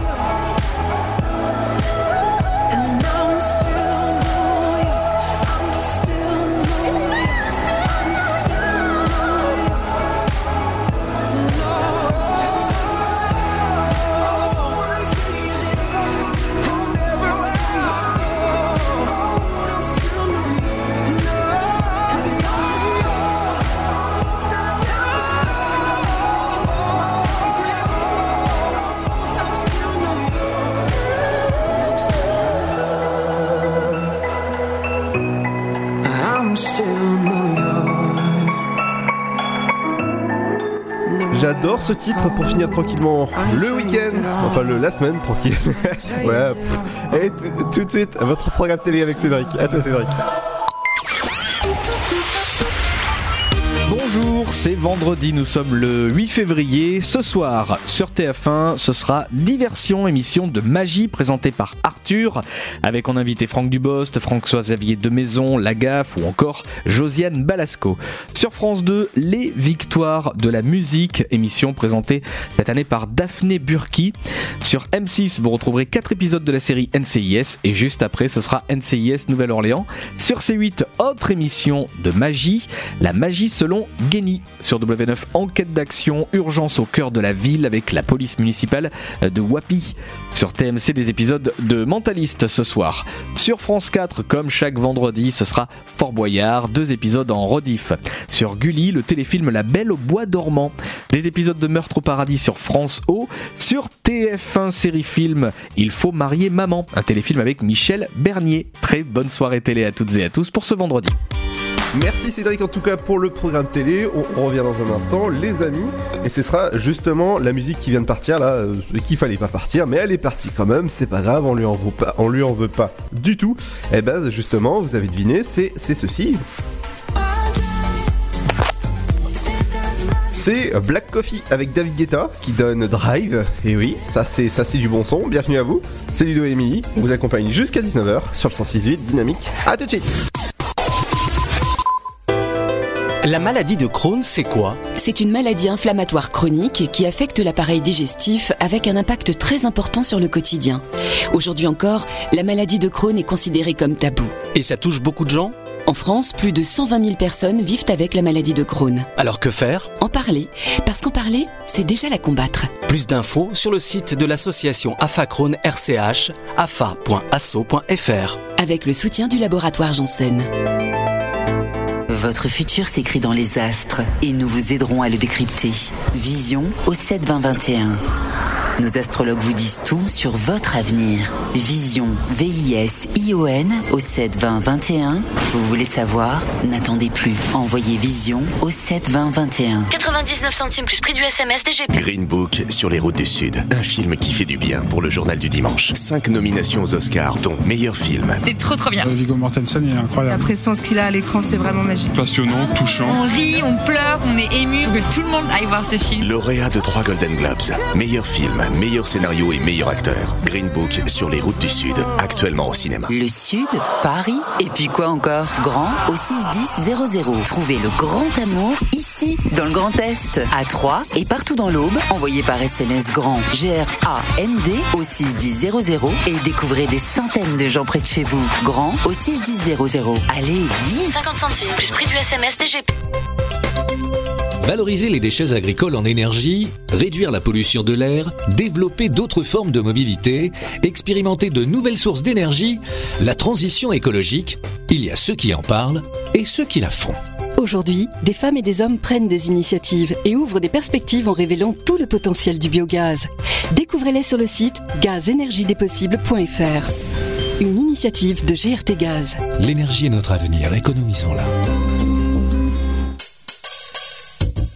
And I'm still New York. I'm still New York. I'm still New York. J'adore ce titre pour finir tranquillement le week-end, enfin le, la semaine tranquille. Ouais. Et t- tout de suite, votre programme télé avec Cédric. À toi Cédric. Bonjour, c'est vendredi, nous sommes le huit février. Ce soir, sur T F un, ce sera Diversion, émission de magie présentée par Arthur, avec en invité Franck Dubost, François-Xavier Demaison, Lagaffe ou encore Josiane Balasco. Sur France deux, Les Victoires de la musique, émission présentée cette année par Daphné Burki. Sur M six, vous retrouverez quatre épisodes de la série N C I S et juste après, ce sera N C I S Nouvelle-Orléans. Sur C huit, autre émission de magie, La magie selon Guény. Sur W neuf, enquête d'action, urgence au cœur de la ville avec la police municipale de Wapi. Sur T M C, des épisodes de Mentaliste ce soir. Sur France quatre, comme chaque vendredi, ce sera Fort Boyard, deux épisodes en rediff. Sur Gulli, le téléfilm La Belle au bois dormant. Des épisodes de Meurtre au paradis sur France O. Sur T F un série film, Il faut marier maman, un téléfilm avec Michel Bernier. Très bonne soirée télé à toutes et à tous pour ce vendredi. Merci Cédric en tout cas pour le programme télé. On, on revient dans un instant les amis. Et ce sera justement la musique qui vient de partir là, euh, qu'il fallait pas partir, mais elle est partie quand même, c'est pas grave, on lui en veut pas, on lui en veut pas du tout. Et ben justement, vous avez deviné, c'est, c'est ceci. C'est Black Coffee avec David Guetta qui donne Drive. Et oui, ça c'est, ça c'est du bon son. Bienvenue à vous, c'est Ludo et Émilie. On vous accompagne jusqu'à dix-neuf heures sur le cent six virgule huit Dynamique. A tout de suite. La maladie de Crohn, c'est quoi ? C'est une maladie inflammatoire chronique qui affecte l'appareil digestif avec un impact très important sur le quotidien. Aujourd'hui encore, la maladie de Crohn est considérée comme tabou. Et ça touche beaucoup de gens ? En France, plus de cent vingt mille personnes vivent avec la maladie de Crohn. Alors que faire ? En parler, parce qu'en parler, c'est déjà la combattre. Plus d'infos sur le site de l'association AFA Crohn R C H, afa point asso point f r. Avec le soutien du laboratoire Janssen. Votre futur s'écrit dans les astres et nous vous aiderons à le décrypter. Vision au sept vingt vingt et un. Nos astrologues vous disent tout sur votre avenir. Vision, V I S I O N au sept vingt vingt et un. Vous voulez savoir ? N'attendez plus. Envoyez Vision au sept vingt vingt et un. quatre-vingt-dix-neuf centimes plus prix du S M S D G P. Green Book sur les routes du Sud. Un film qui fait du bien pour le journal du dimanche. Cinq nominations aux Oscars, dont meilleur film. C'était trop trop bien. Euh, Viggo Mortensen, il est incroyable. La prestance qu'il a à l'écran, c'est vraiment magique. Passionnant, touchant. On rit, on pleure, on est ému. Faut que tout le monde aille voir ce film. Lauréat de trois Golden Globes. Meilleur film, meilleur scénario et meilleur acteur. Green Book sur les routes du Sud. Actuellement au cinéma. Le Sud, Paris, et puis quoi encore ? Grand au six dix zéro zéro. Trouvez le grand amour ici, dans le Grand Est, à Troyes et partout dans l'Aube. Envoyez par S M S grand G R A N D au six dix zéro zéro et découvrez des centaines de gens près de chez vous. Grand au six dix zéro zéro. Allez, vite ! cinquante centimes plus prix du S M S D G P. Valoriser les déchets agricoles en énergie, réduire la pollution de l'air, développer d'autres formes de mobilité, expérimenter de nouvelles sources d'énergie, la transition écologique, il y a ceux qui en parlent et ceux qui la font. Aujourd'hui, des femmes et des hommes prennent des initiatives et ouvrent des perspectives en révélant tout le potentiel du biogaz. Découvrez-les sur le site gaz énergie des possibles point f r. Une initiative de G R T Gaz. L'énergie est notre avenir, économisons-la.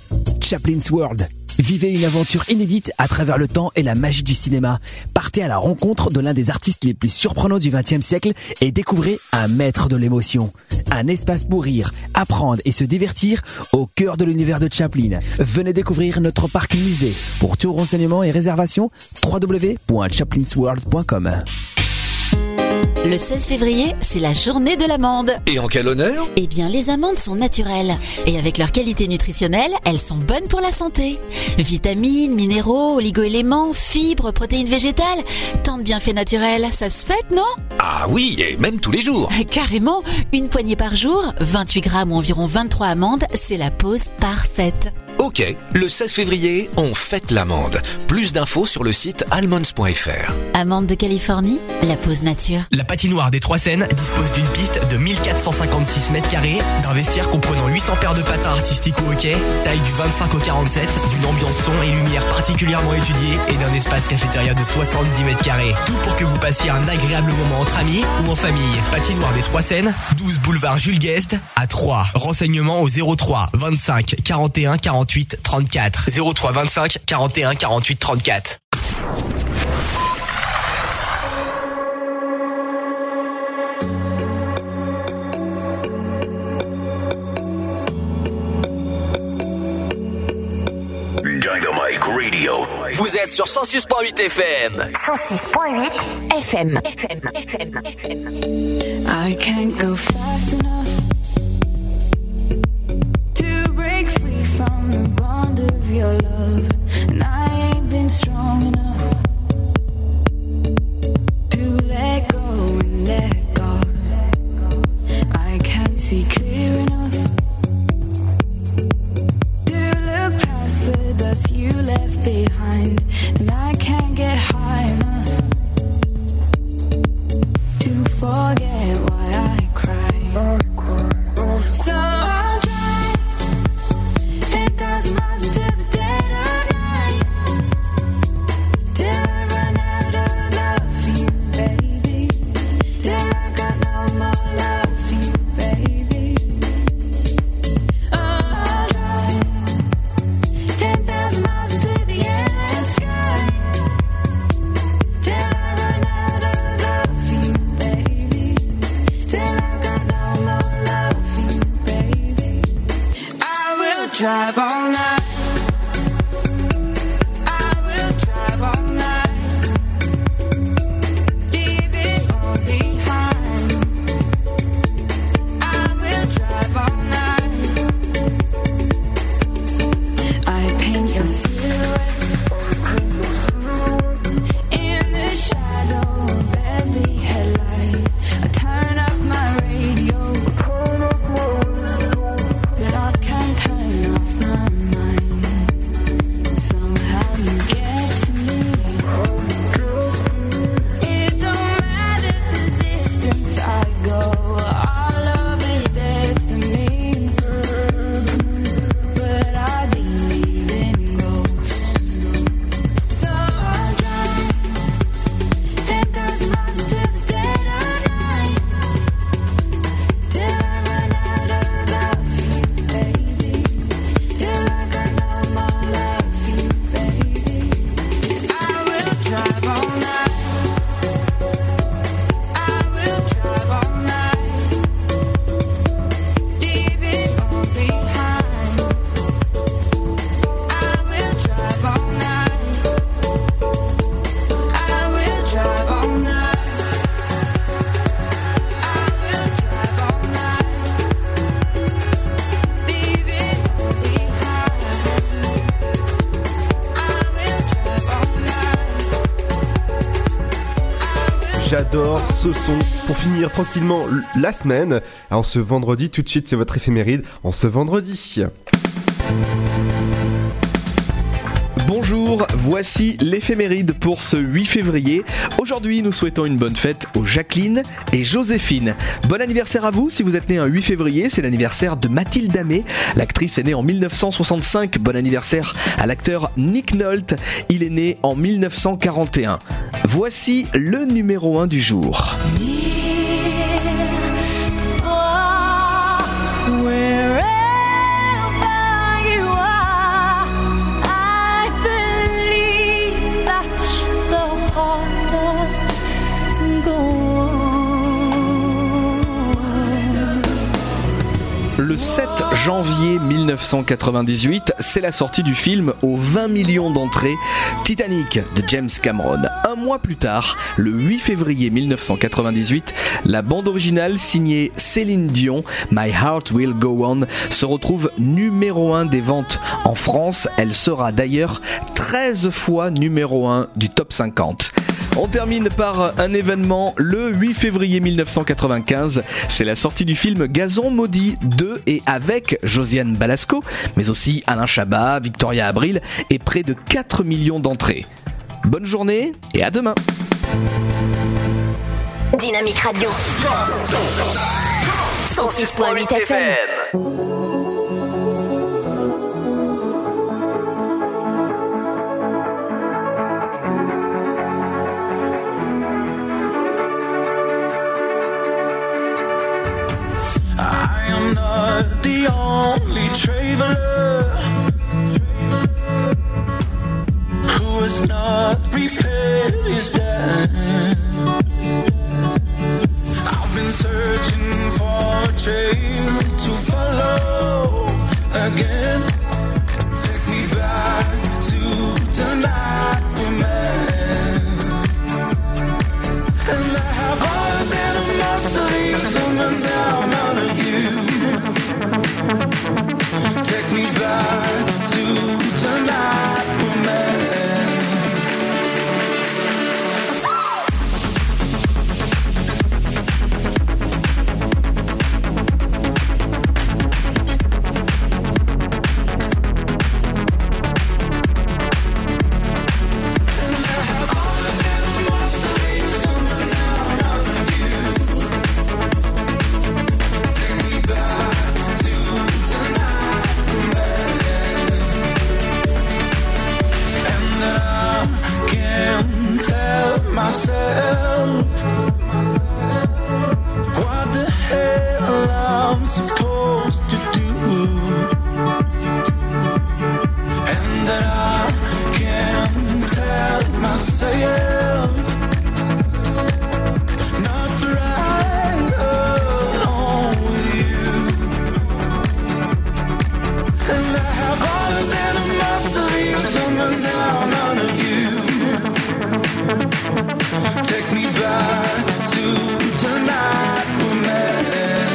Chaplin's World. Vivez une aventure inédite à travers le temps et la magie du cinéma. Partez à la rencontre de l'un des artistes les plus surprenants du vingtième siècle et découvrez un maître de l'émotion. Un espace pour rire, apprendre et se divertir au cœur de l'univers de Chaplin. Venez découvrir notre parc musée. Pour tout renseignement et réservation, w w w point chaplins world point com. Le seize février, c'est la journée de l'amande. Et en quel honneur ? Eh bien, les amandes sont naturelles. Et avec leur qualité nutritionnelle, elles sont bonnes pour la santé. Vitamines, minéraux, oligo-éléments, fibres, protéines végétales. Tant de bienfaits naturels, ça se fête, non ? Ah oui, et même tous les jours. Carrément, une poignée par jour, vingt-huit grammes ou environ vingt-trois amandes, c'est la pause parfaite. Ok, le seize février, on fête l'amande. Plus d'infos sur le site almonds point f r. Amande de Californie, la pause nature. La patinoire des Trois Seines dispose d'une piste de mille quatre cent cinquante-six mètres carrés, d'un vestiaire comprenant huit cents paires de patins artistiques au hockey, taille du vingt-cinq au quarante-sept, d'une ambiance son et lumière particulièrement étudiée et d'un espace cafétéria de soixante-dix mètres carrés. Tout pour que vous passiez un agréable moment entre amis ou en famille. Patinoire des Trois Seines, douze boulevard Jules Guest, à Troyes. Renseignements au zéro trois vingt-cinq quarante et un quarante-huit trente-quatre. zéro trois vingt-cinq quarante et un quarante-huit trente-quatre. Dynamic Radio. Vous êtes sur cent six point huit F M. cent six point huit F M. F M. F M. F M. I can't go fast enough to break free from the bond of your love, and I ain't been strong enough to let go and let God. I can't see clear enough to look past the dust you left behind, and I can't get high enough to forget why I cry. So I'll try ten thousand miles to the dead of night, till I run out of love for you, baby, till I got no more love for you, baby. Oh, I'll try ten thousand miles to the endless sky, till I run out of love for you, baby, till I got no more love for you, baby. I will drive all night. I will drive all night. Leave it all behind. I will drive all night. I paint your silhouette in the shadow of every headlight. I turn up my radio, but I can't turn off my mind. Somehow you get to me. It don't matter the distance I go, our love is there to me. But I believe in ghosts, so I'll drive ten thousand miles to the dead of night, till I run out of love for you, baby, till I got no more love for you, baby. I will drive all night. I will drive all night. Leave it all behind. I will drive all night. I will drive all night. I will drive all night. Leave it all behind. I will drive all night. J'adore ce son. Pour finir tranquillement l- la semaine, en ce vendredi, tout de suite c'est votre éphéméride, en ce vendredi. Bonjour, voici l'éphéméride pour ce huit février. Aujourd'hui, nous souhaitons une bonne fête aux Jacqueline et Joséphine. Bon anniversaire à vous si vous êtes né un huit février, c'est l'anniversaire de Mathilde Amé. L'actrice est née en mille neuf cent soixante-cinq. Bon anniversaire à l'acteur Nick Nolte, il est né en mille neuf cent quarante et un. Voici le numéro un du jour. Wherever you are, Le sept janvier mille neuf cent quatre-vingt-dix-huit, c'est la sortie du film aux vingt millions d'entrées, Titanic de James Cameron. Un mois plus tard, le huit février mille neuf cent quatre-vingt-dix-huit, la bande originale signée Céline Dion, My Heart Will Go On, se retrouve numéro un des ventes. En France, elle sera d'ailleurs treize fois numéro un du top cinquante. On termine par un événement le huit février mille neuf cent quatre-vingt-quinze. C'est la sortie du film Gazon maudit de et avec Josiane Balasco, mais aussi Alain Chabat, Victoria Abril et près de quatre millions d'entrées. Bonne journée et à demain. Dynamique Radio. cent six virgule huit F M. Not the only traveler who has not repaid his debt. I've been searching for a trail to follow again. Take me back to the night we met. And I have always been a masterpiece of my now none of you. Take me back to the night we met. Myself, what the hell I'm supposed to do, and that I can't tell myself not to ride along with you. And I have always been a masterpiece of my now none of you. Take me back to the night we met.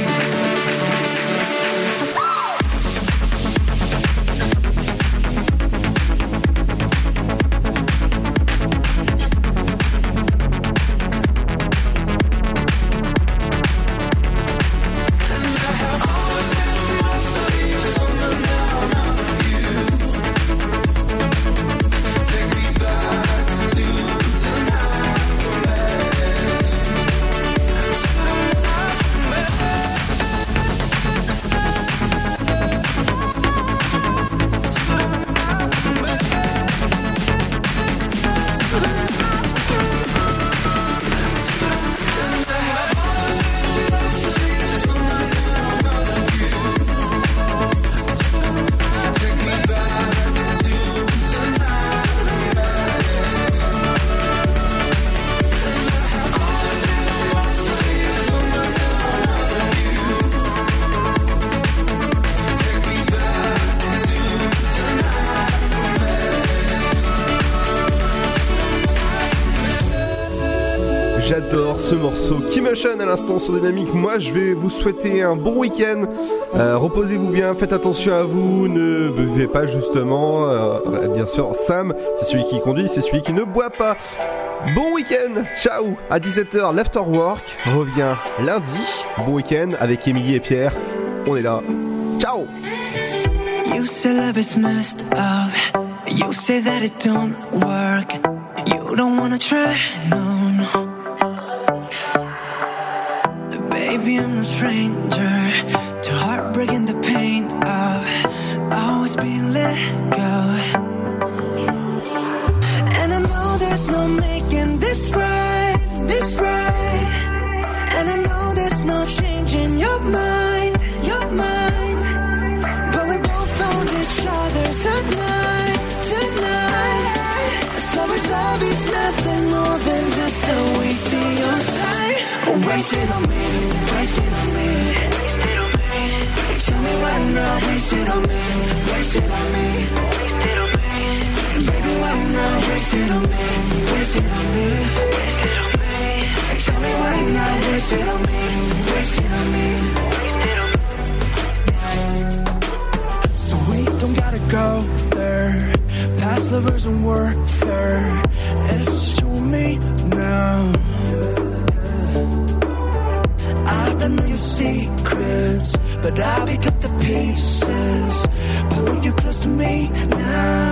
J'adore ce morceau. Kim Ocean à l'instant sur Dynamique. Moi, je vais vous souhaiter un bon week-end. Euh, reposez-vous bien, faites attention à vous, ne buvez pas justement. Euh, bien sûr, Sam, c'est celui qui conduit, c'est celui qui ne boit pas. Bon week-end, ciao. À dix-sept heures, l'Afterwork revient lundi. Bon week-end avec Émilie et Pierre. On est là. Ciao. You say love is messed up. You say that it don't work. You don't wanna try, no, no. Baby, I'm no stranger to heartbreak and the pain of always being let go. And I know there's no making this right, this right. And I know there's no changing your mind, your mind. But we both found each other tonight, tonight. So if love is nothing more than just a waste of your time, waste it on me, waste it on me, waste it on me. waste it on me, waste it on me. Tell me why not waste it on me, waste it on me, waste it on me. So we don't gotta go there. Past lovers and warfare. It's just you and me now. I don't know your secrets, but I'll pick up the pieces, pull you close to me now.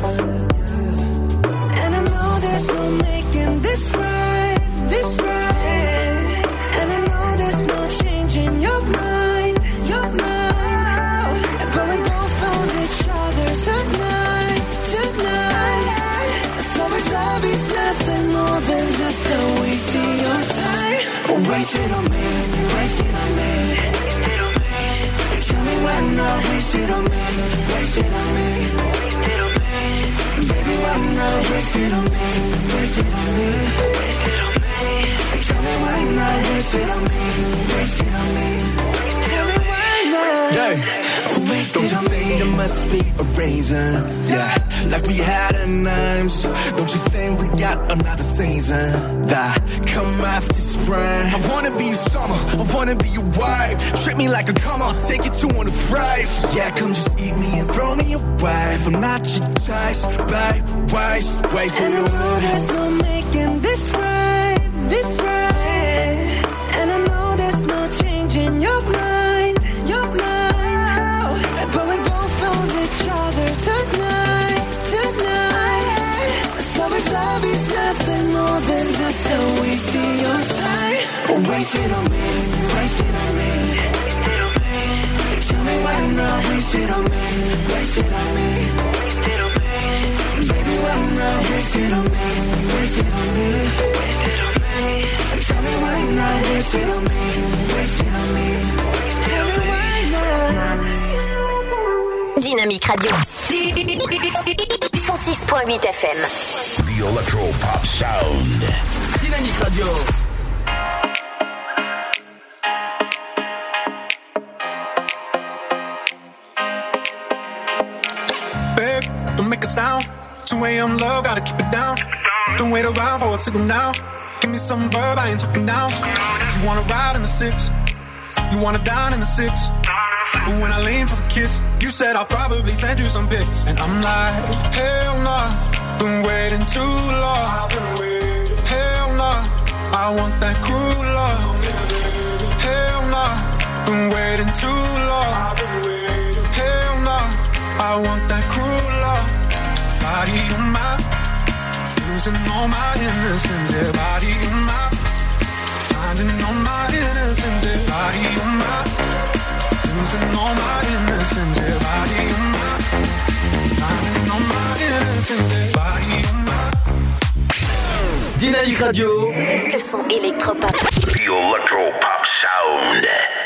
And I know there's no making this right, this right. And I know there's no changing your mind, your mind. But we both found each other tonight, tonight. So it's love is nothing more than just a waste of your time. Waste it on me, waste it on me, waste it on me. Tell me why not waste it on me, waste it on me, waste it on me. Baby, why not waste it on me, waste it on me, waste it on me. Tell me why not waste it on me, waste it on me. Tell me why not. Yeah. Don't you think there must be a reason? Yeah, like we had a names. Don't you think we got another season that come after spring? I wanna be your summer, I wanna be your wife. Treat me like a come on, take you to one of the fries. Yeah, come just eat me and throw me away. I'm not your choice, babe, waste, waste. And I know there's no making this right, this right. And I know there's no changing your mind, your mind. But we both found each other tonight, tonight. So it's love is nothing more than just a waste of your time. Waste it on me, waste it on me, waste it on me. Tell me why not waste it on me, waste it on me, waste it on me. Baby, why not waste it on me, waste it on me, waste it on me. Tell me why not waste it on me, waste it on me. Tell me why not. Dynamique Radio cent six point huit F M. The Electro Pop Sound. Dynamique Radio. Babe, don't make a sound. two a.m. love, gotta keep it down. Don't wait around for a signal now. Give me some verb, I ain't talking now. You wanna ride in the six, you wanna dine in the six. But when I lean for the kiss, you said I'll probably send you some pics. And I'm like, hell nah, been waiting too long. Hell nah, I want that cruel love. Hell nah, been waiting too long. Hell nah, I want that cruel love. Body on my, losing all my innocence. Yeah, body on my, finding all my innocence. Yeah, body on my, losing all my innocence, yeah, body on my, finding all my innocence, yeah, body on my. Dynamique Radio. Le son électropop. The Electro Pop Sound.